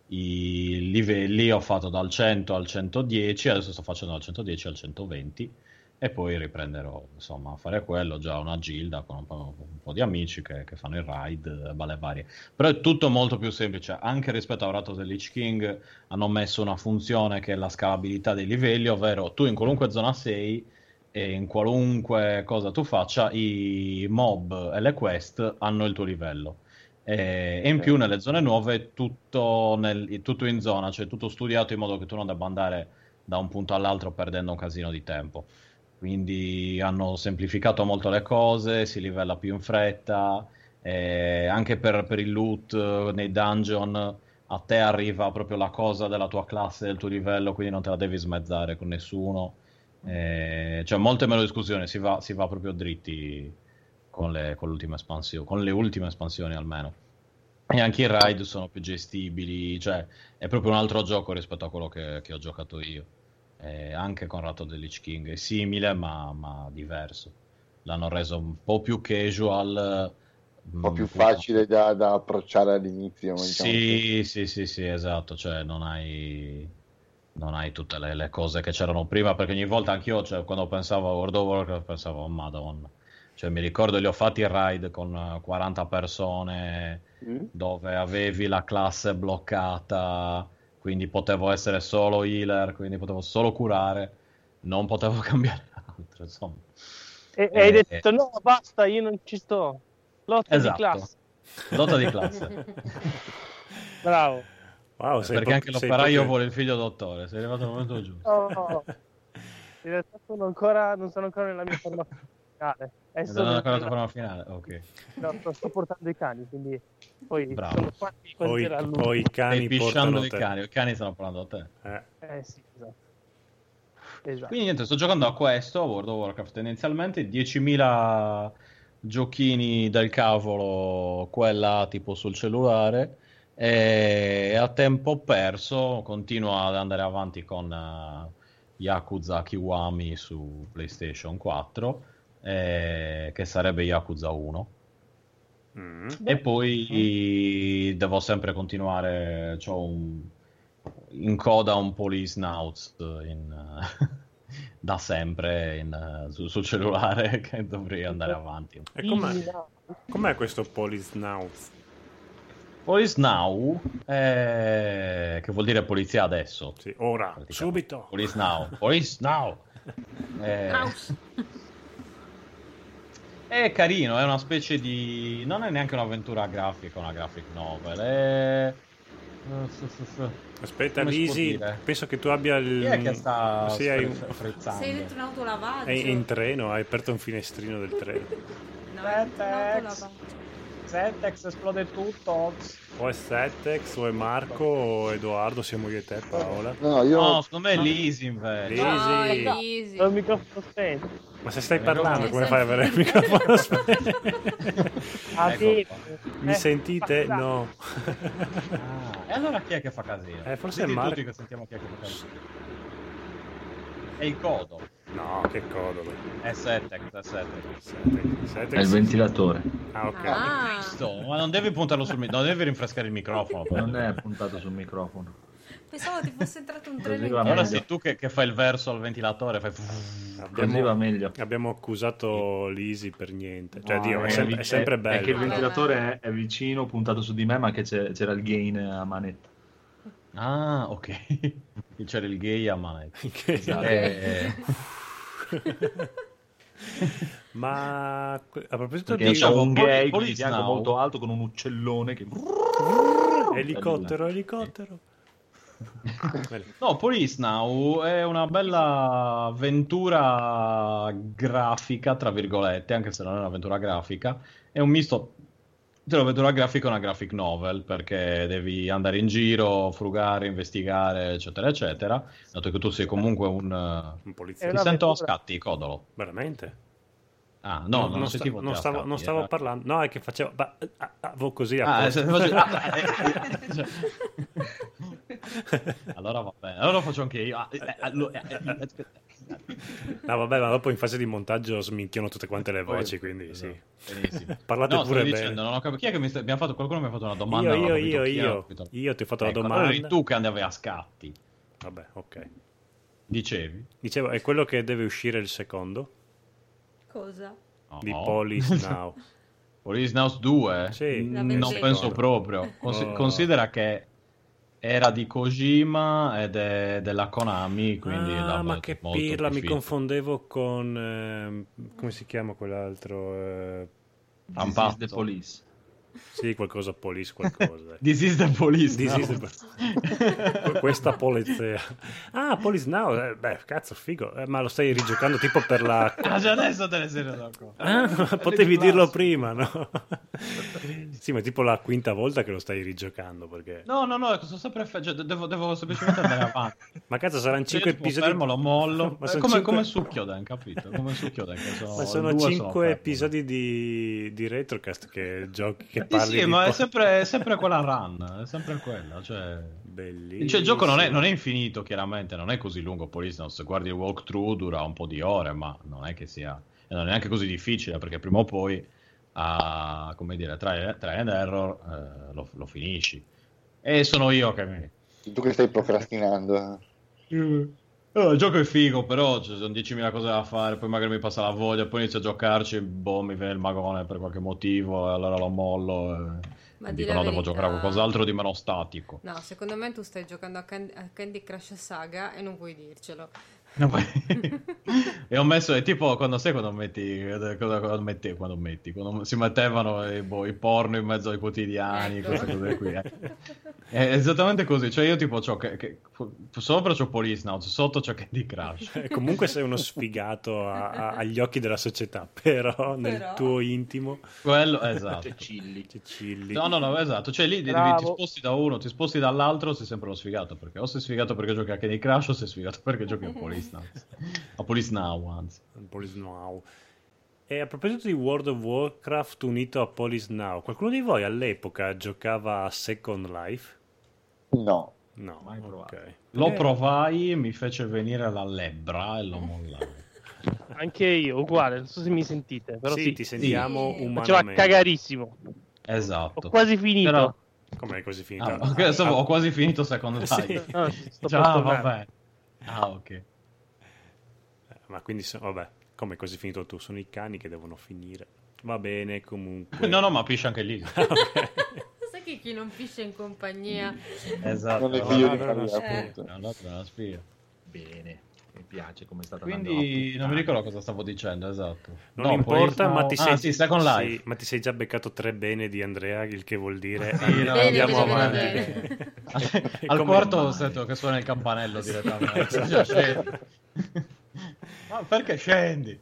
i livelli, ho fatto dal 100 al 110, adesso sto facendo dal 110 al 120 e poi riprenderò insomma a fare quello, già una gilda con un po' di amici che fanno il raid, balle varie, però è tutto molto più semplice, anche rispetto a Wrath of the Lich King hanno messo una funzione che è la scalabilità dei livelli, ovvero tu in qualunque zona sei e in qualunque cosa tu faccia i mob e le quest hanno il tuo livello. E in più nelle zone nuove è tutto in zona, cioè tutto studiato in modo che tu non debba andare da un punto all'altro perdendo un casino di tempo. Quindi hanno semplificato molto le cose, si livella più in fretta, anche per il loot nei dungeon a te arriva proprio la cosa della tua classe, del tuo livello, quindi non te la devi smezzare con nessuno. C'è molte meno discussioni, si va proprio dritti con le ultime espansioni almeno, e anche i raid sono più gestibili, cioè è proprio un altro gioco rispetto a quello che ho giocato io, anche con Wrath of the Lich King è simile ma diverso, l'hanno reso un po' più casual, un po' più facile da approcciare all'inizio, diciamo. Sì, esatto, cioè non hai tutte le cose che c'erano prima, perché ogni volta anch'io, cioè, quando pensavo a World of Warcraft pensavo, oh, Madonna. Cioè, mi ricordo li ho fatti il raid con 40 persone dove avevi la classe bloccata, quindi potevo essere solo healer, quindi potevo solo curare, non potevo cambiare altro, insomma. E hai detto no, basta, io non ci sto. Lotta Esatto. di classe. Lotta di classe. Bravo. Wow, perché anche l'operaio vuole il figlio dottore, sei arrivato al momento giusto. No. In realtà non sono ancora nella mia formazione finale. Non è ancora la forma finale, ok. No, sto portando i cani, quindi poi bravo. sono qua o i cani portano i cani stanno parlando a te. Sì, esatto. Quindi niente, sto giocando a questo, a World of Warcraft, inizialmente 10.000 giochini del cavolo, quella tipo sul cellulare, e a tempo perso continuo ad andare avanti con Yakuza Kiwami su PlayStation 4, che sarebbe Yakuza 1. E poi devo sempre continuare, c'ho in coda un Policenauts da sempre sul cellulare, che dovrei andare avanti. E com'è questo Policenauts? Police Now, che vuol dire polizia adesso. Sì, ora, subito. Police Now. Police Now. È carino, è una specie di... non è neanche un'avventura grafica, una graphic novel, è... Aspetta, come si può Lisi, dire? penso che tu abbia il... Chi è che sta Sì, hai frizzando? Sei dentro un autolavaggio. è in treno, hai aperto un finestrino del treno. No, è dentro un autolavaggio. Zetex esplode tutto. O è Settex, o è Marco, o Edoardo, siamo io e te, Paola. No, io... No, secondo me è Lisi invece. No, Lisi. è Easy. Ho il microfono spento. Ma se stai parlando, come fai ad avere il microfono spento? Ah, sì. Ecco Mi sentite? No. E allora chi è che fa casino? Forse è Dite Marco. tutti che sentiamo chi è che fa casino. È il codo. No, che codolo. È Settex. Settex. È il ventilatore. Ah, ok. Ah, Visto? Ma non devi puntarlo sul microfono, non devi rinfrescare il microfono. Non è puntato sul microfono. pensavo ti fosse entrato un treno Così in va casa. Allora meglio. sei tu che fai il verso al ventilatore, fai... Così va meglio. Abbiamo accusato Lisi per niente. Cioè, No, Dio, è sempre È che il bello. ventilatore è vicino, puntato su di me, ma che c'era il gain a manetta. Ah, ok. C'era il gay a manetta. Ma a proposito Perché di c'è un gay di Police fianco Now. molto alto con un uccellone che... elicottero. No, Police Now è una bella avventura grafica, tra virgolette, anche se non è un'avventura grafica. È un misto tra un'avventura grafica e una graphic novel, perché devi andare in giro, frugare, investigare, eccetera, eccetera. Dato che tu sei comunque un Un Ti poliziotto. una sento a avventura. scatti, Codolo. Veramente? Ah, no, non sta- sentivo te non a stavo, scatti, non stavo era- parlando. No, è che facevo così a Ah, posto. allora va bene, allora lo faccio anche io. No, vabbè, ma dopo in fase di montaggio sminchiano tutte quante le voci, quindi sì. Benissimo. Parlate No, pure stavo bene. dicendo, non ho capito. Chi è che mi ha fatto? Qualcuno mi ha fatto una domanda. non ho capito chi, non ho capito. Io ti ho fatto la Ecco, domanda. allora eri tu che andavi a scatti. Vabbè, ok. Dicevi? Dicevo, è quello che deve uscire il secondo Cosa? No. di Police Now. Police Now 2? Sì. La Non vendetta. penso proprio. Oh. Considera che era di Kojima ed è della Konami, quindi Ah, la ma molto, che molto pirla, più mi figo. confondevo con... come si chiama quell'altro? This is Ampazzo. the police. Sì, qualcosa Police, qualcosa. This is the Police This Now. is questa polizia. Ah, Police Now, beh, cazzo, figo. Ma lo stai rigiocando tipo per la... Ah, già adesso te ne sei reso conto. Ah, potevi dirlo prima, no? Sì, ma è tipo la quinta volta che lo stai rigiocando, perché... No, sono sempre cioè, devo semplicemente andare avanti. Ma cazzo, saranno Cioè, 5 io tipo episodi... fermo, lo mollo. Ma sono come, cinque- come Succhioden, capito? Come Succhioden, che Ma sono due 5 fermo. episodi di Retrocast che giochi, che Sì, parli sì, di... ma è sempre quella run, è sempre quella, cioè... Bellissimo. Cioè, il gioco non è infinito, chiaramente, non è così lungo. Police Now, se guardi il walkthrough dura un po' di ore, ma non è che sia... e non è neanche così difficile, perché prima o poi, come dire, try and error, lo finisci. E sono io che mi... Tu che stai procrastinando. il gioco è figo, però ci sono 10.000 cose da fare, poi magari mi passa la voglia, poi inizio a giocarci, boh, mi viene il magone per qualche motivo, e allora lo mollo. Ma E di dico, la no, devo verità- giocare a qualcos'altro di meno statico. No, secondo me tu stai giocando a Candy Crush Saga e non vuoi dircelo. No, poi- e ho messo, è tipo quando quando si mettevano i porno in mezzo ai quotidiani, Ecco. queste cose qui. È esattamente così, cioè io tipo c'ho sopra c'ho Police Now, sotto c'ho Candy Crush. Comunque sei uno sfigato agli occhi della società, però nel Però- tuo intimo Quello, esatto. Cecilli. Cecilli. No, esatto, cioè lì ti Bravo. sposti da uno, ti sposti dall'altro, sei sempre lo sfigato, perché o sei sfigato perché giochi a Candy Crush o sei sfigato perché giochi a Police Now. A Police Now, anzi. Police Now. E a proposito di World of Warcraft unito a Police Now, qualcuno di voi all'epoca giocava a Second Life? No. No, Mai provato. ok. Lo provai, mi fece venire la lebbra e lo mollai. Anche io, uguale, non so se mi sentite, però sì, sì. ti sentiamo Sì. Faceva umanamente. cagarissimo. Esatto. Ho quasi finito. Però- Com'è così finita? Ah, ok, adesso ho quasi finito Second Sì. Life. No, sto Già, per tornare. vabbè. Ah, ok. Ma quindi, vabbè, come così finito tu? Sono i cani che devono finire. Va bene, comunque. No, ma piscia anche lì. Sai Perché chi non piscia in compagnia? Esatto. Non è figlio di no, Maria, no, appunto. Allora la spia. Bene, mi piace come è stata Quindi non mi ricordo cosa stavo dicendo, esatto. Non No, importa, poi ma ti sei, sì, Second Life. sì, ma ti sei già beccato 3 bene di Andrea, il che vuol dire Sì, no, andiamo bene, avanti. bene. Al Come quarto mai? sento che suona il campanello direttamente. Cioè, scendi. Ma perché scendi?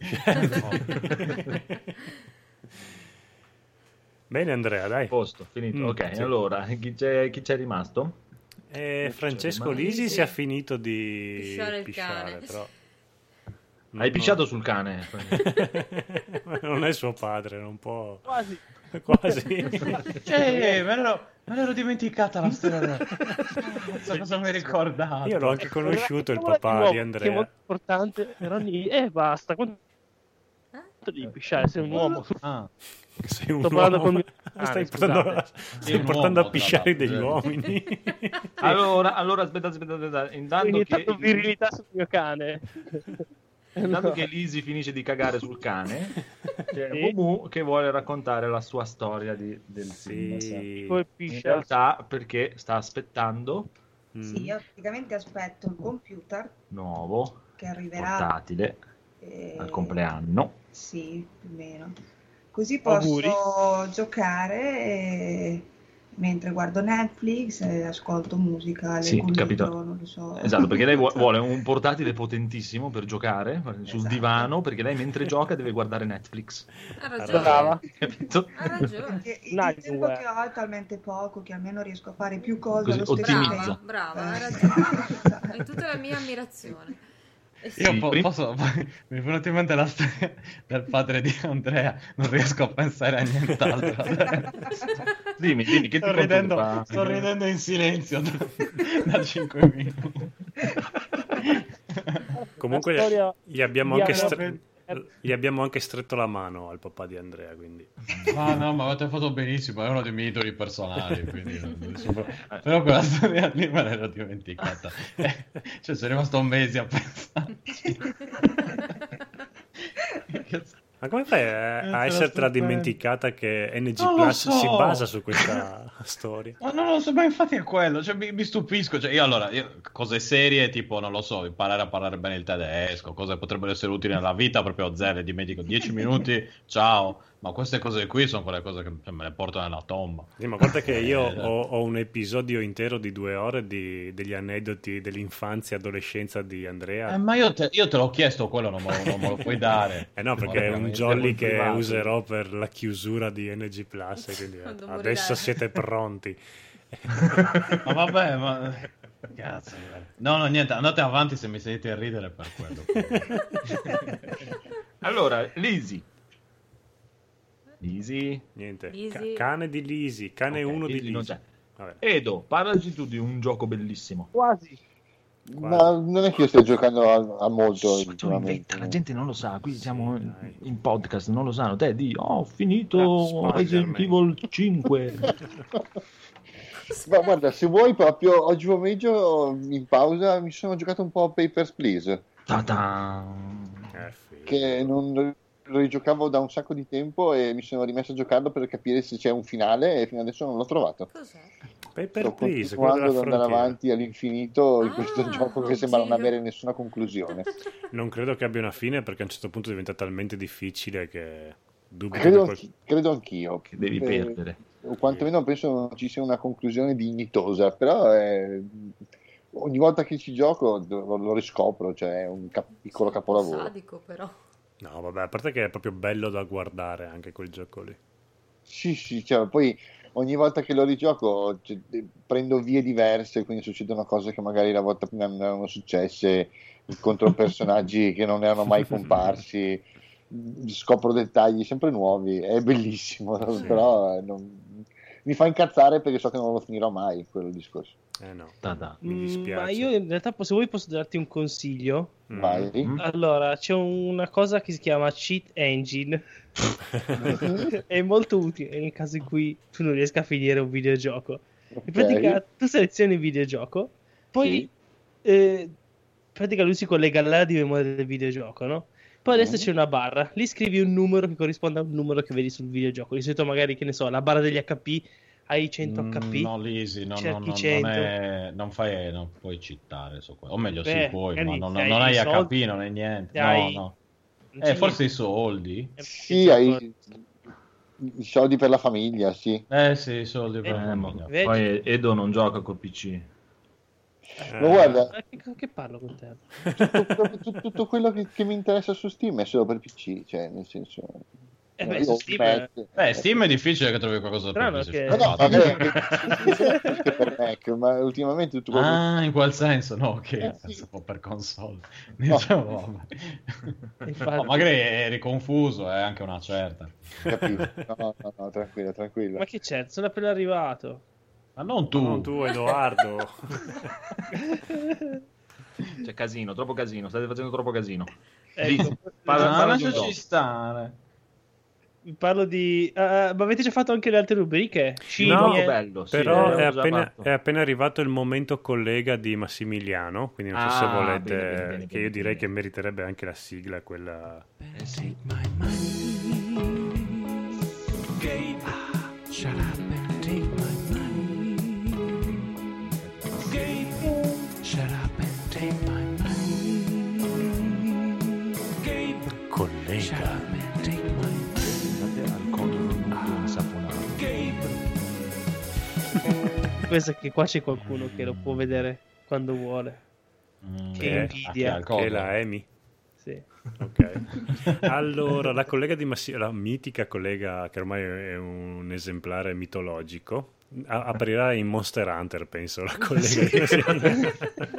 Bene Andrea, dai. Posto, finito. Ok, sì. allora, chi c'è rimasto? Francesco Lisi. Lisi si è finito di Pisciare il cane. però... Hai pisciato sul cane? Non è suo padre, non può... Quasi. Quasi. Me l'ero dimenticata la storia. Cosa mi ricordate? Io l'ho anche conosciuto il Una di papà nuovo, di che è Andrea. molto importante, però basta. Quanto devi pisciare? Sei un uomo. Ah, Sei un Sto parlando uomo. con Stai scusate. portando, stai un portando uomo, a pisciare tra degli l'altro. uomini. Allora, aspetta. Ho Intanto iniziato virilità sul mio cane. che Lisi finisce di cagare sul cane, c'è Sì. Mumu che vuole raccontare la sua storia del film. Sì. Poi In piscia. realtà perché sta aspettando Sì, io praticamente aspetto il computer nuovo, che arriverà portatile, al compleanno. Sì, più o meno. Così Auguri. posso giocare mentre guardo Netflix e ascolto musica, Sì, leggo un capito. libro, non lo so. Esatto, perché lei vuole un portatile potentissimo per giocare sul Esatto. divano, perché lei mentre gioca deve guardare Netflix. Ha ragione. Brava. Capito? Ha ragione. Perché il Nice, tempo guarda. che ho è talmente poco che almeno riesco a fare più cose Così allo stesso ottimizza. tempo. Brava, hai ragione. Hai tutta la mia ammirazione. E sì, io Sì, posso. Mi è venuta in mente la storia del padre di Andrea. Non riesco a pensare a nient'altro. Dimmi, che ti conturba? Sto ridendo in silenzio da 5 minuti. Comunque La storia gli abbiamo, di anche Andrea- gli abbiamo anche stretto la mano al papà di Andrea, quindi... Ah no, ma avete fatto benissimo, è uno dei miei idoli personali, quindi però quella storia lì me l'ero dimenticata. Cioè sono rimasto mesi a pensarci. Ma come fai a essertela dimenticata che NG Non lo Plus so. si basa su questa storia? Ma non lo so, ma infatti è quello, cioè mi stupisco, cioè io cose serie tipo, non lo so, imparare a parlare bene il tedesco, cose che potrebbero essere utili nella vita, proprio zero, dimentico 10 minuti, ciao, ma queste cose qui sono quelle cose che me le porto nella tomba. Sì, ma guarda che io ho un episodio intero di 2 ore degli aneddoti dell'infanzia e adolescenza di Andrea. Ma io te l'ho chiesto, quello non me lo puoi dare. No, perché è un Veramente, jolly in che privato. userò per la chiusura di NG Plus, quindi Quando adesso morirai. siete pronti. Ma vabbè, ma... Cazzo, no, niente, andate avanti se mi sentite a ridere per quello. Allora, Lisi, Niente, Lisi. cane di Lisi, cane Ok, 1 di Lisi non Lisi. c'è. Vabbè. Edo, parlaci tu di un gioco bellissimo. Quasi. Ma non è che io stia giocando a molto Tu inventa, ultimamente. la gente non lo sa, qui siamo dai. in podcast, non lo sanno. Te di, ho finito Spider-Man. Resident Evil 5. Ma guarda, se vuoi proprio oggi pomeriggio in pausa mi sono giocato un po' a Papers, Please, Ta-ta. Figo. che non lo rigiocavo da un sacco di tempo e mi sono rimesso a giocarlo per capire se c'è un finale e fino adesso non l'ho trovato. Cos'è? Paper Sto Please, quello continuando della ad andare frontiera. avanti all'infinito in Ah, questo gioco che sembra non oddio. avere nessuna conclusione. Non credo che abbia una fine perché a un certo punto diventa talmente difficile che dubito Credo anch'io. Che devi perdere. O quantomeno penso non ci sia una conclusione dignitosa, però ogni volta che ci gioco lo riscopro, cioè è un piccolo capolavoro. Sadico, però. No, vabbè, a parte che è proprio bello da guardare anche quel gioco lì. Sì, cioè, poi ogni volta che lo rigioco prendo vie diverse, quindi succedono cose che magari la volta prima non erano successe, incontro personaggi che non erano mai comparsi, scopro dettagli sempre nuovi, è bellissimo, però mi fa incazzare perché so che non lo finirò mai, quello il discorso. No, Ta-ta. mi dispiace. Ma io in realtà, se vuoi, posso darti un consiglio. Vai. Allora, c'è una cosa che si chiama Cheat Engine. È molto utile nel caso in cui tu non riesca a finire un videogioco. In pratica, tu selezioni il videogioco, poi in pratica lui si collega all'area di memoria del videogioco, no? Poi adesso c'è una barra, lì scrivi un numero che corrisponde a un numero che vedi sul videogioco. Di solito magari, che ne so, la barra degli HP hai 100 HP. No, Lisi, cerchi 100. non puoi cheatare su quello. O meglio, Beh, sì, puoi, ma magari non hai hai i HP, soldi, non hai niente. hai- No. non c'è Forse i niente. soldi. Sì, hai i soldi per la famiglia, sì. Sì, i soldi per la famiglia. Vedi? Poi Edo non gioca col PC. Ma guarda, Che parlo con te? tutto quello che mi interessa su Steam è solo per PC, cioè, nel senso... Beh, io su ho Steam, Mac. Steam è difficile che trovi qualcosa per Strano PC. che- No, vabbè, anche per Mac, ma ultimamente tutto quello In quel senso, no, ok, sì. pensavo per console. No. Dicevo, Infatti. no, magari eri confuso, è anche una certa. capito. No, tranquillo. Ma che c'è? Sono appena arrivato. Ma non tu. Non tu, Edoardo. C'è casino, troppo casino, state facendo troppo casino. Ecco, Parla di un lasciaci gioco. stare. parlo di... ma avete già fatto anche le altre rubriche? No, Scimmie? bello, sì, Però l'abbiamo è già appena, fatto. è appena arrivato il momento collega di Massimiliano, quindi non so se volete, bene, che io direi che meriterebbe anche la sigla, quella... Sì. My money. Gabe, shut up and take my money. Gabe, shut up and take my money. Gabe, shut Collega. up and take my money. Andate al conto insaponato. Pensa che qua c'è qualcuno che lo può vedere quando vuole. Che invidia. al Che è codo. la Amy. Sì. Ok. Allora, la collega di la mitica collega, che ormai è un esemplare mitologico, aprirà in Monster Hunter, penso, la collega di Massimiliano.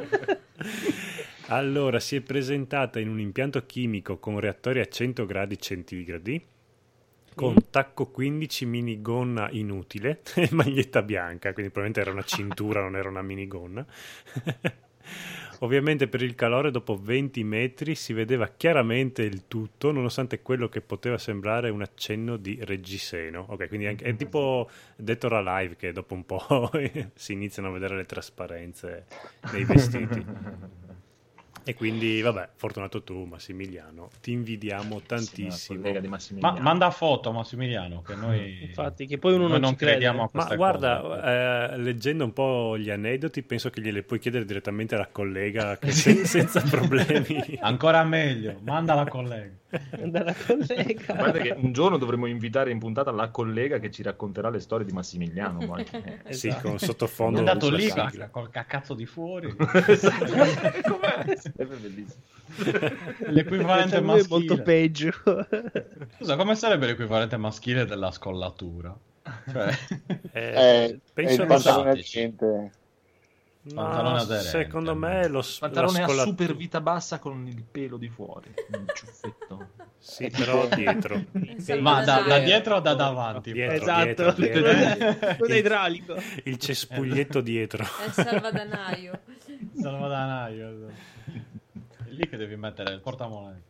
Allora, si è presentata in un impianto chimico con reattori a 100 gradi centigradi, con tacco 15, minigonna inutile e maglietta bianca, quindi probabilmente era una cintura, non era una minigonna. Ovviamente per il calore dopo 20 metri si vedeva chiaramente il tutto, nonostante quello che poteva sembrare un accenno di reggiseno. Ok, quindi è tipo Dead or Alive, che dopo un po' si iniziano a vedere le trasparenze nei vestiti. E quindi, vabbè, fortunato tu, Massimiliano, ti invidiamo tantissimo. Collega di Massimiliano. Manda foto, Massimiliano, che noi, Infatti, che poi uno noi non ci crede. crediamo a Ma queste guarda, cose. leggendo un po' gli aneddoti, penso che gliele puoi chiedere direttamente alla collega che senza problemi. Ancora meglio, manda la collega. Dalla collega. Guarda che un giorno dovremmo invitare in puntata la collega che ci racconterà le storie di Massimiliano. Poi. Sì, Esatto. con È sottofondo. andato sulla lì sigla. col cazzo di fuori. Com'è? È bellissimo. L'equivalente Lui è maschile. molto peggio. Scusa, come sarebbe l'equivalente maschile della scollatura? Cioè, È penso il lo pantalone statici. gente. Pantalone No, aderente. secondo me lo Pantalone la a scollatura- super vita bassa con il pelo di fuori, un ciuffetto. Sì, però dietro. ma da dietro o da davanti? Dietro, Esatto, dietro. quello idraulico. Il cespuglietto dietro. È il salvadanaio. Salvadanaio. È lì che devi mettere il portamonete.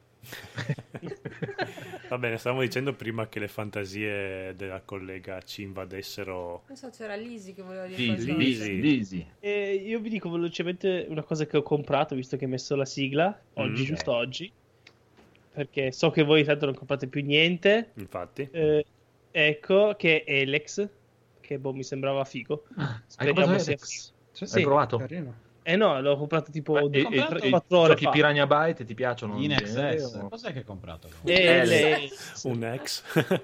Va bene, stavamo dicendo prima che le fantasie della collega ci invadessero. Non so, c'era Lisi che voleva dire qualcosa. Lisi. Io vi dico velocemente una cosa che ho comprato, visto che hai messo la sigla, oggi, giusto oggi, perché so che voi tanto non comprate più niente. Infatti. Ecco, che è Elex, che mi sembrava figo. Hai Speriamo comprato sia Elex? figo. Hai provato? Carino. No, l'ho comprato tipo E 4 ore giochi fa. Piranha Byte ti piacciono? In genere, XS. o- Cos'è che hai comprato? Un ex.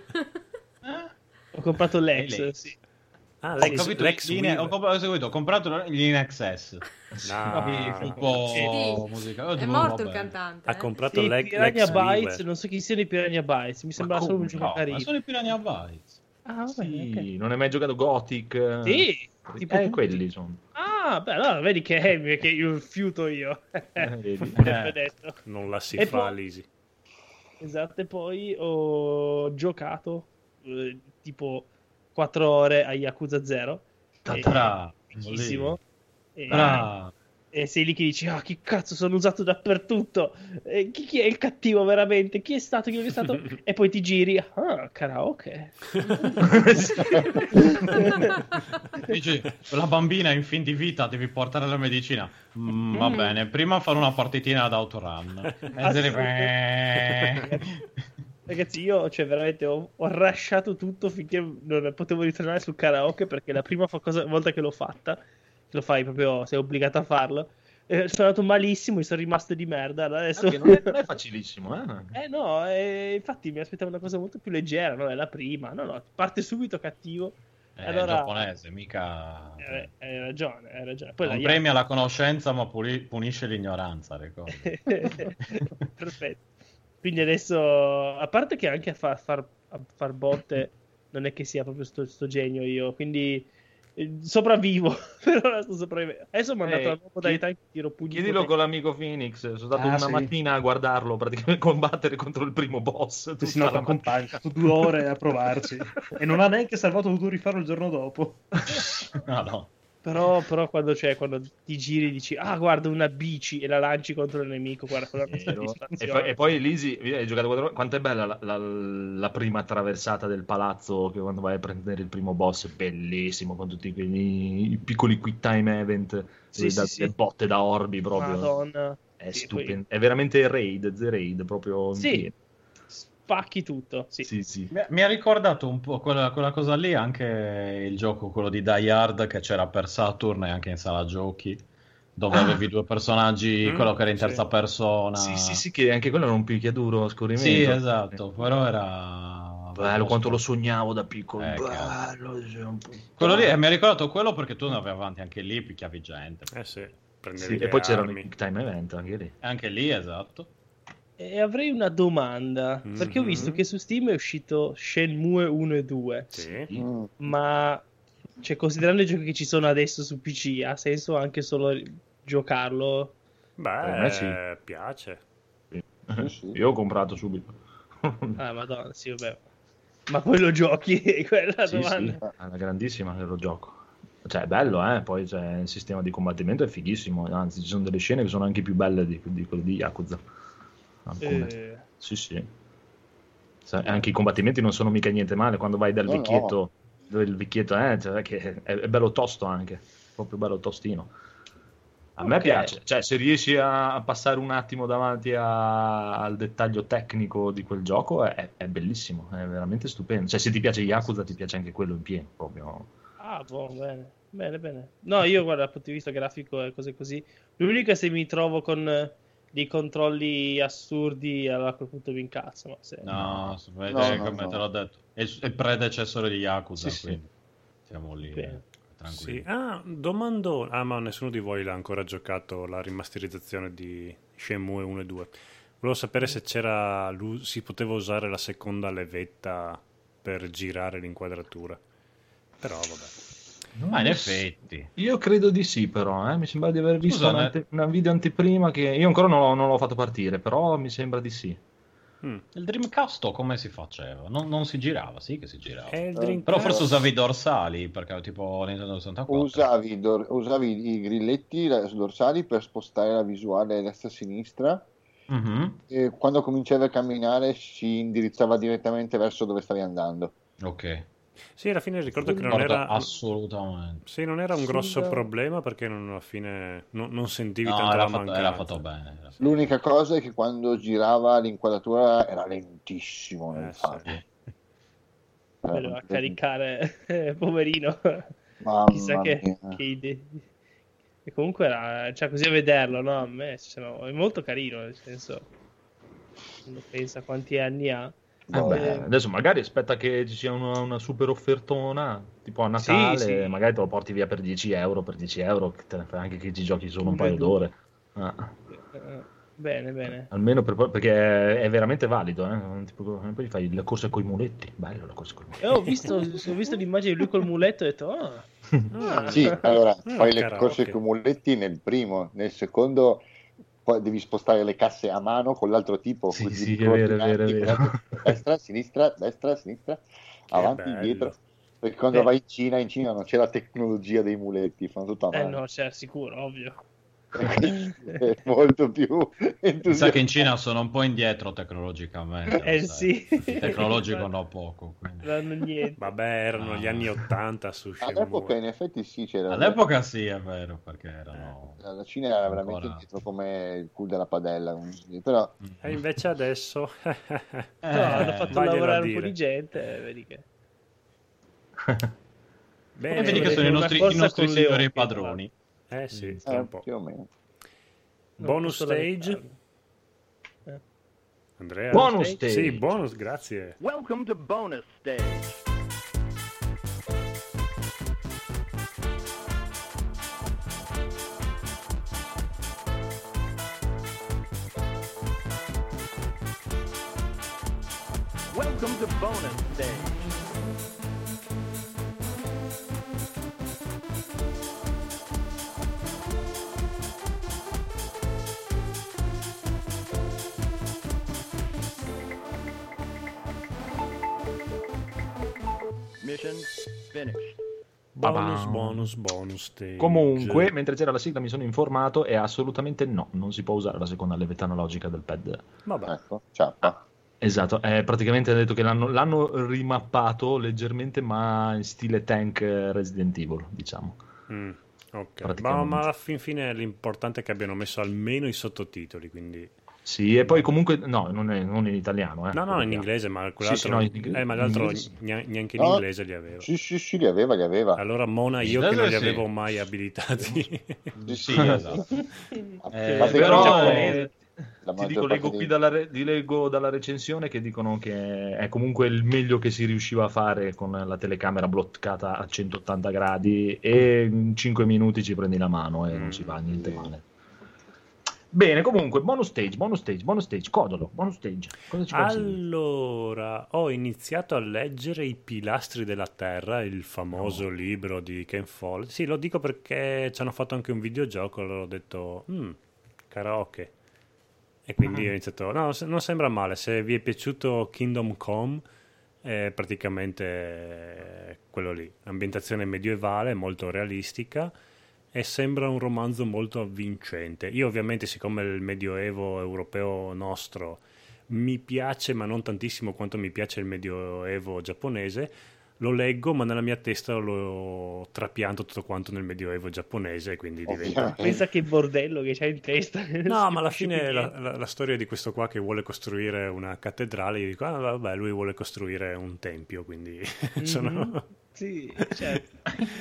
Ho comprato l'Ex, Lex. sì. Ah, Ho Lex, capito, Lex Weaver. ho comprato gli in XS. Un po' Sì. musicale. È morto il cantante. Ha comprato Sì, Lex Piranha Bytes, Weaver. non so chi siano i Piranha Bytes, mi sembra solo un gioco No, ma carino. sono i Piranha Bytes. Ah, va bene, Sì, ok. non hai mai giocato Gothic? Sì, tipo tutti. quelli sono. Ah, beh, allora vedi che io fiuto io. Vedi? Ho detto. Non la si E fa, poi- Lisi. Esatto, e poi ho giocato tipo 4 ore a Yakuza 0. Bravo. Bellissimo. E, Bravo. e sei lì che dici, ah, chi cazzo sono usato dappertutto? Chi è il cattivo veramente? Chi è stato? Chi non è stato? E poi ti giri, ah, karaoke. Dici, la bambina in fin di vita devi portare la medicina. Va bene, prima fare una partitina ad Outrun. Ragazzi, io cioè veramente ho rasciato tutto finché non potevo ritornare sul karaoke, perché la prima volta che l'ho fatta, che lo fai proprio, sei obbligato a farlo, sono andato malissimo, mi sono rimasto di merda. Adesso... non è facilissimo, no, infatti mi aspettavo una cosa molto più leggera, no? È la prima, no, parte subito cattivo. È giapponese, mica... Hai ragione, hai ragione. Poi non premia la conoscenza, ma punisce l'ignoranza, ricordo. Perfetto. Quindi adesso, a parte che anche a far botte non è che sia proprio sto genio io, quindi sopravvivo. Per ora sto sopravvivendo. Adesso ho mandato la nuova modalità in cui tiro pugni. Chiedilo con l'amico Phoenix, sono stato una mattina a guardarlo, praticamente combattere contro il primo boss. Sì, no, compagno, 2 ore a provarci. E non ha neanche salvato, ho dovuto rifarlo il giorno dopo. No. Però quando ti giri dici, guarda una bici, e la lanci contro il nemico, guarda quella e poi Lisi, hai giocato quanto è bella la prima attraversata del palazzo, che quando vai a prendere il primo boss è bellissimo, con tutti i piccoli quick time event, le botte da orbi proprio. Madonna. È stupendo, è veramente The Raid proprio. Sì. Spacchi tutto. Sì. Mi ha ricordato un po' quella cosa lì, anche il gioco, quello di Die Hard, che c'era per Saturn e anche in sala giochi, dove avevi 2 personaggi, quello che era in terza persona. Sì, che anche quello era un picchiaduro a scorrimento. Sì, esatto, però era... Bello, quanto lo sognavo da piccolo. Bello. Quello lì, mi ha ricordato quello perché tu ne avevi avanti anche lì, picchiavi gente. E poi c'erano i time event anche lì. Anche lì, esatto. E avrei una domanda, perché ho visto che su Steam è uscito Shenmue 1 e 2, ma considerando i giochi che ci sono adesso su PC, ha senso anche solo giocarlo? Beh, a me piace. Sì. Io ho comprato subito. Madonna, sì, vabbè. Ma poi lo giochi? Quella domanda. È una grandissima che lo gioco. Cioè, è bello, poi il sistema di combattimento è fighissimo, anzi ci sono delle scene che sono anche più belle di quelle di Yakuza. Sì. Anche i combattimenti non sono mica niente male quando vai dal vecchietto, dove il vecchietto che è bello tosto, anche proprio bello tostino. A me piace, cioè se riesci a passare un attimo davanti al dettaglio tecnico di quel gioco è bellissimo, è veramente stupendo. Cioè se ti piace Yakuza ti piace anche quello in pieno proprio. Bene. No, io guarda, dal punto di vista grafico e cose così, l'unica se mi trovo con dei controlli assurdi, allora a quel punto mi incazzo. Ma se... No, come te l'ho detto, è il predecessore di Yakuza, quindi siamo lì tranquilli. Domando, ma nessuno di voi l'ha ancora giocato la rimasterizzazione di Shenmue 1 e 2. Volevo sapere se si poteva usare la seconda levetta per girare l'inquadratura. Però vabbè. Ma in effetti io credo di sì, però mi sembra di aver visto una video anteprima che io ancora non l'ho fatto partire, però mi sembra di sì. Il Dreamcast come si faceva? Non si girava, sì che si girava. Però forse usavi i dorsali, perché tipo Nintendo 64 usavi i grilletti dorsali per spostare la visuale destra-sinistra. E quando cominciavi a camminare si indirizzava direttamente verso dove stavi andando. Ok. Sì, alla fine ricordo che non era assolutamente. Sì, non era un grosso problema, perché alla fine non sentivi tanto la mancanza. Era fatto bene. L'unica cosa è che quando girava l'inquadratura era lentissimo nel farlo. A caricare, poverino. Chissà che idee. E comunque era, cioè, così a vederlo, no? A me è molto carino, nel senso, quando pensa quanti anni ha. Adesso magari aspetta che ci sia una super offertona tipo a Natale, magari te lo porti via per 10 euro, che te ne fai anche che ci giochi solo un paio d'ore. Bene. Almeno perché è veramente valido, tipo, poi fai le corse coi muletti, bello la corsa coi muletti. Ho visto l'immagine di lui col muletto e ho detto sì, allora fai le corse coi muletti nel primo, nel secondo poi devi spostare le casse a mano con l'altro tipo. Sì, è vero. Destra, sinistra, avanti, dietro. Perché quando vai in Cina non c'è la tecnologia dei muletti, fanno tutto a mano. No, c'è sicuro, ovvio. È molto più entusiasta. Sa che in Cina sono un po' indietro tecnologicamente. Sì. Tecnologico no poco. Quindi. Non hanno niente. Vabbè, erano gli anni 80 su All'epoca Shenmue. in effetti sì, c'era. All'epoca sì, è vero, perché erano... La Cina era veramente indietro come il culo della padella, però E invece adesso No, hanno fatto vaglielo a lavorare un po' dire. di gente, vedi che... Bene, E vedi che vedere sono i una nostri, corsa i nostri con le signori oche, padroni. sì, tra un po'. più o meno. Bonus Non posso stage. lamentarmi. Andrea? Bonus stage. Sì, bonus, grazie. Welcome to bonus stage. Welcome to bonus stage. Mission finished. Bonus stage. Comunque, mentre c'era la sigla mi sono informato e assolutamente no, non si può usare la seconda leva analogica del pad. Vabbè. Ecco, ciappa. Esatto, praticamente hanno detto che l'hanno rimappato leggermente, ma in stile tank Resident Evil, diciamo. Ok, Praticamente. ma alla fine l'importante è che abbiano messo almeno i sottotitoli, quindi... Sì, e poi comunque, no, non in italiano. No, in inglese, ma quell'altro... Sì, no, in inglese. ma l'altro In inglese. neanche in No. inglese li aveva. Sì, li aveva. Allora Mona, io In che non li inglese sì. avevo mai abilitati. Sì, esatto. Però La ti maggior dico, parte leggo dalla recensione che dicono che è comunque il meglio che si riusciva a fare con la telecamera bloccata a 180 gradi e in 5 minuti ci prendi la mano e non si fa niente male. Bene, comunque, bonus stage, Codolo, bonus stage. Cosa ci consigli? Allora, ho iniziato a leggere I pilastri della terra, il famoso libro di Ken Follett. Sì, lo dico perché ci hanno fatto anche un videogioco, allora ho detto, karaoke. E quindi ho iniziato, no, non sembra male, se vi è piaciuto Kingdom Come, è praticamente quello lì, ambientazione medievale, molto realistica, e sembra un romanzo molto avvincente. Io ovviamente, siccome il medioevo europeo nostro mi piace, ma non tantissimo quanto mi piace il medioevo giapponese, lo leggo, ma nella mia testa lo trapianto tutto quanto nel medioevo giapponese, quindi diventa... Pensa che bordello che c'hai in testa. No, ma alla fine la storia di questo qua che vuole costruire una cattedrale, io dico, vabbè, lui vuole costruire un tempio, quindi sono... Sì, certo.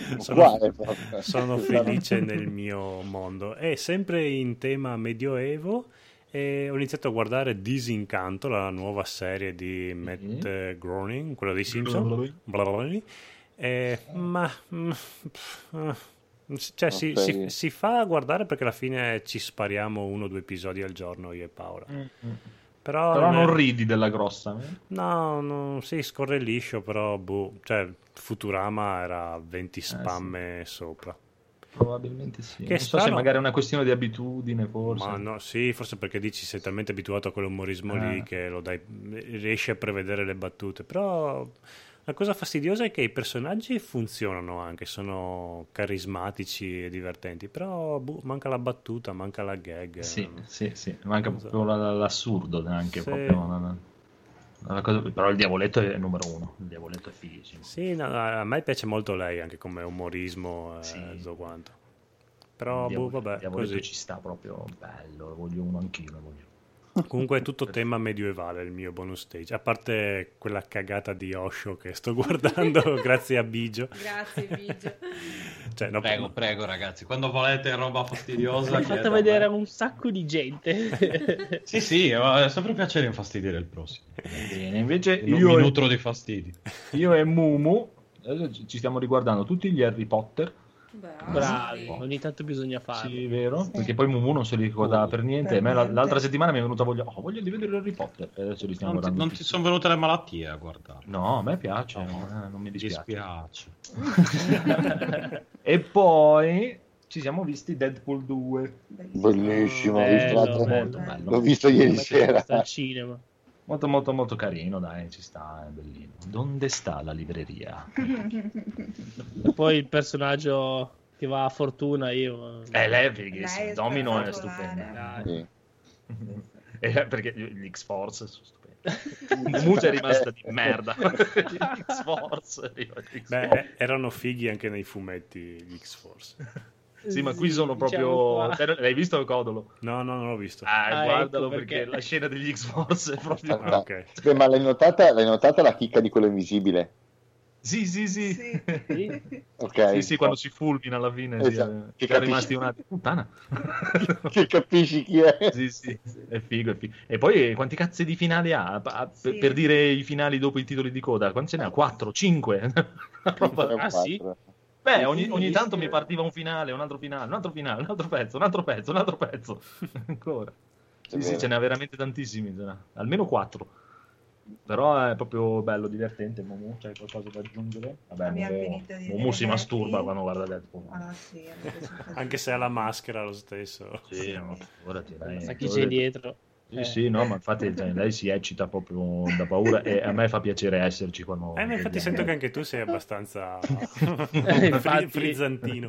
sono felice nel mio mondo. E sempre in tema medioevo, ho iniziato a guardare Disincanto, la nuova serie di Matt Groening, quello dei Simpson. Cioè, si fa guardare perché alla fine ci spariamo 1 o 2 episodi al giorno io e Paola. Però non ridi della grossa. No, sì, scorre liscio, però cioè Futurama era 20 spamme sopra. Probabilmente sì. Che Non so se magari è una questione di abitudine, forse. Ma no, sì, forse perché dici sei talmente abituato a quell'umorismo lì che riesci a prevedere le battute. Però la cosa fastidiosa è che i personaggi funzionano anche, sono carismatici e divertenti, però manca la battuta, manca la gag. Sì, manca proprio l'assurdo anche. Sì. Proprio una cosa, però il Diavoletto è il numero 1, il Diavoletto è fighissimo. Sì, no, a me piace molto lei anche come umorismo e tutto quanto. Però vabbè, il Diavoletto così. ci sta proprio bello, lo voglio uno anch'io, lo voglio. Comunque è tutto tema medievale il mio bonus stage, a parte quella cagata di Osho che sto guardando grazie a Bigio. Grazie Bigio. Cioè, no, Prego ragazzi, quando volete roba fastidiosa L'ho fatto vedere a un sacco di gente. Sì, è sempre un piacere infastidire il prossimo. Bene, invece Mi nutro di fastidi. Io e Mumu ci stiamo riguardando tutti gli Harry Potter. Bravi, ogni tanto bisogna farlo. Sì, vero? Perché poi Mumu non se li ricordava per niente. A me l'altra settimana mi è venuta voglia di vedere Harry Potter. E adesso li stiamo guardando. Non ti sono venute le malattie a guardare? No, a me piace, non mi dispiace. E poi ci siamo visti Deadpool 2. Bellissimo, bello. L'ho visto ieri sera al cinema. Molto molto molto carino, dai, ci sta, è bellino. Dove sta la libreria? E poi il personaggio che che va a fortuna io. Lei è fighissima. Lei è Domino è spettacolare. stupenda. Sì. Perché gli X-Force sono stupendi. Muccia è rimasta di merda. Gli X-Force. Beh, erano fighi anche nei fumetti gli X-Force. Sì, ma qui sono diciamo proprio... L'hai visto il Codolo? No, non l'ho visto. Guardalo, ecco perché perché. la scena degli X-Force è proprio... Ah, ok. Beh, ma l'hai notata la chicca di quello invisibile? Sì. Sì. Ok. Sì, quando si fulmina alla fine. Esatto. Che Che rimasti capisci- un attimo. Puttana. Che capisci chi è? Sì, è figo. E poi quanti cazzi di finali ha? Sì. Per dire i finali dopo i titoli di coda, quanti ce ne ha? 4, 5? Ah, sì? Beh, ogni tanto mi partiva un finale, un altro finale, un altro finale, un altro pezzo, un altro pezzo, un altro pezzo. Ancora. Sì, ce n'ha veramente tantissimi, ce n'ha. Almeno 4. Però è proprio bello, divertente. Momu, c'hai qualcosa da aggiungere? Vabbè, Mi ha finito di Momu vedere si masturba Happy. quando guarda Deadpool. Ah, sì, a me piace un Anche se ha la maschera lo stesso. Sì, no, figurati, lei- Sa chi c'è dietro. Sì, no, ma infatti lei si eccita proprio da paura e a me fa piacere esserci quando... Ma infatti vediamo. sento che anche tu sei abbastanza Infatti. frizzantino.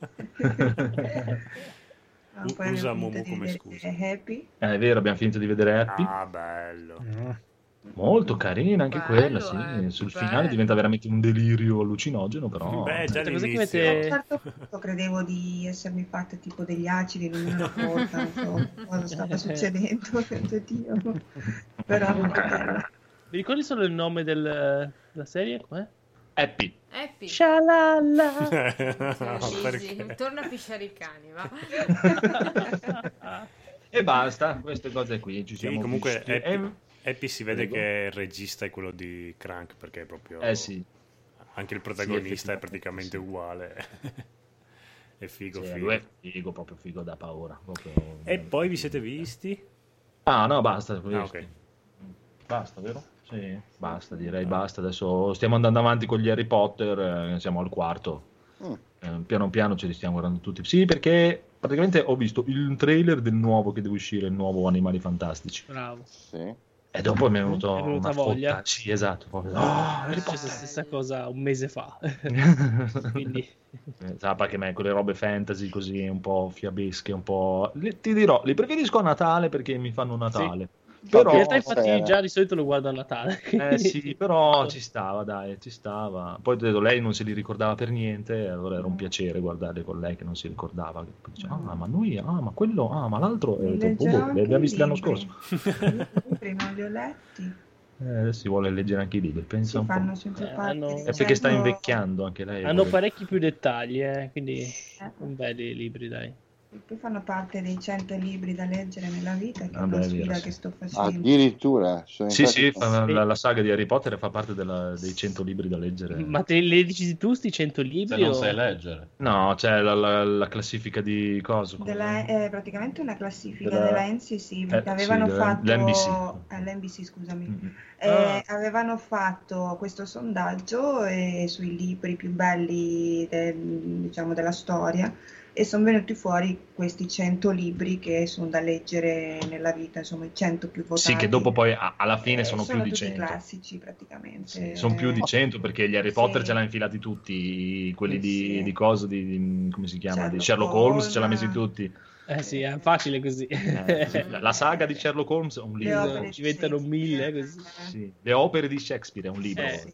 Ah, poi Usa abbiamo Momu finito di come vedere scusa. Happy. È vero, abbiamo finito di vedere Happy. Ah, bello. Molto carina anche Bello, quella, sì. Sul bello. finale diventa veramente un delirio allucinogeno, però... Beh, già Cos'è che all'inizio. avete- A un certo punto credevo di essermi fatta tipo degli acidi, non me ne ricordo, non so cosa stava succedendo, Dio. Però molto bello. Mi ricordi solo il nome della serie? Com'è? Happy. Happy. Shalala. Sì, Perché? torna a pisciare i cani, va. E basta, queste cose qui ci Sì, siamo comunque visti. Happy si vede Prego. che il regista è quello di Crank, perché è proprio... Sì. Anche il Sì, protagonista è effettivamente, praticamente sì. uguale. È figo, Sì, figo. lui è figo, proprio figo da paura. proprio- E poi vi siete visti? Ah, no, basta. Ah, ok. Basta, vero? Sì, basta, direi basta. Adesso stiamo andando avanti con gli Harry Potter, siamo al quarto. Piano piano ce li stiamo guardando tutti. Sì, perché praticamente ho visto il trailer del nuovo che deve uscire, il nuovo Animali Fantastici. Bravo. Sì. E dopo mi è venuto È venuta una voglia. fotta. Sì, esatto. Proprio. È successa la stessa cosa un mese fa. Quindi Sa che me quelle robe fantasy così un po' fiabesche, un po'... Ti dirò, li preferisco a Natale perché mi fanno Natale. Però... in realtà infatti Sera. già di solito lo guardo a Natale. Sì, però ci stava, dai, ci stava. Poi ti ho detto, lei non se li ricordava per niente, allora era un piacere guardarli con lei che non si ricordava. Poi dice, ma noi, ma quello, ma l'altro, e ho detto, Leggerò li anche abbiamo i visti l'anno libri. scorso. I libri non li ho letti, Adesso si vuole leggere anche i libri, pensa si un po'. fanno sempre parte hanno- di È perché sta certo- invecchiando anche lei. Hanno parecchi più dettagli, quindi Eh. sono belli i libri, dai. Che fanno parte dei 100 libri da leggere nella vita, che è Ah, una beh, è sfida vero, sì. che sto facendo. Addirittura. Sono Sì, sì, entrati- la saga di Harry Potter fa parte dei 100 libri da leggere. Ma te le dici tu sti 100 libri? o... leggere. No, c'è la classifica di cosa? È praticamente una classifica Della- della NCC, perché sì, avevano della- fatto l'NBC. l'NBC, scusami. Mm. Avevano fatto questo sondaggio sui libri più belli diciamo, della storia, e sono venuti fuori questi 100 libri che sono da leggere nella vita, insomma i 100 più votati. Sì, che dopo poi alla fine sono più di tutti 100. classici praticamente. Sì, sono più di 100 perché gli Harry Potter Sì. ce l'ha infilati tutti, quelli Sì. di cosa, come si chiama? Di Sherlock Sherlock Holmes Holmes. ce l'ha messi tutti. Sì, è facile così. La saga di Sherlock Holmes è un Le libro. opere Ci diventano sì. 1000 così. Sì. Le opere di Shakespeare è un libro. Sì.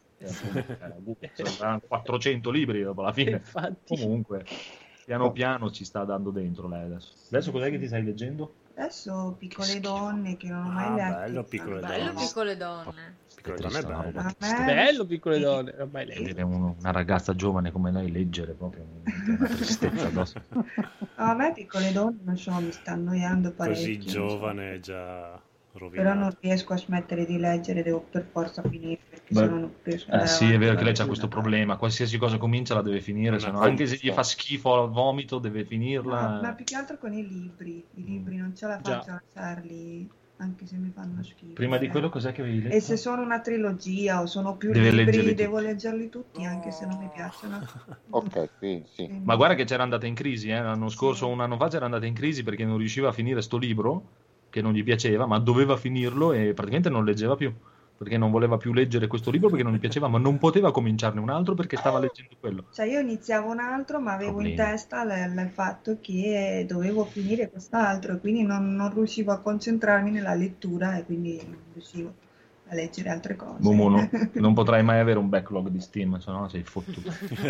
Saranno 400 libri dopo la fine. Infatti. Comunque, piano piano ci sta dando dentro lei adesso. Adesso cos'è che ti stai leggendo? Adesso Piccole donne che non ho mai letto. bello, Piccole Bello donne. Piccole donne. Piccole donne è bello. A me- Bello, piccole donne, ormai lei. Vedere una ragazza giovane come lei leggere proprio una tristezza addosso. A me Piccole donne, non so, mi sta annoiando parecchio. Così non so. giovane, già Però rovinato. non riesco a smettere di leggere, devo per forza finire, perché sennò non riesco ad andare Sì, è avanti. vero che lei c'ha questo problema. Qualsiasi cosa comincia la deve finire, se no, anche se gli fa schifo al vomito, deve finirla. No, ma più che altro con i libri non ce la Già. faccio a lasciarli, anche se mi fanno schifo. Prima di quello cos'è che avevi letto? E se sono una trilogia o sono più Deve leggerli libri, tutti. devo leggerli tutti, anche se non mi piacciono. Ok, sì. Ma guarda che c'era andata in crisi, l'anno scorso, un anno fa c'era andata in crisi perché non riusciva a finire sto libro, che non gli piaceva, ma doveva finirlo e praticamente non leggeva più. perché non voleva più leggere questo libro perché non gli piaceva, ma non poteva cominciarne un altro perché stava leggendo quello. Cioè io iniziavo un altro ma avevo in testa il fatto che dovevo finire quest'altro e quindi non riuscivo a concentrarmi nella lettura e quindi non riuscivo a leggere altre cose. Momo, non potrai mai avere un backlog di Steam, se no sei fottuto.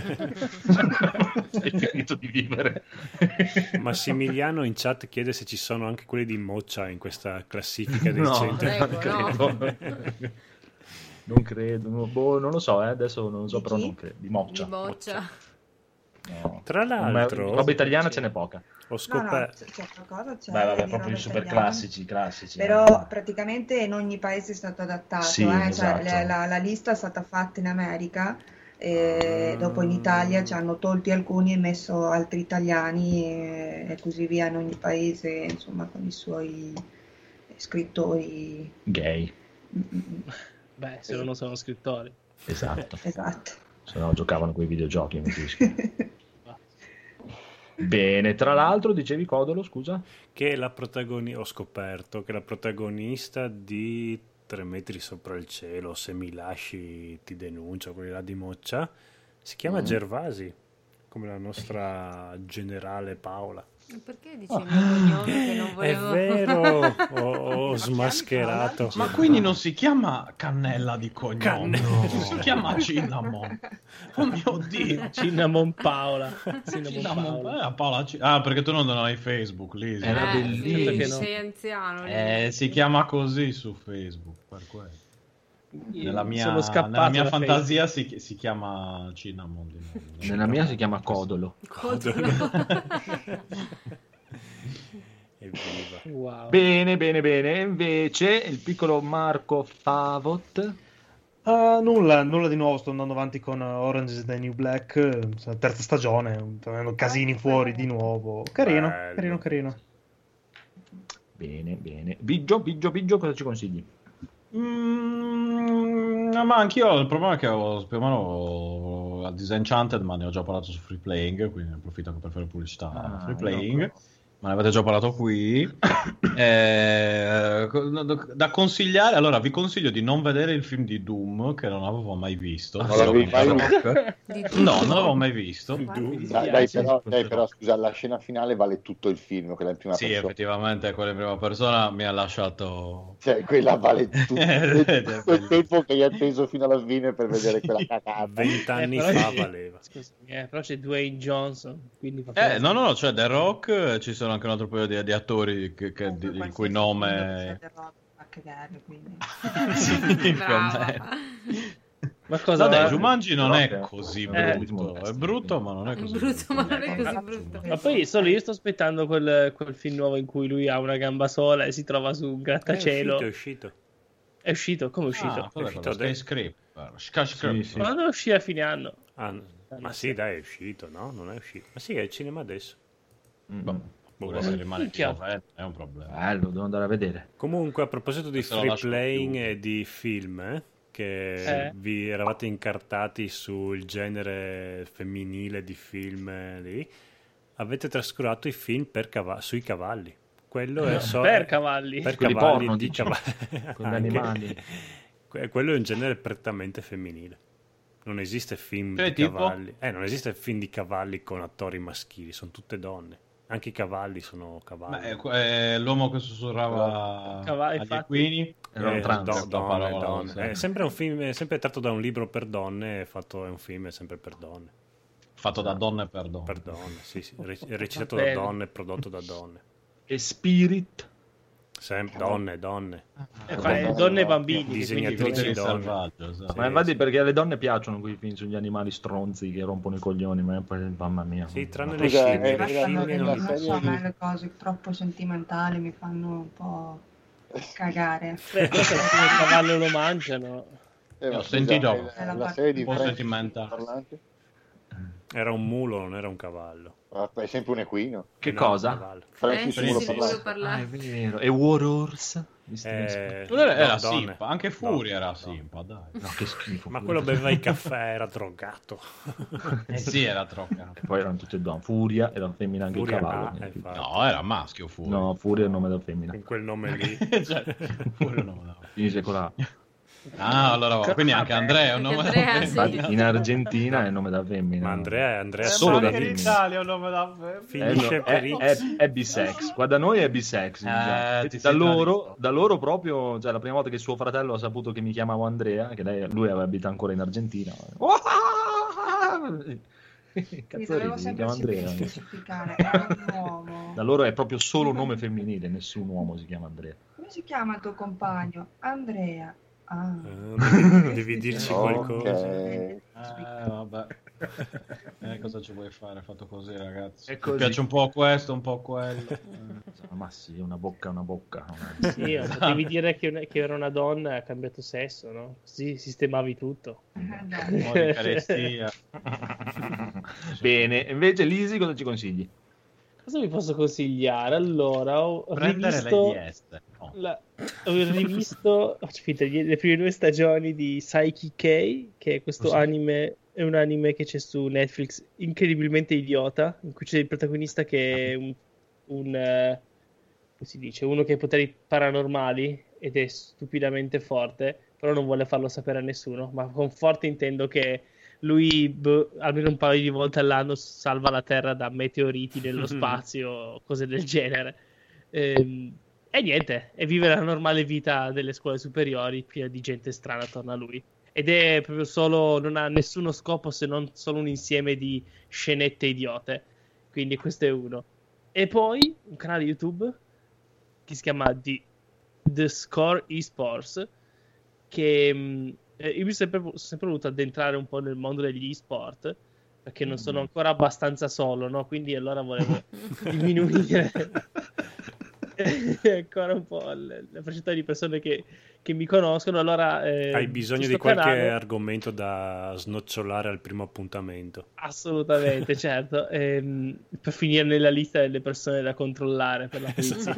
Sei finito di vivere. Massimiliano in chat chiede se ci sono anche quelli di Moccia in questa classifica dei No, 100. Non credo. Boh, non lo so, adesso non lo so, però non credo. Di Moccia. Di Moccia. No. Tra l'altro, roba italiana ce n'è poca. Ho scoperto. C'è qualcosa, c'è Beh, vabbè, di proprio roba i super italiana. classici. Però praticamente in ogni paese è stato adattato, Sì, cioè, esatto. la lista è stata fatta in America e dopo in Italia ci hanno tolti alcuni e messo altri italiani e così via in ogni paese, insomma, con i suoi scrittori Gay. Beh, se non sono scrittori. Esatto. Esatto. Se no giocavano quei videogiochi. Bene, tra l'altro dicevi Codolo, scusa? Che ho scoperto che la protagonista di 3 metri sopra il cielo, se mi lasci ti denuncio, quelli là di Moccia, si chiama Gervasi, come la nostra generale Paola. Perché dici il mio cognome che non volevo? È vero, ho smascherato. Ma quindi non si chiama Cannella di cognome, si chiama Cinnamon. Oh mio Dio. Cinnamon Paola. Cinnamon Paola. Paola perché tu non hai Facebook, Lisi. Era bellissimo. Sì, che no. sei anziano. Si chiama così su Facebook, per quello. Nella mia sono scappato da fantasia si chiama Cinnamon. Di nuovo. Nella mia si chiama Codolo. Evviva. Wow. Bene. Invece il piccolo Marco Favot. Nulla di nuovo, sto andando avanti con Orange is the New Black, terza stagione, avendo casini fuori di nuovo. Carino. Bene. Biggio, cosa ci consigli? Ma anch'io il problema è che più o meno a Disenchanted, ma ne ho già parlato su Free Playing, quindi ne approfitto anche per fare pubblicità a Free Playing. Ma ne avete già parlato qui. Da consigliare, allora vi consiglio di non vedere il film di Doom, che non avevo mai visto. Non l'avevi mai visto? No, non l'avevo mai visto. Dai, però scusa, la scena finale vale tutto il film, quella in prima Sì, persona. effettivamente quella in prima persona mi ha lasciato... Cioè, quella vale tutto il tempo che hai atteso fino alla fine per vedere quella cagata. 20 anni fa valeva. Scusami, però c'è Dwayne Johnson, quindi no, c'è The Rock, ci sono anche un altro paio di attori il cui nome... A cagare, quindi. Ma cosa? Vabbè, Jumanji non è così brutto, è brutto ma non è così brutto. Ma non è così brutto. Ma poi solo io sto aspettando quel film nuovo in cui lui ha una gamba sola e si trova su un grattacielo. È uscito. È uscito? Come è uscito? È uscito Sì. Ma deve uscire a fine anno. Ma sì, dai, è uscito, no? Non è uscito. Ma sì, è al cinema adesso. Se rimane è un problema. Bello, devo andare a vedere. Comunque, a proposito di Se lo free lascio playing più. e di film, che vi eravate incartati sul genere femminile di film lì, avete trascurato i film sui cavalli. Quello è per cavalli. Per quelli cavalli porno, di dici? cavalli. Con gli animali. Quello è un genere prettamente femminile. Non esiste film di tipo? cavalli. Non esiste film di cavalli con attori maschili, sono tutte donne. Anche i cavalli sono cavalli. Ma l'uomo che sussurrava Cavalli, agli infatti. equini Era un trans. Donne. È sempre un film, è sempre tratto da un libro per donne, è un film sempre per donne. fatto da donne e per donne. Per donne, sì, recitato Bene. da donne, prodotto da donne. E Spirit? Sempre donne. Donne e bambini. Disegnatrici donne. Selvaggio, esatto. Ma infatti perché alle donne piacciono quei film sugli animali stronzi che rompono i coglioni, ma poi mamma mia. Sì, tranne Ma- le Scusa, scimmie. Le era scimmie non la mi Non so, serie a me di- le cose troppo sentimentali mi fanno un po' cagare. Però se il cavallo lo mangiano. Ho ma sentito la serie di un po' Francis sentimentale. Parlante? Era un mulo, non era un cavallo. Ah, è sempre un equino. Che No, cosa? un cavallo. Francis Francis Mulo Mulo Parlante. Ah, Parlante. è vero. E War Horse? Era donne. simpa, anche Furia era simpa, dai. No, che schifo. Ma quello beveva il caffè, era drogato. Sì, era troppo. Poi erano tutte donne. Furia era femmina anche Furia, il cavallo. infatti. No, era maschio Furia. No, Furia è il nome della femmina. Con quel nome lì. Cioè, Furia no. Finisce con la... Ah, allora, quindi anche Andrea è un nome da Andrea, femmina. sì. In Argentina è il nome da femmina. Ma Andrea Solo da anche in femmina. Italia è un nome da femmina. finisce per X. È bisex. Guarda, noi è bisex. ti Da sei loro proprio, cioè la prima volta che suo fratello ha saputo che mi chiamavo Andrea, che lui abita ancora in Argentina. Cazzo Dovevo ridi, si sempre chiama Andrea. specificare, era un uomo. Da loro è proprio solo nome femminile, nessun uomo si chiama Andrea. Come si chiama il tuo compagno? Andrea. Ah. Devi dirci Ok. qualcosa. Vabbè. Cosa ci vuoi fare? Fatto così, ragazzi. È Mi così. piace un po' questo, un po' quello. Ma sì, una bocca. Sì, potevi dire che era una donna e ha cambiato sesso, no? Così sistemavi tutto. Un po' di carestia. Bene, invece Lisi cosa ci consigli? Cosa vi posso consigliare? Allora, ho Prendere rivisto, le IS. No. ho rivisto aspetta, le prime 2 stagioni di Saiki K, che è questo Cos'è? anime, è un anime che c'è su Netflix, incredibilmente idiota, in cui c'è il protagonista che è come si dice, uno che ha poteri paranormali ed è stupidamente forte, però non vuole farlo sapere a nessuno, ma con forte intendo che lui almeno un paio di volte all'anno salva la Terra da meteoriti nello spazio, cose del genere. E niente, e vive la normale vita delle scuole superiori, piena di gente strana attorno a lui. Ed è proprio solo, non ha nessuno scopo se non solo un insieme di scenette idiote. Quindi questo è uno. E poi un canale YouTube che si chiama The Score Esports, che io mi sono sempre voluto addentrare un po' nel mondo degli esport, perché non sono ancora abbastanza solo, no? Quindi allora volevo diminuire ancora un po' la percentuale di persone che mi conoscono. Allora Hai bisogno di questo qualche canale- argomento da snocciolare al primo appuntamento. Assolutamente, certo. Per finire nella lista delle persone da controllare per la polizia.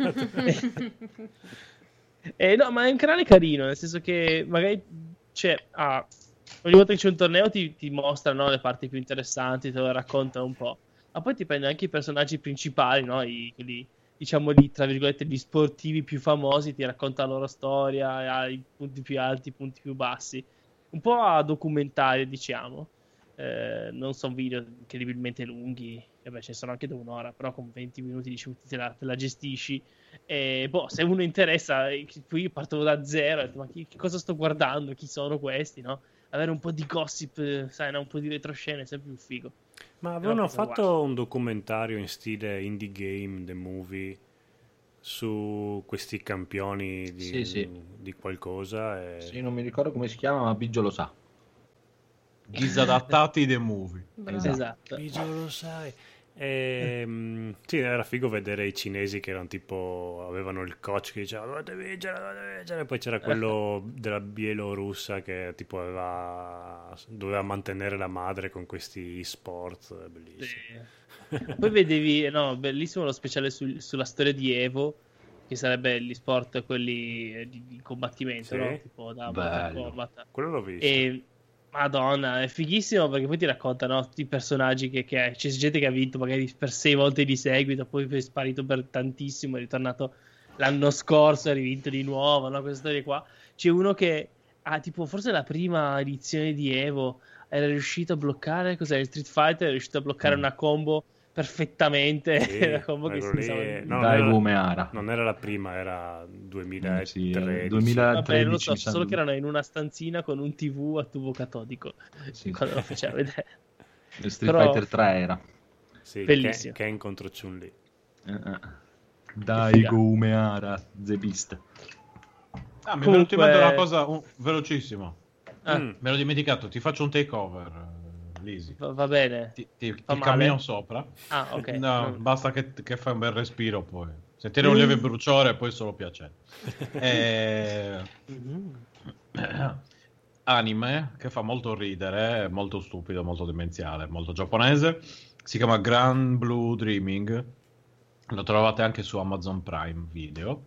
No, ma è un canale carino, nel senso che magari ogni volta che c'è un torneo ti mostra, no, le parti più interessanti, te lo racconta un po'. Ma poi ti prende anche i personaggi principali, no? Quelli, diciamo, tra virgolette, gli sportivi più famosi, ti racconta la loro storia, i punti più alti, i punti più bassi. Un po' a documentario, diciamo. Non sono video incredibilmente lunghi, vabbè, ce ne sono anche da un'ora, però con 20 minuti diciamo, te la gestisci. E se uno interessa, poi io parto da zero, ho detto, ma che cosa sto guardando, chi sono questi, no? Avere un po' di gossip, sai, no? Un po' di retroscene è sempre più figo. Ma avevano fatto un documentario in stile Indie Game, The Movie, su questi campioni di qualcosa. Sì, non mi ricordo come si chiama, ma Biggio lo sa. Disadattati The Movie. Esatto. Biggio lo sai. Sì, era figo vedere i cinesi che erano tipo, avevano il coach che diceva dovete vincere, poi c'era quello della Bielorussa che tipo doveva mantenere la madre con questi sport, bellissimo. Sì. Poi vedevi, no, bellissimo lo speciale sulla storia di Evo, che sarebbe gli sport quelli di combattimento, Sì. no? Tipo da Mortal Kombat. Quello l'ho visto. E Madonna, è fighissimo perché poi ti raccontano tutti i personaggi che c'è gente che ha vinto magari per 6 volte di seguito, poi è sparito per tantissimo, è ritornato l'anno scorso, è rivinto di nuovo, no? Queste storie qua. C'è uno che ha tipo forse la prima edizione di Evo era riuscito a bloccare, cos'è? Il Street Fighter è riuscito a bloccare una combo perfettamente. Sì, la combo che quello si lì usava. no, Dai, Gumeara. non era la prima, era 2013. 2013. Vabbè, non lo so, solo che erano in una stanzina con un TV a tubo catodico quando lo faceva vedere. Street Fighter 3 era. Sì, bellissimo. Ken contro Chun-Li. Dai, Gumeara, The Beast. Mi è venuto in mente una cosa velocissimo. Ah. Me l'ho dimenticato, ti faccio un takeover, Lisi. Va bene. Ti male? cammino sopra. Ah, ok. No, basta che fai un bel respiro poi. Sentire un lieve bruciore e poi solo piacere. Anime che fa molto ridere, molto stupido, molto demenziale, molto giapponese. Si chiama Grand Blue Dreaming. Lo trovate anche su Amazon Prime Video.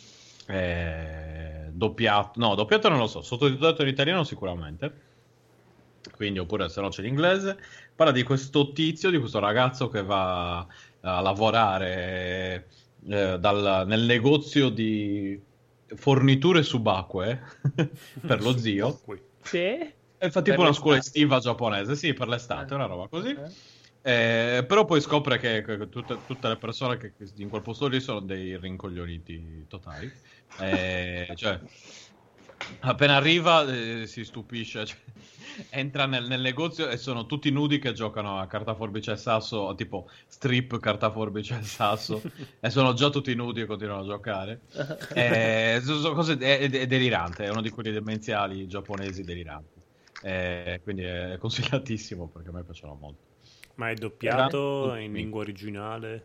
Doppiato non lo so, sottotitolato in italiano sicuramente. Quindi, oppure se no c'è l'inglese. Parla di questo tizio, di questo ragazzo che va a lavorare nel negozio di forniture subacquee per lo zio. Sì? E fa tipo una scuola estiva giapponese, sì, per l'estate, una roba così. Però poi scopre che tutte le persone che in quel posto lì sono dei rincoglioniti totali. Cioè, appena arriva si stupisce, cioè, entra nel negozio e sono tutti nudi che giocano a carta forbice e sasso, tipo strip carta forbice e sasso, e sono già tutti nudi e continuano a giocare. Sono cose, è delirante, è uno di quelli demenziali giapponesi deliranti. Quindi è consigliatissimo perché a me piacciono molto. Ma è doppiato in lingua originale?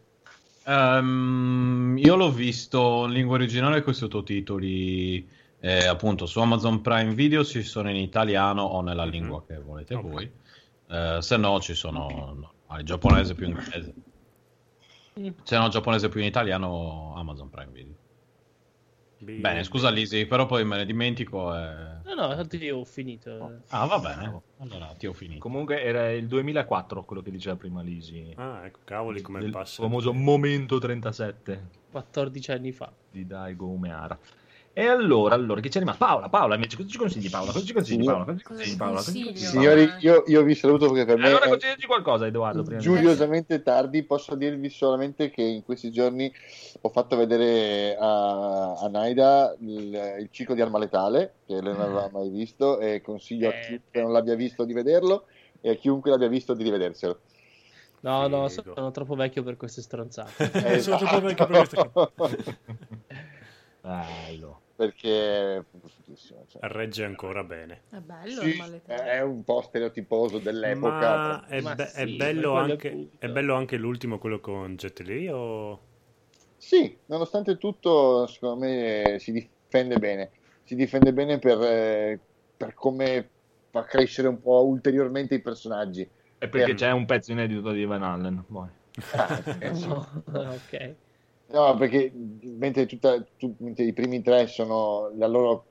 Io l'ho visto in lingua originale con i sottotitoli, appunto su Amazon Prime Video ci sono in italiano o nella lingua che volete voi, se no ci sono il giapponese più in inglese, se no giapponese più in italiano Amazon Prime Video. Bene, scusa Lisi, però poi me ne dimentico. No, tanto io ho finito. Ah, va bene. Allora ti ho finito. Comunque era il 2004 quello che diceva prima Lisi. Ah, ecco, cavoli, come passa. Il famoso momento 37. 14 anni fa. Di Daigo Umeara. E allora, che c'è rimasto? Paola, invece, cosa ci consigli Paola? Cosa ci consigli Paola? Signori, io vi saluto perché per me allora consigliaci qualcosa, Edoardo. Prima giuriosamente tardi. Posso dirvi solamente che in questi giorni ho fatto vedere a Naida il ciclo di Arma Letale, che lei non aveva mai visto, e consiglio a chiunque non l'abbia visto di vederlo e a chiunque l'abbia visto di rivederselo. No, sono troppo vecchio per queste stronzate. Sono troppo vecchio per queste bello. Perché è regge ancora bene. È bello, sì, è un po' stereotiposo dell'epoca. Ma è bello anche l'ultimo, quello con Jet Li, o... Sì, nonostante tutto secondo me si difende bene per per fa crescere un po' ulteriormente i personaggi. E perché c'è un pezzo inedito di Van Allen. Sì. Ok. No, perché mentre i primi tre sono la loro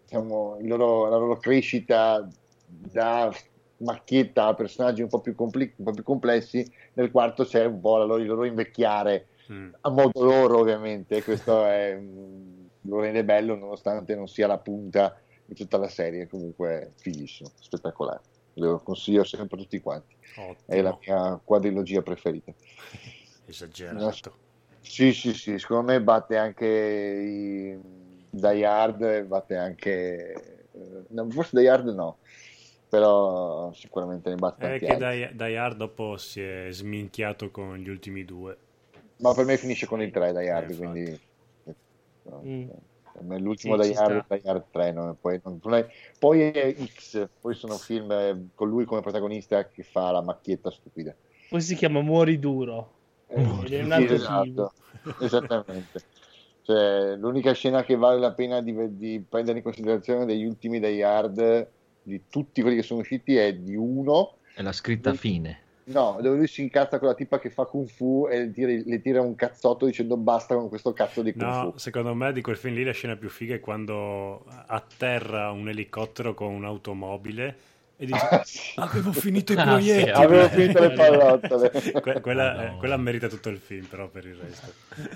crescita da macchietta a personaggi un po' più complessi, nel quarto c'è un po' il loro invecchiare a modo loro, ovviamente. Questo lo rende bello nonostante non sia la punta di tutta la serie. Comunque fighissimo, spettacolare, lo consiglio sempre a tutti quanti. Ottimo. È la mia quadrilogia preferita. Esagerato. Sì, secondo me batte anche Die Hard, batte anche no, forse Die Hard no, però sicuramente ne batte anche che Die Hard dopo si è sminchiato con gli ultimi due, ma per me finisce con il 3 Die Hard, quindi per me l'ultimo Die Hard 3 no? Poi è X, poi sono film con lui come protagonista che fa la macchietta stupida, poi si chiama Muori Duro. Esatto, esattamente. Cioè, l'unica scena che vale la pena di prendere in considerazione degli ultimi Die Hard, di tutti quelli che sono usciti, è di uno. È la scritta fine. No, dove lui si incazza con la tipa che fa Kung Fu e le tira un cazzotto dicendo basta con questo cazzo di Kung Fu. No, secondo me di quel film lì la scena più figa è quando atterra un elicottero con un'automobile e dice avevo finito i proiettili, avevo finito le pallottole. quella merita tutto il film, però per il resto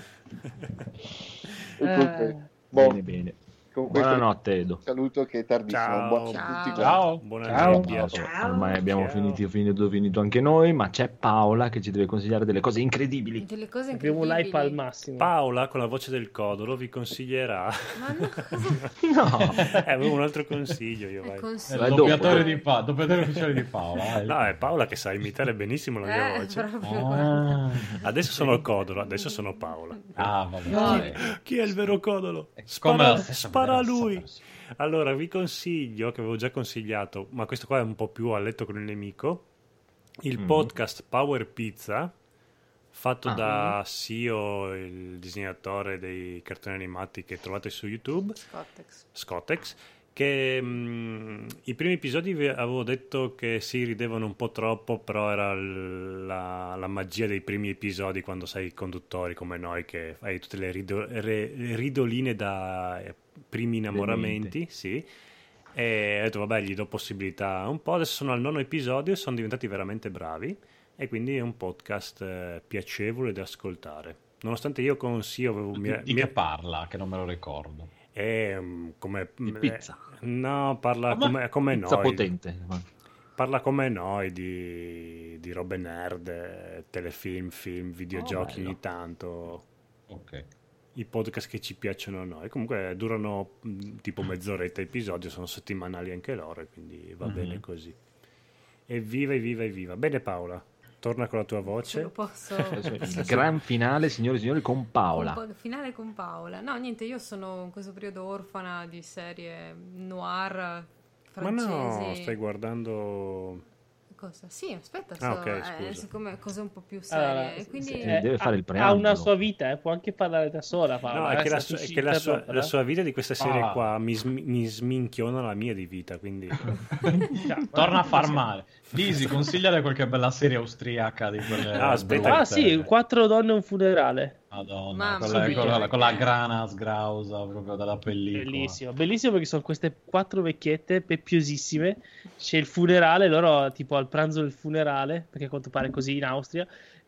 bene. Buonanotte Edo. Saluto che è tardissimo. Ciao. Ciao. Ormai abbiamo finito anche noi, ma c'è Paola che ci deve consigliare delle cose incredibili. Abbiamo l'hype al massimo. Paola con la voce del Codolo vi consiglierà. Ma no. Avevo un altro consiglio io, vai. Il doppiatore ufficiale di Paola. No, è Paola che sa imitare benissimo la mia voce. Adesso sono il Codolo, adesso sono Paola. Chi è il vero Codolo? Spara a lui. Allora vi consiglio, che avevo già consigliato, ma questo qua è un po' più a letto con il nemico, il podcast Power Pizza, fatto da Sio, il disegnatore dei cartoni animati che trovate su YouTube, Scottex, che i primi episodi vi avevo detto che si ridevano un po' troppo, però era la magia dei primi episodi, quando sei i conduttori come noi che hai tutte le ridoline da primi innamoramenti, sì. E ho detto vabbè, gli do possibilità un po'. Adesso sono al 9° episodio e sono diventati veramente bravi, e quindi è un podcast piacevole da ascoltare, nonostante io con Sio avevo di che parla, che non me lo ricordo. È come... Di pizza. No, parla come Pizza noi. potente. Parla come noi di robe nerd, telefilm, film, videogiochi bello. ogni tanto. Ok. I podcast che ci piacciono a noi. Comunque durano tipo mezz'oretta episodio, sono settimanali anche loro, e quindi va bene così. Evviva, evviva, evviva. Bene Paola, torna con la tua Ce lo voce. posso... Il gran finale, signore e signori, con Paola. Finale con Paola. No, niente, io sono in questo periodo orfana di serie noir Ma francesi. no, stai guardando... Cosa? Sì, aspetta, ok, scusa. siccome cose un po' più serie. e quindi... deve fare il ha preambolo. una sua vita, può anche parlare da sola. Paola, No, è che, adesso è ti che interrompo, la sua vita di questa serie Ah. qua mi sminchiona la mia di vita, quindi... Torna a far male. Lisi, consigliale qualche bella serie austriaca di quelle. Ah, aspetta. Ah sì, 4 donne e un funerale. Madonna, Mamma quella mia. con la grana sgrausa proprio dalla pellicola. Bellissimo, bellissimo perché sono queste 4 vecchiette peppiosissime. C'è il funerale, loro tipo al pranzo del funerale, perché a quanto pare è così in Austria,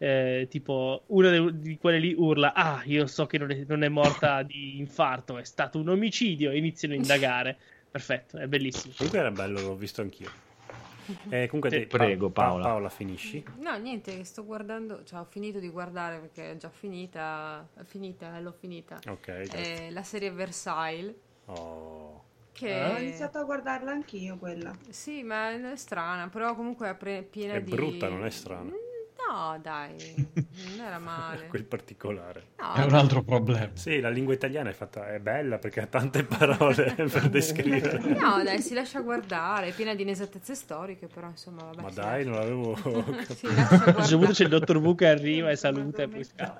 tipo una di quelle lì urla: ah, io so che non è morta di infarto, è stato un omicidio, e iniziano a indagare. Perfetto, è bellissimo. Comunque era bello, l'ho visto anch'io. Comunque Sì, te, prego, Paola. Paola, finisci? No, niente, sto guardando, cioè ho finito di guardare perché è già finita, l'ho finita. Ok. La serie Versailles, Oh. che... Ho iniziato a guardarla anch'io quella. Sì, ma è strana, però comunque è piena È di... brutta, non è strana. No, dai, non era male. Quel particolare. No, È un altro problema. Sì, la lingua italiana è bella perché ha tante parole per descrivere. no, dai, si lascia guardare, è piena di inesattezze storiche, però insomma, vabbè. Ma si dai, non l'avevo si lascia A un certo punto guardare. c'è il dottor Wu che arriva e saluta e poi scappa.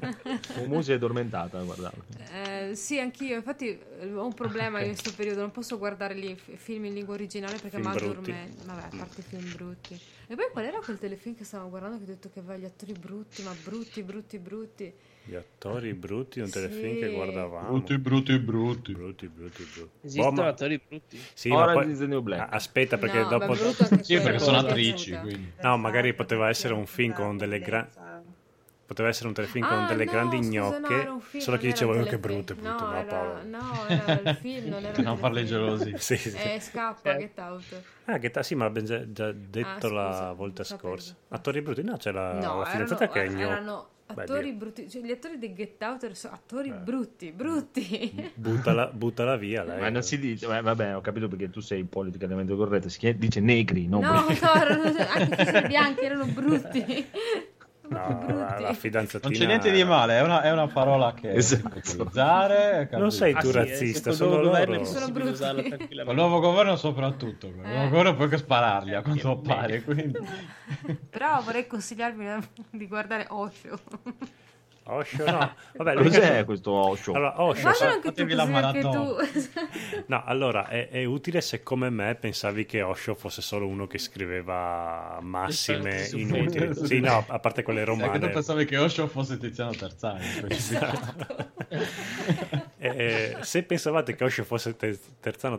Mu si è addormentata, guardate. Sì, anch'io, infatti ho un problema in questo periodo, non posso guardare film in lingua originale perché Film mi brutti. addormento. Vabbè, a parte i film brutti. E poi qual era quel telefilm che stavamo guardando che ho detto che aveva gli attori brutti, ma brutti. Gli attori brutti di un telefilm Sì. che guardavamo. Brutti. Brutti. Esistono Boh, ma- attori brutti. Sì, ma Orange poi... is the New Black. Aspetta, perché No, dopo... ma brutto anche Sì, perché quello, sono mi è attrici, piaciuta. quindi. No, magari poteva essere un film con delle Poteva essere un telefilm con delle grandi scusa, no, gnocche, era un film, solo che non era dicevo un che telefilm. brutte, No, no, Paolo. era il film, non era Per non il farli telefilm. gelosi. Sì, sì. Scappa, Get Out. Sì, ma l'abbiamo già detto scusa, la volta sapevo. scorsa. Attori brutti? No, c'è la No, fidanzata che è erano Beh, attori Dio. brutti, cioè, gli attori di Get Out sono attori brutti. Buttala via, lei. Ma non si dice, vabbè, ho capito perché tu sei politicamente corretto. Dice negri, non No, brutti. anche se sono bianchi erano brutti. No, la fidanzatina... Non c'è niente di male, è una parola che Esatto. puoi utilizzare. Non sei tu sì, razzista, secondo sono il governo loro. è possibile Sono usarlo brutti. Col tranquillamente. nuovo governo soprattutto. Col nuovo governo puoi che spararli a quanto pare. Quindi... Però vorrei consigliarvi di guardare Osho. Osho, no. Vabbè, Cos'è questo Osho? Allora, Osho, Guardalo anche tu, fatevi la così anche tu. maratona. no, allora è utile se come me pensavi che Osho fosse solo uno che scriveva massime Su inutili. Facebook. Sì, no, a parte quelle È che tu romane. pensavi che Osho fosse Tiziano Terzani. Esatto. Se pensavate che Osho fosse Tiziano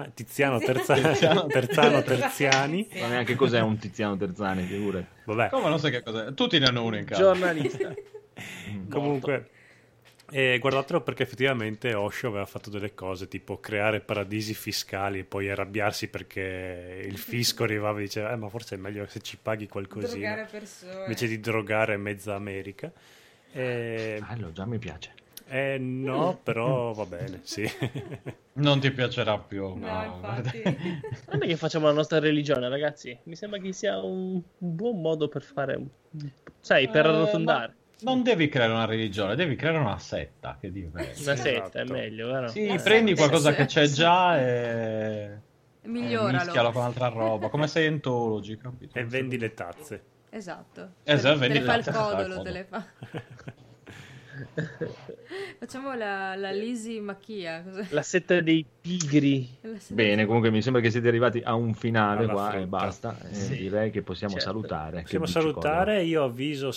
Terziani, Ma neanche cos'è un Tiziano Terzani, figure. vabbè, Come non sai che cos'è? Tutti ne hanno uno in casa. Giornalista. comunque guardatelo perché effettivamente Osho aveva fatto delle cose tipo creare paradisi fiscali e poi arrabbiarsi perché il fisco arrivava e diceva ma forse è meglio se ci paghi qualcosina Drogare persone. invece di drogare mezza America. Bello, già mi piace. No, però va bene, sì. Non ti piacerà più. No, infatti. Guarda che facciamo la nostra religione, ragazzi. Mi sembra che sia un buon modo per fare, per arrotondare. Non devi creare una religione, devi creare una setta. Che diverso. Una setta è Esatto. meglio, vero? Sì, prendi qualcosa che c'è già e Miglioralo. mischialo con altra roba, come Scientology, capito? E vendi le tazze. Esatto. Esatto, te vendi le fa il tazze, codolo, fai te le fa. Facciamo la Lisi Macchia. Cos'è? La setta dei pigri. Bene, comunque mi sembra che siete arrivati a un finale Alla qua frutta. e basta. Sì. Direi che possiamo Certo. salutare. Possiamo Che dici, salutare, io avviso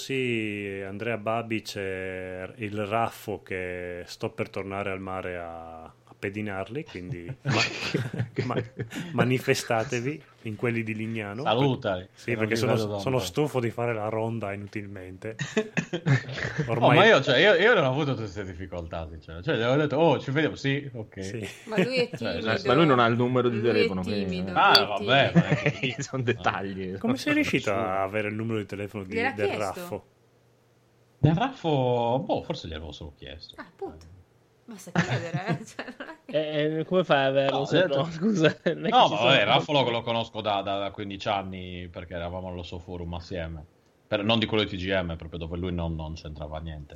Andrea Babic e il Raffo che sto per tornare al mare a pedinarli, quindi manifestatevi in quelli di Lignano. Salutali. Sì, perché sono stufo di fare la ronda inutilmente. Ormai... ma io non ho avuto tutte queste difficoltà, sinceramente. Cioè, gli avevo detto, ci vediamo, sì, ok. Sì. Ma lui è timido. Ma lui non ha il numero di telefono. Vabbè, sono dettagli. Come sei riuscito a avere il numero di telefono del Raffo? Del Raffo, forse gli avevo solo chiesto. Appunto. Basta chiedere, come fai a averlo? Scusa. No, ma vabbè, Raffo lo conosco da 15 anni perché eravamo allo Forum assieme. Non di quello di TGM, proprio dove lui non c'entrava niente.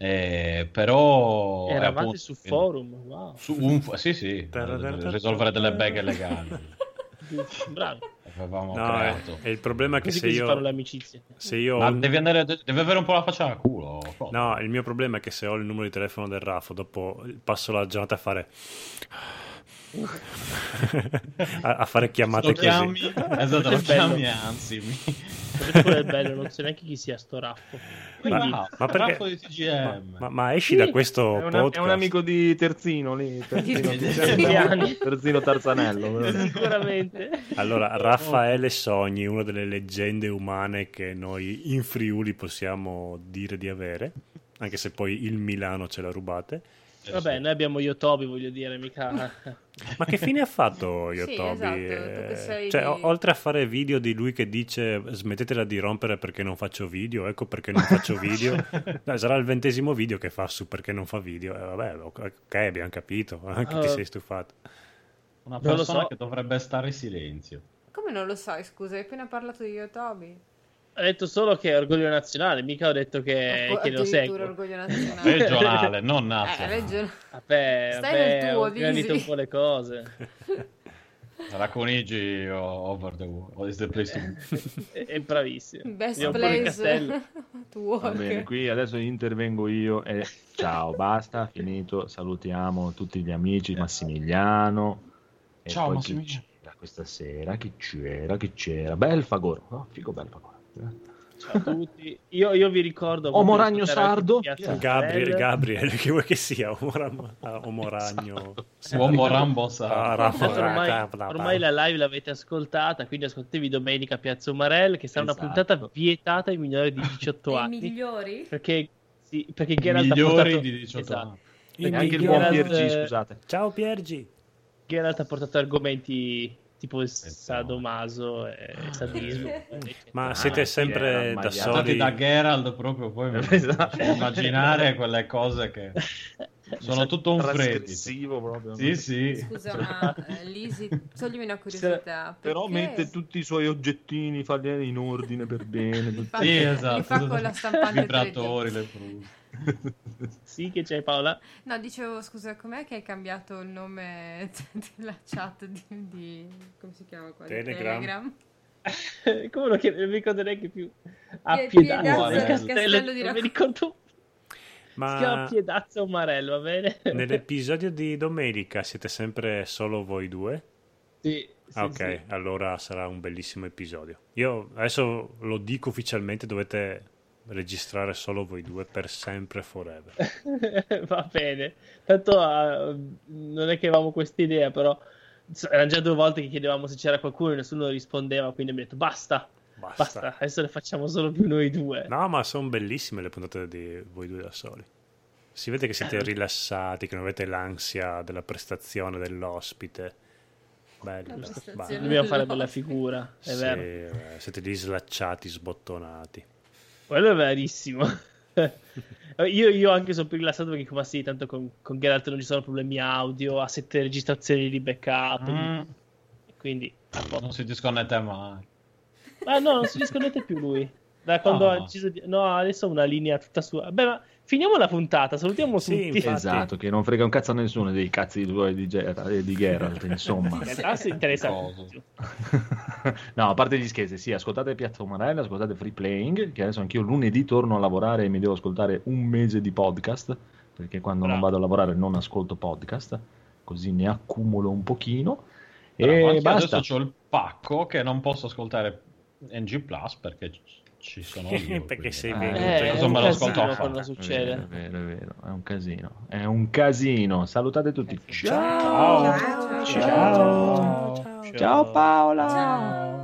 Però eravate su forum, wow. Sì, per risolvere delle beghe legali. Bravo. Avevamo creato. E il problema è che se io ma devi avere un po' la faccia a culo. No, il mio problema è che se ho il numero di telefono del Raffo, dopo passo la giornata a fare a fare chiamate così. Esatto, lo chiami, anzi. Quello è bello, non so neanche chi sia sto Raffo. Quindi... ma perché? Raffo di TGM. Ma esci da questo podcast. È un amico di Terzino lì. Terzino Tarzanello. Sicuramente. Allora, Raffaele Sogni, una delle leggende umane che noi in Friuli possiamo dire di avere, anche se poi il Milano ce l'ha rubate. Vabbè, noi abbiamo Yotobi, voglio dire, mica. Ma che fine ha fatto Yotobi? Cioè, oltre a fare video di lui che dice smettetela di rompere perché non faccio video, ecco perché non faccio video. Sarà il 20° video che fa su perché non fa video. Vabbè, ok, abbiamo capito, anche ti sei stufato. Una persona che dovrebbe stare in silenzio. Come non lo sai, scusa, hai appena parlato di Yotobi. Ho detto solo che è orgoglio nazionale, mica ho detto che lo seguo. Orgoglio nazionale. Regionale, non nazionale. Vabbè, nel tuo, ho granito un po' le cose. Racconigi over the world. Is the place to... È bravissimo. Best place to work. Va bene, qui adesso intervengo io e ciao, basta, finito. Salutiamo tutti gli amici, Massimiliano. E ciao poi Massimiliano. Questa sera chi c'era? Belfagor, no? Figo Belfagor. Ciao a tutti. Io vi ricordo Omoragno Sardo, Gabriele, che vuoi che sia? Omoragno Uomorambo Sardo. Ormai la live l'avete ascoltata, quindi ascoltatevi domenica Piazza Umarell, che sarà una puntata vietata ai minori di 18 anni. I migliori? Perché Geralt migliori ha portato... di 18 anni. Perché anche il buon Piergi, scusate. Ciao Piergi. Geralt ha portato argomenti tipo sadomaso e sadismo. Ma siete sempre da soli? Da Geralt proprio, poi immaginare quelle cose che sono tutto un freddo proprio. Sì. Scusa, ma Lisi, toglimi una curiosità. Però mette tutti i suoi oggettini, falli in ordine per bene. Sì, esatto. Li fa con la stampante vibratori, le fruste. Sì, che c'è Paola? No, dicevo, scusa, com'è che hai cambiato il nome della chat di come si chiama qua? Telegram. Come lo chiamo? Non mi ricordo neanche più. Piedazza Castello di Racconto. Mi ricordo. Ma si chiama Piedazza Umarell, va bene? Nell'episodio di domenica siete sempre solo voi due? Sì. Ok, sì. Allora sarà un bellissimo episodio. Io adesso lo dico ufficialmente, dovete registrare solo voi due per sempre forever. Va bene, tanto non è che avevamo questa idea, però erano già 2 volte che chiedevamo se c'era qualcuno e nessuno rispondeva, quindi abbiamo detto basta, adesso le facciamo solo più noi due. No, ma sono bellissime le puntate di voi due da soli. Si vede che siete rilassati, che non avete l'ansia della prestazione dell'ospite. Bello. Dobbiamo fare bella figura, è vero. Siete lì slacciati, sbottonati. Quello è verissimo. io anche sono più rilassato perché come sì, tanto con Geralt non ci sono problemi audio, ha 7 registrazioni di backup, quindi non si disconnette mai. No, non si disconnette più lui. Da quando ha deciso di... No, adesso ha una linea tutta sua. Beh, ma finiamo la puntata, salutiamo tutti. Infatti. Esatto, che non frega un cazzo a nessuno dei cazzi tuoi di Geralt, insomma. Si interessa. No, a parte gli scherzi, sì, ascoltate Piazza Umarell, ascoltate Free Playing, che adesso anch'io lunedì torno a lavorare e mi devo ascoltare 1 mese di podcast, perché quando non vado a lavorare non ascolto podcast, così ne accumulo un pochino. E basta. Adesso c'ho il pacco che non posso ascoltare NG Plus perché Ci sono io. Perché sei quindi. venuto. Cosa me lo sconto a fare? quando succede. È vero, è un casino. È un casino. Salutate tutti. Ciao. Ciao. Ciao Paola. Ciao.